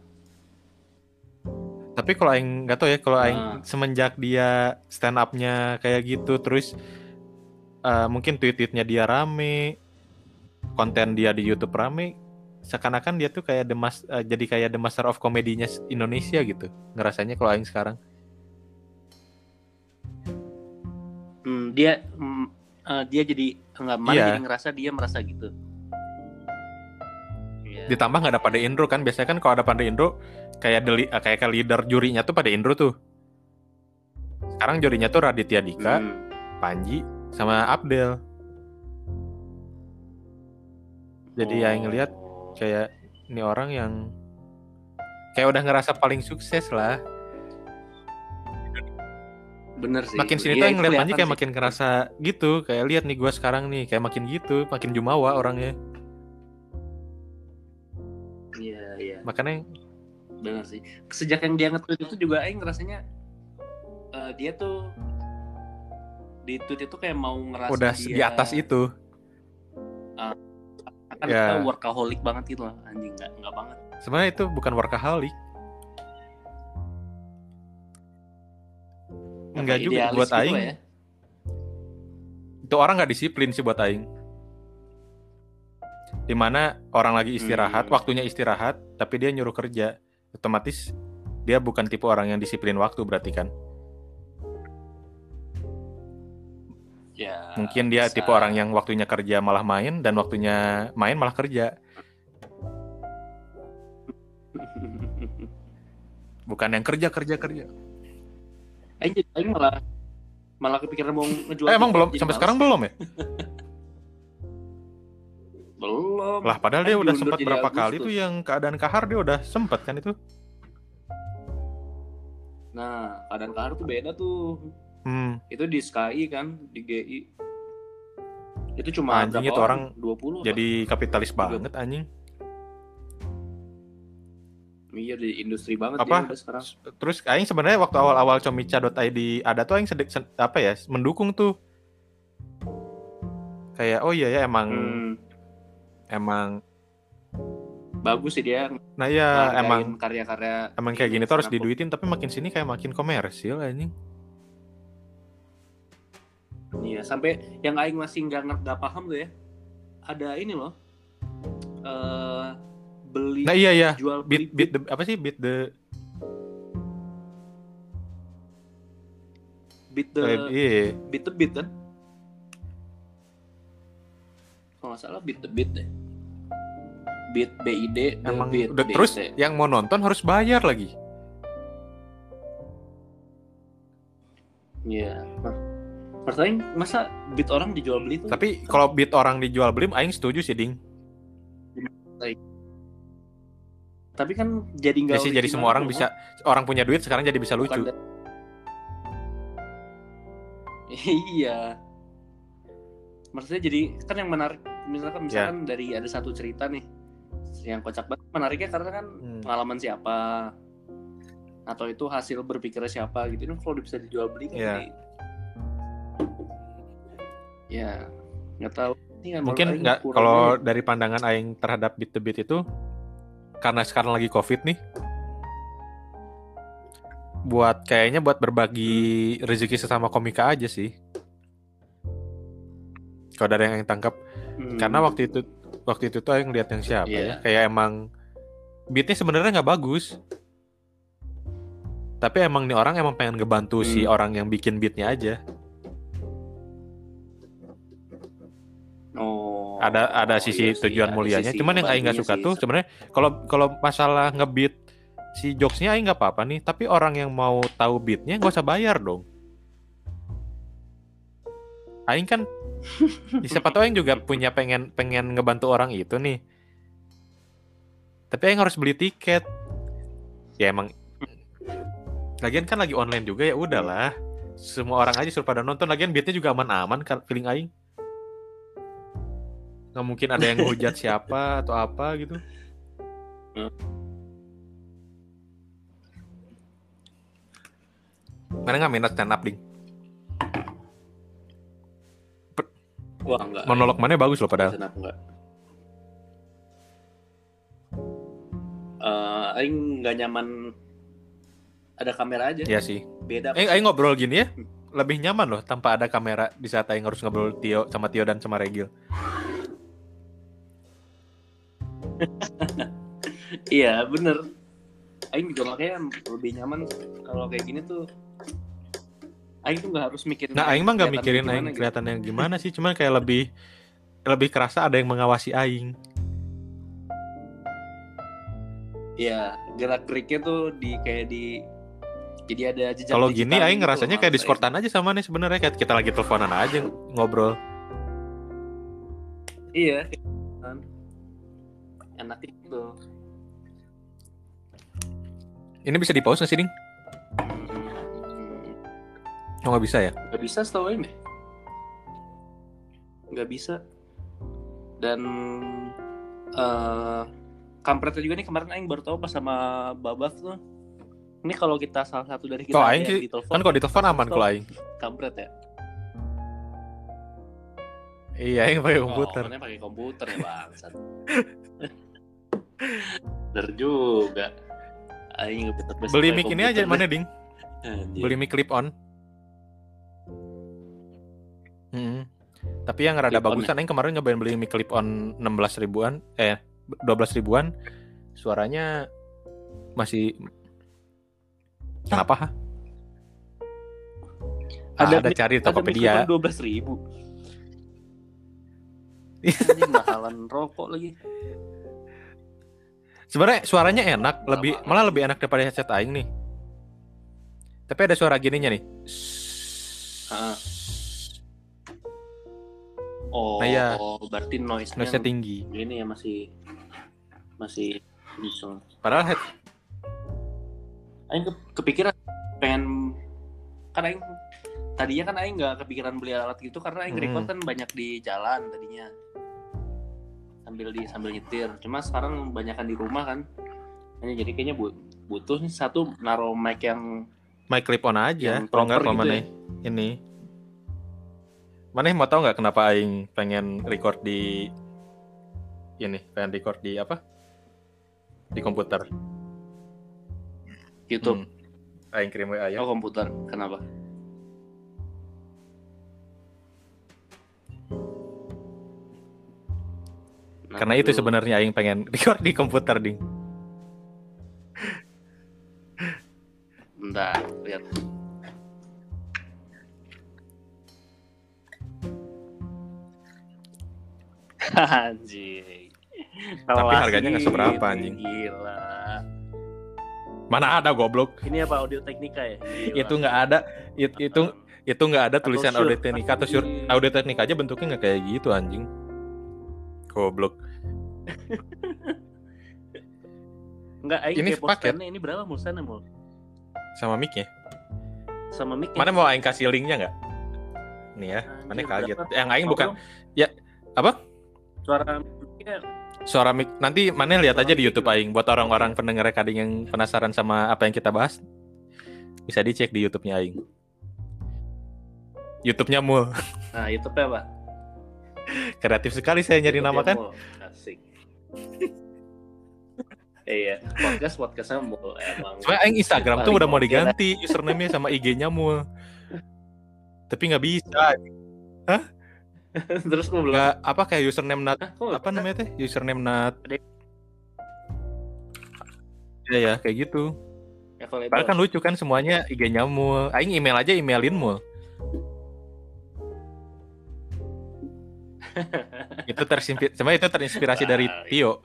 Tapi kalau Aing nggak tahu ya, kalau Aing nah. semenjak dia stand up-nya kayak gitu, terus uh, mungkin tweet-tweetnya dia rame, konten dia di YouTube rame, seakan-akan dia tuh kayak the mas, uh, jadi kayak the master of comedy-nya Indonesia gitu. Ngerasanya kalau Aing sekarang. Hmm, dia mm, uh, dia jadi enggak malah Iya. jadi ngerasa dia merasa gitu. Yeah. Ditambah nggak ada pada Indro kan, biasanya kan kalau ada pada Indro kayak deli, kayak leader jurinya tuh pada Indro tuh. Sekarang jurinya tuh Raditya Dika, hmm. Panji, sama Abdel. Jadi oh. Yang ngelihat kayak ini orang yang kayak udah ngerasa paling sukses lah. Bener sih. Makin sini tuh yang ngeliat Panji kayak sih. Makin ngerasa gitu, kayak lihat nih gue sekarang nih kayak makin gitu, makin jumawa orangnya. Iya iya. Makanya bener sih. Sejak yang dia nge-tweet itu juga Aing ngerasanya uh, dia tuh di tweet itu kayak mau ngerasa udah dia di atas itu. Uh, kan ya. Kita workaholic banget gitu lah, anjing nggak nggak banget. Sebenarnya itu bukan workaholic. Enggak juga buat gitu Aing. Ya? Itu orang nggak disiplin sih buat Aing. Dimana orang lagi istirahat, hmm. waktunya istirahat, tapi dia nyuruh kerja. Otomatis dia bukan tipe orang yang disiplin waktu berarti kan. Ya, mungkin dia bisa. Tipe orang yang waktunya kerja malah main, dan waktunya main malah kerja. Bukan yang kerja kerja kerja. Aing Aing malah malah kepikiran mau ngejual. Eh, emang belum sampai sekarang belum ya? Belum. Lah padahal dia udah sempat berapa Agustus. Kali tuh yang keadaan kahar dia udah sempat kan itu. Nah, keadaan kahar tuh beda tuh. Hmm. Itu di S K I kan, di G I. Itu cuma anjing itu orang dua puluh jadi atau? Kapitalis banget anjing. Iya di industri banget apa? Ya udah sekarang. Terus aing sebenarnya waktu awal-awal comica dot i d ada tuh aing sedek apa ya, mendukung tuh. Kayak oh iya ya emang hmm. emang bagus sih dia. Nah ya emang karya-karya emang kayak gini tuh harus diduitin, tapi makin sini kayak makin komersil anjing. Iya, sampai yang aing masih nggak nggak paham tuh ya. Ada ini loh. Uh, beli nah iya iya jual beli beat, beat the, apa sih beat the beat the eh, iya. beat the beat kan? Kalau nggak salah beat the beat deh. Beat B I D emang beat, udah B I D. Terus yang mau nonton harus bayar lagi. Iya. Nah, pertanyaan masa beat orang dijual beli tuh? Tapi kalau beat orang dijual beli, aing setuju sih ding. Tapi kan jadi nggak. Ya sih, jadi semua orang bisa, orang punya duit sekarang jadi bisa lucu. Da- iya. Maksudnya jadi kan yang menarik, misalkan misalkan yeah. dari ada satu cerita nih, yang kocak banget, menariknya karena kan hmm. pengalaman siapa, atau itu hasil berpikir siapa gitu. Ini kalau bisa dijual beli kan yeah. jadi, ya nggak tahu. Mungkin nggak kalau dari pandangan aing terhadap Beat the Beat itu. Karena sekarang lagi COVID nih, buat kayaknya buat berbagi rezeki sesama komika aja sih. Kalau dari yang tangkap, hmm. karena waktu itu waktu itu tuh yang lihat yang siapa yeah. ya, kayak emang beatnya sebenarnya nggak bagus, tapi emang nih orang emang pengen ngebantu hmm. si orang yang bikin beatnya aja. Oh. ada ada Oh, sisi iya sih, tujuan ada mulianya. sisi Cuman yang aing nggak suka ngebantunya tuh sih. sebenarnya kalau kalau masalah ngebeat si jokesnya aing nggak apa-apa nih, tapi orang yang mau tahu beatnya nggak usah bayar dong. Aing kan siapa tahu aing juga punya pengen pengen ngebantu orang itu nih. Tapi aing harus beli tiket. Ya emang lagian kan lagi online juga ya udahlah. Semua orang aja suruh pada nonton, lagian beatnya juga aman-aman kan feeling aing. Nggak mungkin ada yang hujat siapa atau apa gitu. Mana nggak minat stand up ding? Wah, enggak. Monolog mana bagus loh padahal. Stand up enggak. Uh, aing nggak nyaman ada kamera aja. Iya sih. Beda. Eh, aing ngobrol gini ya lebih nyaman loh tanpa ada kamera di saat aing harus ngobrol Tio sama Tio dan sama Regil. Iya bener. Aing juga makanya lebih nyaman kalau kayak gini tuh. Aing tuh nggak harus mikirin. Nah, aing mah nggak mikirin aing kelihatannya gitu. Gimana sih, cuman kayak lebih lebih kerasa ada yang mengawasi aing. Iya, gerak geriknya tuh di kayak di jadi ada jejak. Kalau gini aing gitu ngerasanya kayak Discordan aja sama nih sebenarnya, kayak kita lagi teleponan aja ngobrol. Iya, kan. Enak itu. Ini bisa di pause nggak sih, Ding? Oh, nggak bisa ya? Nggak bisa setahu ini. Nggak bisa. Dan uh, kampretnya juga nih kemarin aing baru tahu pas sama Babaf tuh. Ini kalau kita salah satu dari kita oh, aing di telepon. Kan kalau di telepon aman kalau aing. Kampret ya. Iya, aing pakai komputer. Oh, pakai komputer ya, bangsat. Bener juga. Aing beli mic ini aja mana, Ding? Anjir. Beli mic clip on. Hmm. Tapi yang rada bagusan aing kemarin nyobain beli mic clip on enam belas ribuan, eh dua belas ribuan. Suaranya masih kenapa? Ha? Ada, ada cari di Tokopedia. dua belas ribu. Ini mahalan rokok lagi. Sebenarnya suaranya enak, lebih malah lebih enak daripada headset aing nih. Tapi ada suara gininya nih. Ha. Oh, nah, ya. berarti noise-nya, noise-nya tinggi. Ini ya masih masih bisa. Padahal head aing ke, kepikiran pengen kan aing tadinya kan aing nggak kepikiran beli alat gitu karena aing hmm. record kan banyak di jalan tadinya. Sambil di sambil nyetir. Cuma sekarang banyakan di rumah kan. Ini jadi kayaknya butuh nih satu naruh mic yang mic clip on aja. Kalau nggak gitu mana ya? Ini. Mana mau tahu nggak kenapa aing pengen record di ini, pengen record di apa? Di komputer. YouTube. Hmm. Aing kirim W A ya. Oh, komputer. Kenapa? Nah, karena itu sebenarnya aing pengen record di komputer, Ding. Bentar, lihat. Anjing. Tapi harganya nggak seberapa, anjing. Gila. Mana ada goblok? Ini apa Audio Technica ya? Gila. Itu nggak ada. It, itu itu nggak ada tulisan Audio Technica atau Shure. Audio Technica aja bentuknya nggak kayak gitu, anjing. Goblok. Enggak, aing ini paket. Ini berapa mulsannya, Mul? Sama mic-nya. Sama mic. Mana mau aing kasih linknya nggak? Nih ya, mana kaget. Yang aing bukan ya apa? Suara mic-nya. Suara mic nanti mana lihat aja di YouTube aing buat orang-orang pendengar recording yang penasaran sama apa yang kita bahas. Bisa dicek di YouTube-nya aing. YouTube-nya Mul. Nah, YouTube-nya apa? Kreatif sekali saya nyari nama kan. Asik. Iya, podcast podcastnya Mul emang. Soalnya aing Instagram tuh udah mau diganti username-nya sama I G-nya Mul. Tapi nggak bisa. Hah? Terus gue belum. Nggak apa kayak username nat Hah, apa bisa? Namanya teh? Username nat. Ya ya kayak gitu. Padahal kan lucu kan semuanya I G-nya Mul. Aing email aja emailin Mul. Itu terinspirasi, sebenarnya itu terinspirasi dari Tio.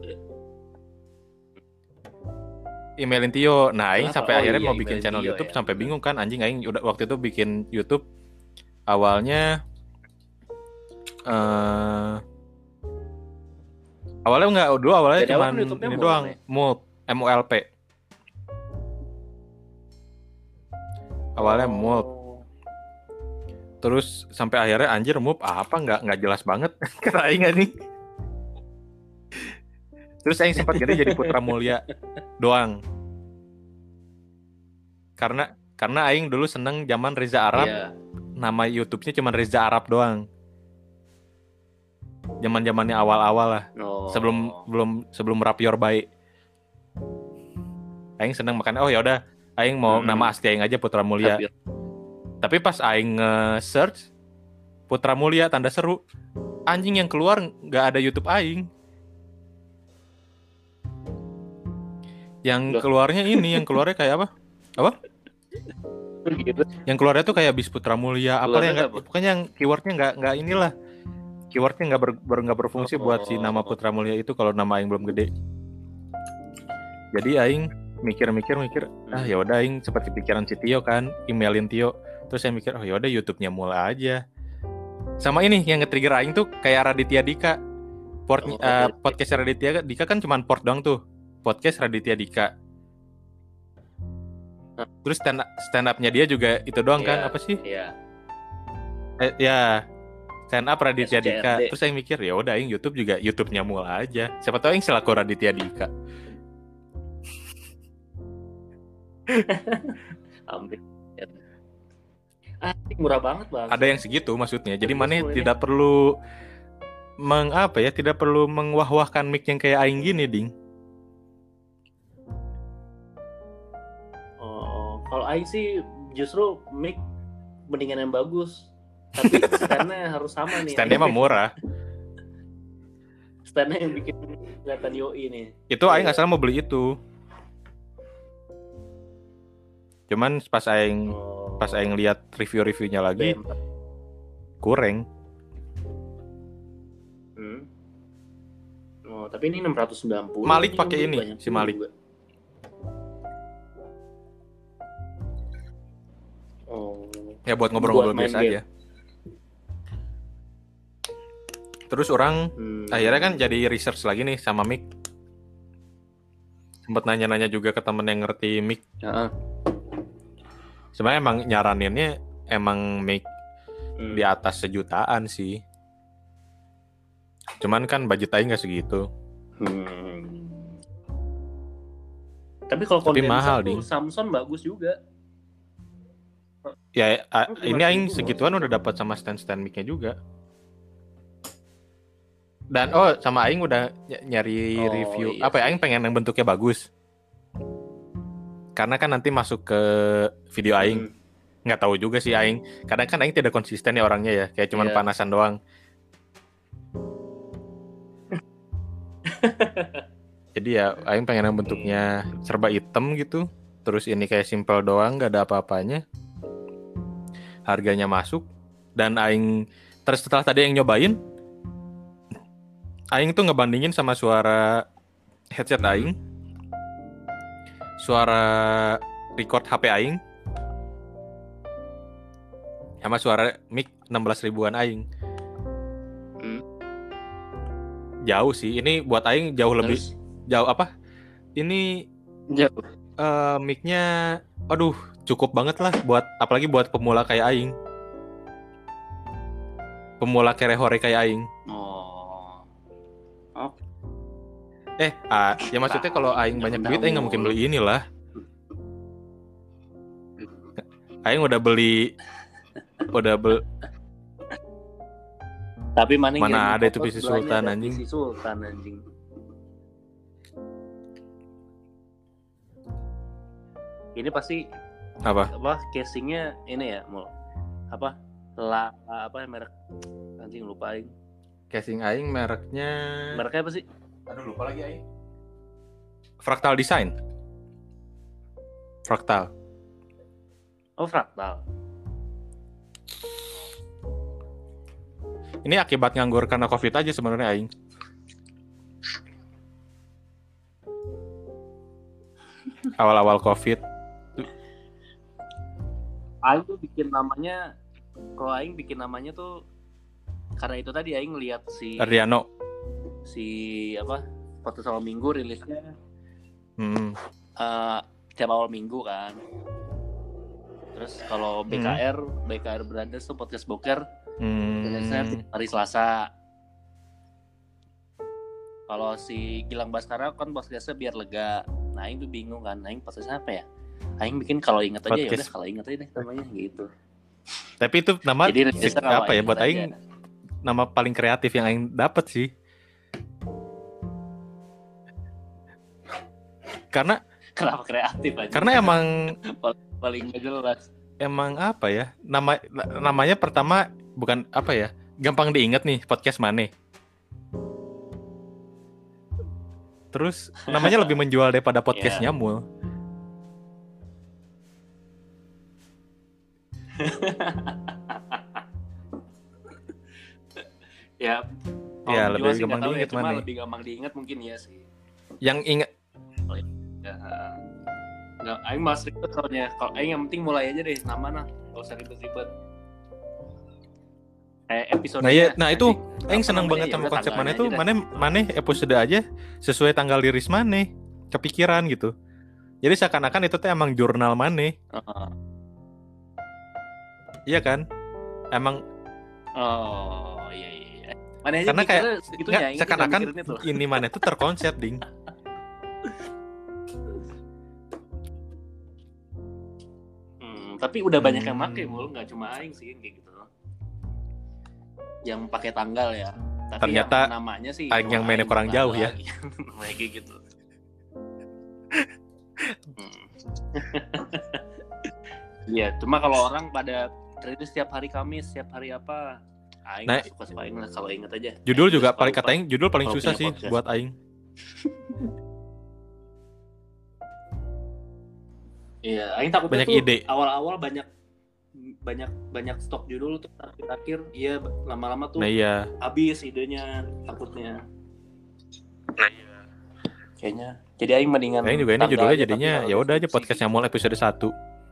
Emailin Tio. Nah, aing Kenapa? sampai Oh akhirnya iya, mau bikin emailin channel Tio YouTube ya, sampai bener. bingung kan anjing aing udah waktu itu bikin YouTube awalnya eh awalnya enggak dulu awalnya Dari awal cuman kan YouTube-nya ini mul doang, nih. Mulp, M U L P. Awalnya Mulp. Oh. Terus sampai akhirnya anjir Mulp apa nggak nggak jelas banget kata aing nih. Terus aing sempat ganti jadi Putra Mulia doang. Karena karena aing dulu seneng zaman Reza Arab. Iya. Nama YouTube-nya cuma Reza Arab doang. Zaman-zamannya awal-awal lah. Oh. Sebelum belum sebelum Rapior baik. Aing seneng makanya oh ya udah aing mau Hmm. nama asli aing aja Putra Mulia. Rapior. Tapi pas aing nge-search Putra Mulia tanda seru, anjing yang keluar nggak ada YouTube aing. Yang Loh. keluarnya ini, yang keluarnya kayak apa? Apa? Gitu. Yang keluarnya tuh kayak Bis Putra Mulia, apa Keluarnya yang nggak? apa? Pokoknya yang keywordnya nggak nggak inilah. Keywordnya nggak ber, ber, nggak berfungsi Oh. buat si nama Putra Mulia itu kalau nama aing belum gede. Jadi aing mikir-mikir mikir, ah ya udah aing seperti pikiran si Tio kan, emailin Tio. Terus saya mikir, oh ya udah YouTube-nya mulai aja. Sama ini yang nge-trigger aing tuh kayak Raditya Dika. Port, Oh, uh, podcast Raditya Dika kan cuma port doang tuh. Podcast Raditya Dika. Terus stand stand up-nya dia juga itu doang yeah, kan apa sih? Iya. Eh, ya stand up Raditya S C R D. Dika. Terus saya mikir ya udah aing YouTube juga YouTube-nya mulai aja. Siapa tahu aing selaku Raditya Dika. Ambil. Ah, murah banget bang. Ada yang segitu maksudnya. Jadi mana tidak perlu meng apa ya, tidak perlu mengwah-wahkan mic yang kayak aing gini, ding. Oh, kalau aing sih justru mic mendingan yang bagus. Tapi stand-nya harus sama nih. Stand-nya mah murah. Stand-nya yang bikin kelihatan yoi nih. Itu aing nggak salah mau beli itu. Cuman pas aing oh. pas aing lihat review-reviewnya lagi B M empat. Kurang. Hmm. Oh, tapi ini enam ratus sembilan puluh. Malik pakai ini si Malik. Juga. Oh. Ya buat ngobrol-ngobrol buat biasa aja. Terus orang hmm. akhirnya kan jadi research lagi nih sama mic. Sempat nanya-nanya juga ke temen yang ngerti mic. Uh-huh. Sebenarnya emang nyaraninnya emang mic hmm. di atas sejutaan sih. Cuman kan budget aja nggak segitu. Hmm. Tapi kalau kondenser tuh Samsung bagus juga. Ya a- ini aing segituan udah dapat sama stand-stand mic-nya juga. Dan oh sama aing udah ny- nyari oh, review iya apa ya, aing pengen yang bentuknya bagus. Karena kan nanti masuk ke video aing. Hmm. Nggak tahu juga sih aing. Kadang kan aing tidak konsisten ya orangnya ya, kayak cuman yeah. panasan doang. Jadi ya aing pengen yang bentuknya serba hitam gitu. Terus ini kayak simple doang, nggak ada apa-apanya. Harganya masuk dan aing terus setelah tadi yang nyobain aing tuh ngebandingin sama suara headset aing, suara record H P aing, sama suara mic enam belas ribuan aing. Hmm. Jauh sih, ini buat aing jauh lebih Terus? jauh apa? Ini jauh. Uh, mic-nya, aduh cukup banget lah buat apalagi buat pemula kayak aing, pemula kerehore kayak aing. Oh. Oh. Eh, ah, ya maksudnya kalau aing banyak duit aing nggak mungkin beli inilah. Aing udah beli, udah beli. Tapi mana, mana ada itu P C Sultan anjing. P C Sultan anjing. Ini pasti apa? Apa casingnya ini ya, Mul? Apa? La apa merek anjing lupa aing. Casing aing mereknya Mereknya apa sih? Aduh lupa lagi aing. Fractal Design. Fractal. Oh, Fractal. Ini akibat nganggur karena Covid aja sebenarnya aing. Awal-awal Covid. Aing tuh bikin namanya, kalau Aing bikin namanya tuh karena itu tadi Aing ngeliat si Ardiano. si apa Podcast Awal Minggu rilisnya Hmm. uh, tiap awal minggu kan. Terus kalau B K R hmm. B K R Brandes tuh podcast boker hmm. rilisnya hari Selasa. Kalau si Gilang Baskara kan podcastnya Biar Lega. Nah Aing tuh bingung kan, Aing podcastnya apa ya? Aing bikin kalau inget aja ya udah, kalau inget aja deh namanya gitu. Tapi itu nama jadi, apa ya buat Aing nama paling kreatif yang Aing dapet sih. Karena kenapa kreatif aja? Karena emang paling gak jelas. Emang apa ya? Nama namanya pertama bukan apa ya? Gampang diingat nih, podcast Mane. Terus namanya lebih menjual daripada podcast yeah. Nyamul. ya. Ya, lebih gampang diingat ya, Mane. Lebih gampang diingat mungkin ya sih. Yang ingat ya, nggak, Aing mas ribet soalnya. Kalau Aing yang penting mulai aja deh nama nah, nggak usah ribet-ribet. Eh episode. Nah, ya, nah itu Aing seneng banget sama konsep Mane tuh. Mane Mane episode aja sesuai tanggal rilis Mane, kepikiran gitu. Jadi seakan-akan itu tuh emang jurnal Mane. Uh-huh. Iya kan? Emang. Oh iya iya. Mane aja karena kayak segitunya, nggak, seakan-akan ini Mane tuh terkonsep ding. Tapi udah banyak yang pakai mulu, nggak cuma Aing sih kayak gitu. Yang pakai tanggal ya. Tapi ternyata yang namanya sih Aing yang mainnya kurang jauh ya. Kayak gitu. Iya, cuma kalau orang pada rilis setiap hari Kamis, setiap hari apa, Aing nah, suka-suka Aing lah kalau inget aja. Judul juga paling kata Aing, judul paling susah sih podcast. Buat Aing. Iya, Aing takutnya banyak tuh ide. Awal-awal banyak banyak banyak stok judul tuh akhir-akhir iya lama-lama tuh nah, iya. habis idenya takutnya. Nah, iya. Kayaknya jadi Aing mendingan Aing juga ini judulnya jadinya ya udah aja podcast Nyamul episode satu.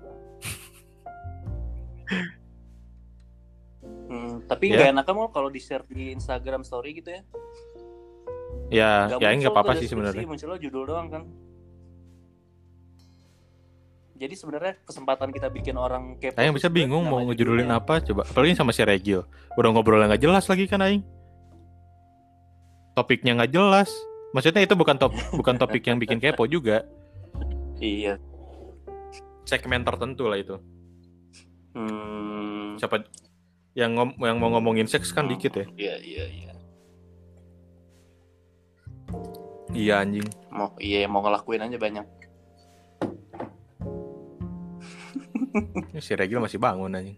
hmm, tapi enggak yeah. enak mau kalau di-share di Instagram story gitu ya. Ya, gak ya enggak apa-apa sih sebenarnya. Munculnya judul doang kan. Jadi sebenarnya kesempatan kita bikin orang kepo. Aing bisa bingung mau ngejudulin apa coba. Apalagi sama si Regil. Udah ngobrolnya nggak jelas lagi kan Aing. Topiknya nggak jelas. Maksudnya itu bukan top, bukan topik yang bikin kepo juga. Iya. Segmen tertentu lah itu. Hmm. Siapa yang ngom- yang mau ngomongin seks kan hmm. dikit ya. Iya iya iya. Iya anjing. Mau iya mau ngelakuin aja banyak. Si Regil masih bangun anjing.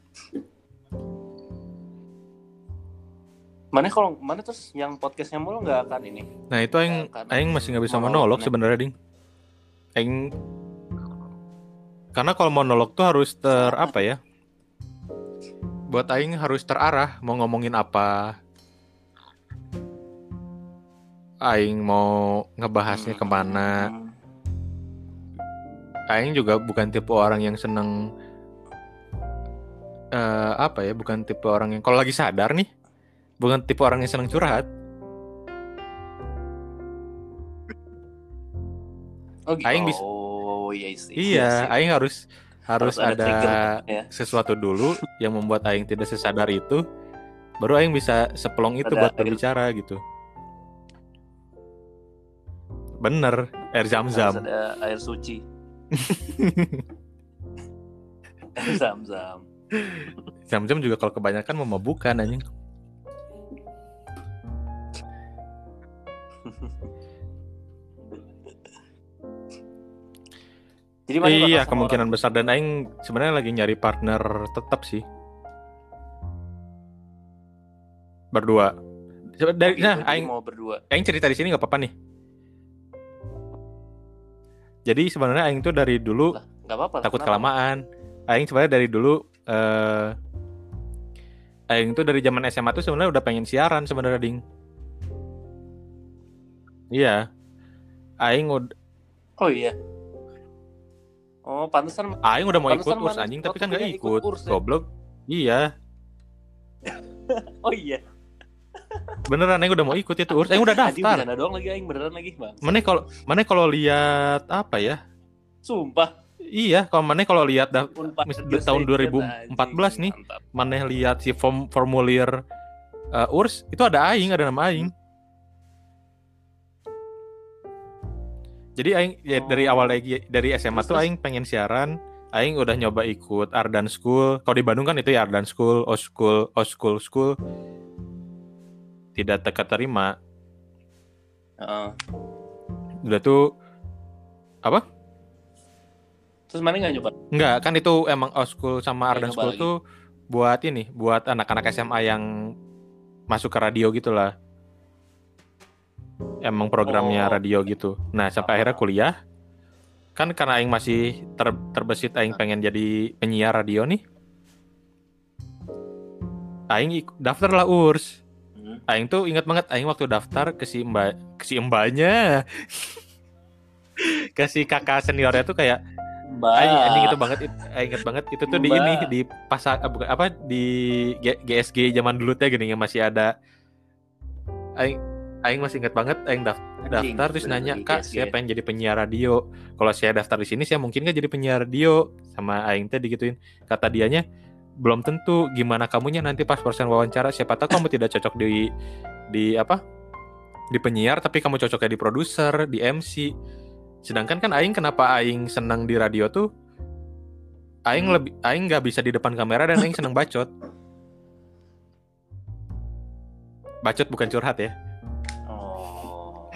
Mana kalau mana terus yang podcastnya mulu nggak akan ini? Nah itu Aing Aing masih nggak bisa monolog sebenarnya ding. Aing karena kalau monolog tuh harus ter apa ya? Buat Aing harus terarah mau ngomongin apa. Aing mau ngebahasnya kemana. Hmm. Aing juga bukan tipe orang yang seneng uh, apa ya, bukan tipe orang yang kalau lagi sadar nih, bukan tipe orang yang seneng curhat. Oh gitu. Aing bisa, oh iya sih. Iya, iya Aing harus harus, harus ada, ada ya. sesuatu dulu yang membuat Aing tidak sesadar itu, baru Aing bisa seplong itu ada buat air. Berbicara gitu. Bener, air zam-zam. Harus ada air suci. Zam-zam. Zam-zam juga kalau kebanyakan memabukkan anjing. Jadi iya, kemungkinan besar dan Aing sebenarnya lagi nyari partner tetap sih. Berdua. Dari, oh, nah, Aing mau berdua. Aing cerita di sini nggak apa-apa nih. Jadi sebenarnya Aing tuh dari dulu lah, gak apa-apa, takut kenapa? kelamaan. Aing sebenarnya dari dulu uh, Aing tuh dari zaman S M A tuh sebenarnya udah pengen siaran sebenarnya ding. Iya. Aing udah Oh iya. Oh, pantesan. Aing udah mau ikut Pantesan urs mana anjing tapi kan waktu gak kuliah ikut ikut. urs, ya? Goblok. Iya. Oh iya. Beneran Aing udah mau ikut itu urs. Aing udah Anjing daftar. bercanda doang lagi aing beneran lagi, Bang. Mana kalau mana kalau lihat apa ya? Sumpah. Iya, kalau mana kalau lihat dah, Unpad mis- Dirjen, tahun dua ribu empat belas anjing, nih, mantap. mana lihat si form, formulir uh, urs itu ada aing, ada nama aing. Jadi aing ya, Oh. dari awal lagi dari S M A Terus, tuh terus? aing pengen siaran, aing udah nyoba ikut Ardan School. Kalau di Bandung kan itu ya Ardan School, O School, O School School. Tidak terima. Heeh. Udah tuh apa? Terus mana nggak nyoba? Enggak, kan itu emang O School sama Nggak Ardan nyoba School lagi. tuh buat ini, buat anak-anak S M A yang masuk ke radio gitu lah. Emang programnya Oh. radio gitu. Nah, sampai akhirnya kuliah. Kan karena aing masih ter- terbesit aing pengen jadi penyiar radio nih. Aing ik- daftar lah urs. Hmm. Aing tuh ingat banget aing waktu daftar ke si mbak ke si mbaknya. Ke si kakak seniornya tuh kayak Mbak. aing anjing itu banget it- aing inget banget itu tuh di Mbak. ini di pasar eh, bukan apa di G- GSG zaman dulu teh gini yang masih ada. Aing aing masih inget banget aing daftar Anjing, daftar terus bener nanya, lagi "Kak, G S G. saya pengen jadi penyiar radio. Kalau saya daftar di sini saya mungkin nggak jadi penyiar radio?" Sama aing teh digituin. Kata dianya, "Belum tentu. Gimana kamunya nanti pas persen wawancara, siapa tahu kamu tidak cocok di di apa? Di penyiar tapi kamu cocoknya di produser, di M C." Sedangkan kan aing kenapa aing senang di radio tuh aing Hmm. lebih aing nggak bisa di depan kamera dan aing senang bacot. Bacot bukan curhat ya. Oh.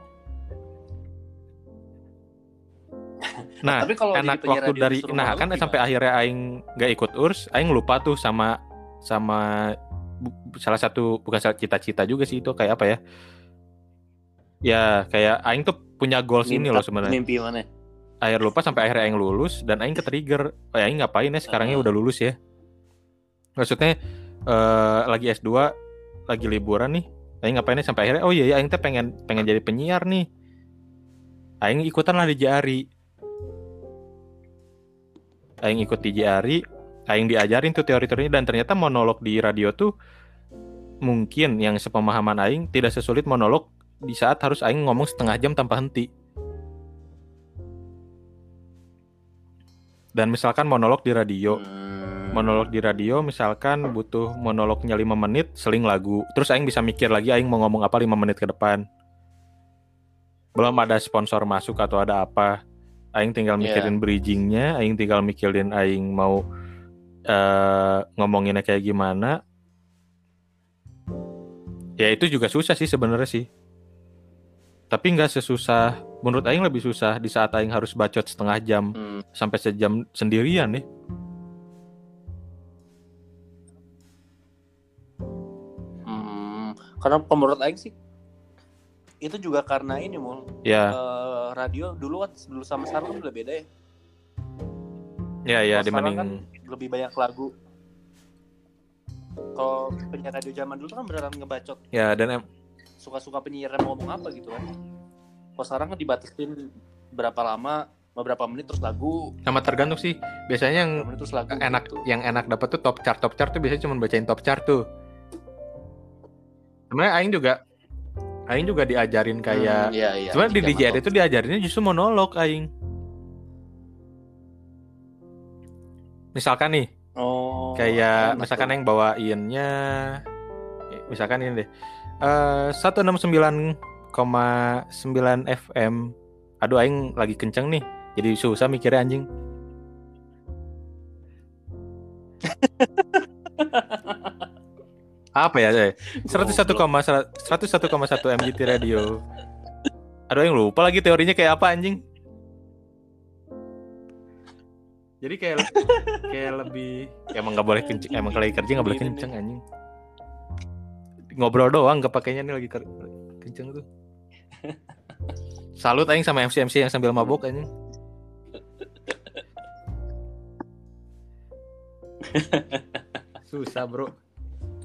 Nah, Tapi kalau enak jadi penyiar waktu radio dari disuruh nah monolog kan gimana? sampai akhirnya aing nggak ikut urs, aing lupa tuh sama sama bu- salah satu bukan salah cita-cita juga sih itu kayak apa ya? Ya kayak aing tuh punya goals ini loh sebenarnya. Mimpi mana? Akhir lupa sampai akhirnya aing lulus dan aing ke-trigger. Oh, aing ngapain ya sekarangnya Uh-huh. udah lulus ya. Maksudnya eh, lagi S dua, lagi liburan nih. Aing ngapain ya sampai akhirnya oh iya ya aing tuh pengen pengen jadi penyiar nih. Aing ikutan lah di J A R I. Aing ikut di J A R I, aing diajarin tuh teori-teorinya dan ternyata monolog di radio tuh mungkin yang sepemahaman aing tidak sesulit monolog di saat harus aing ngomong setengah jam tanpa henti. Dan misalkan monolog di radio, Hmm. monolog di radio misalkan butuh monolognya lima menit, seling lagu. Terus aing bisa mikir lagi aing mau ngomong apa lima menit ke depan. Belum ada sponsor masuk atau ada apa. Aing tinggal mikirin yeah. bridgingnya, aing tinggal mikirin aing mau uh, ngomonginnya kayak gimana. Ya itu juga susah sih sebenarnya sih. Tapi nggak sesusah, menurut aing lebih susah di saat aing harus bacot setengah jam hmm. sampai sejam sendirian nih. Hmm, karena menurut aing sih itu juga karena ini mul. Ya. Uh, radio dulu kan dulu sama sekarang kan udah beda ya. Ya ya Kalo dibanding kan lebih banyak lagu. Kalau penyiar radio zaman dulu kan beneran ngebacot. Ya dan em- suka-suka penyiar mau ngomong apa gitu kan. Kalau sekarang kan dibatasin berapa lama, beberapa menit terus lagu. Sama tergantung sih. Biasanya yang terus lagu enak gitu. yang enak dapat tuh top chart top chart tuh biasanya cuma bacain top chart tuh. Sebenarnya aing juga aing juga diajarin kayak hmm, iya, iya. sebenarnya di D J R itu diajarinnya justru monolog aing. Misalkan nih oh, kayak misalkan yang bawainnya misalkan ini deh uh, seratus enam puluh sembilan koma sembilan F M. Aduh aing lagi kenceng nih jadi susah mikirnya anjing. Apa ya eh? seratus satu koma satu M G T radio. Aduh aing lupa lagi teorinya kayak apa anjing. Jadi kayak kayak lebih ya emang nggak boleh kenceng, emang kalau lagi kerja nggak boleh kenceng anjing. Ngobrol doang kepakainya nih lagi ker- kenceng tuh. Salut aing sama M C M C yang sambil mabok anjing. Susah bro.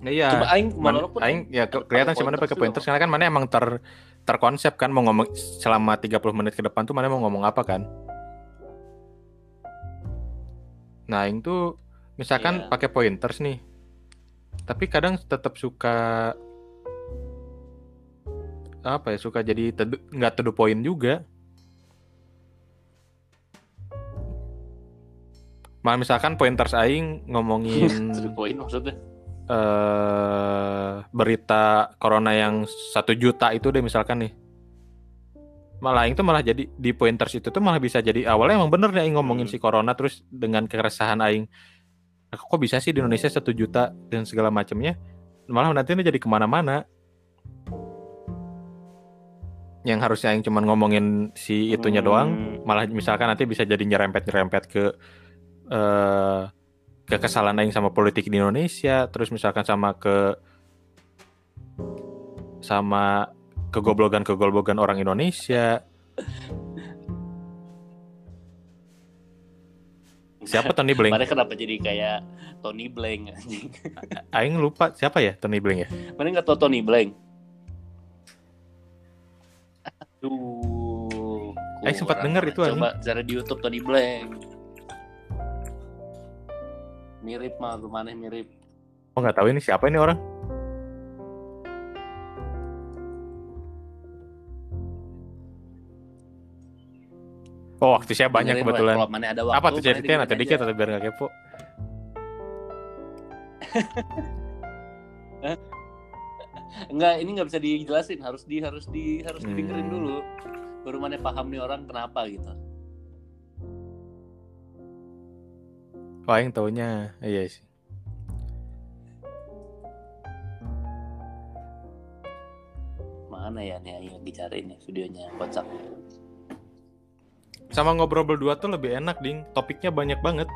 Nah, iya. Coba aing Man, monolog pun aing ya ke- kelihatan sih mana pakai pointers karena kan mana emang ter terkonsep kan mau ngomong selama tiga puluh menit ke depan tuh mana mau ngomong apa kan. Nah, aing tuh misalkan Iya. pakai pointers nih. Tapi kadang tetap suka apa ya, suka jadi tedu, nggak to the point juga. Malah misalkan pointers aing ngomongin To the point maksudnya. eh berita corona yang satu juta itu deh misalkan nih. Malah aing tuh malah jadi di pointers itu tuh malah bisa jadi awalnya emang bener nih aing ngomongin Hmm. si corona terus dengan keresahan aing. Kok bisa sih di Indonesia satu juta dan segala macamnya. Malah nanti ini jadi kemana-mana. Yang harusnya aing cuman ngomongin si itunya Hmm. doang, malah misalkan nanti bisa jadi nyerempet-nyerempet ke eh kekesalan aing sama politik di Indonesia, terus misalkan sama ke sama kegoblogan-kegoblogan orang Indonesia. Siapa Tony Blank? Mana kenapa jadi kayak Tony Blank anjing? Aing lupa siapa ya Tony Blank ya? Mana nggak tahu Tony Blank? Aduh. Aing sempat denger itu anjing. Coba cari di YouTube Tony Blank. Mirip mah, gimana mirip? Oh nggak tahu ini siapa ini orang? Oh waktu saya banyak Dengerin, kebetulan. kalau mana ada waktu, Apa tuh mana ceritanya? Nanti dengerin dikit aja. atau biar nggak kepo? Enggak, ini nggak bisa dijelasin, harus di harus di harus Hmm. didengerin dulu. Baru mana paham nih orang kenapa gitu. Oh aing taunya, iya sih. Mana ya nih yang dicari nih videonya, kocak. Sama ngobrol berdua tuh lebih enak, Ding. Topiknya banyak banget.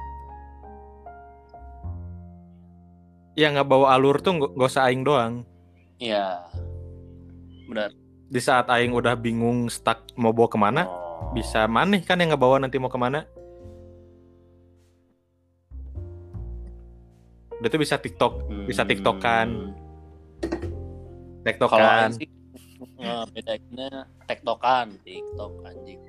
Ya nggak bawa alur tuh nggak nggak usah aing doang. Iya. Benar. Di saat aing udah bingung stuck mau bawa kemana, Oh. bisa maneh kan yang nggak bawa nanti mau kemana. Dia tuh bisa TikTok, Hmm. bisa TikTokan, Kalau TikTokan. aing sih ngebedainnya tektokan, TikTok anjing.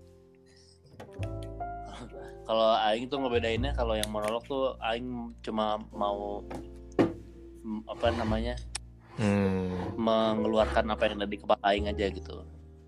Kalau aing tuh ngebedainnya kalau yang monolog tuh aing cuma mau mm, apa namanya? Hmm. mengeluarkan apa yang ada di kepala aing aja gitu.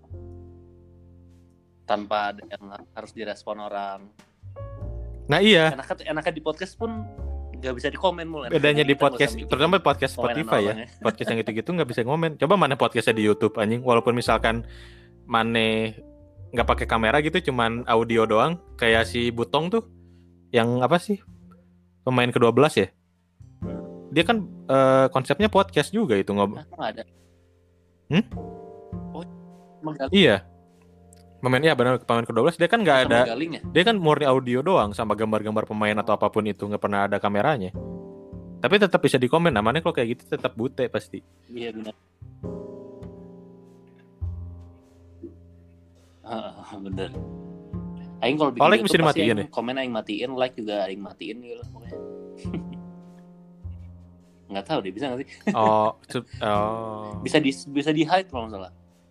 Tanpa ada yang harus direspon orang. Nah iya, Enaknya enaknya di podcast pun nggak bisa dikomen mulai. bedanya di podcast, terutama podcast Spotify ya. Podcast yang gitu-gitu nggak bisa ngomen. Coba mana podcastnya di YouTube anjing. Walaupun misalkan mana nggak pakai kamera gitu, cuman audio doang, kayak si Butong tuh, yang apa sih pemain kedua belas ya? Dia kan uh, konsepnya podcast juga itu ngobrol. Nah, ada. Hmm? Oh, Magaling. Iya. Pemain iya benar pemain kedua belas dia kan nggak ada. Magaling ya? Dia kan murni audio doang sama gambar-gambar pemain atau apapun itu nggak pernah ada kameranya. Tapi tetap bisa dikomen. Namanya kalau kayak gitu tetap bute pasti. Iya benar. Ah, bener. Aing kalau bikin Oh, like YouTube bisa pasti dimatiin aing komen aing matiin, like juga aing matiin gitu pokoknya. Nggak tahu deh bisa nggak sih? Oh, sub- oh. Bisa di bisa di hide kalau nggak salah.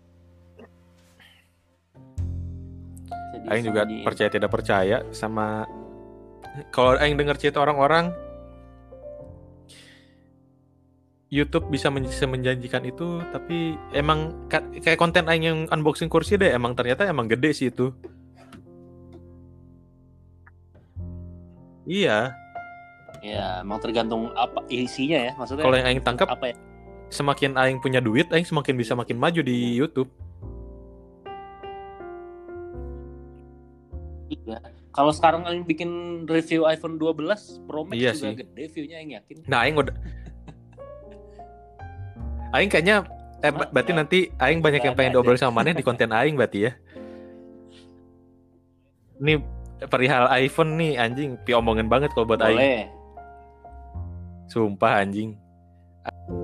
Bisa di- Aing juga di- percaya tidak percaya sama kalau aing denger cerita orang-orang YouTube bisa men- semenjanjikan itu, tapi emang ka- kayak konten aing yang unboxing kursi deh, emang ternyata emang gede sih itu. Iya, Ya, emang tergantung apa isinya ya, maksudnya. kalau yang aing tangkap apa ya? semakin aing punya duit, aing semakin bisa makin maju di YouTube. Iya. Kalau sekarang aing bikin review iPhone twelve Pro Max Iya juga sih. gede view-nya aing yakin. Nah, aing udah aing kayaknya eh Cuma, berarti ya, nanti aing banyak yang nggak pengen ada diobrol aja. sama maneh di konten aing berarti ya. Ini perihal iPhone nih anjing, pi omongin banget kalau buat aing. Boleh. Sumpah anjing.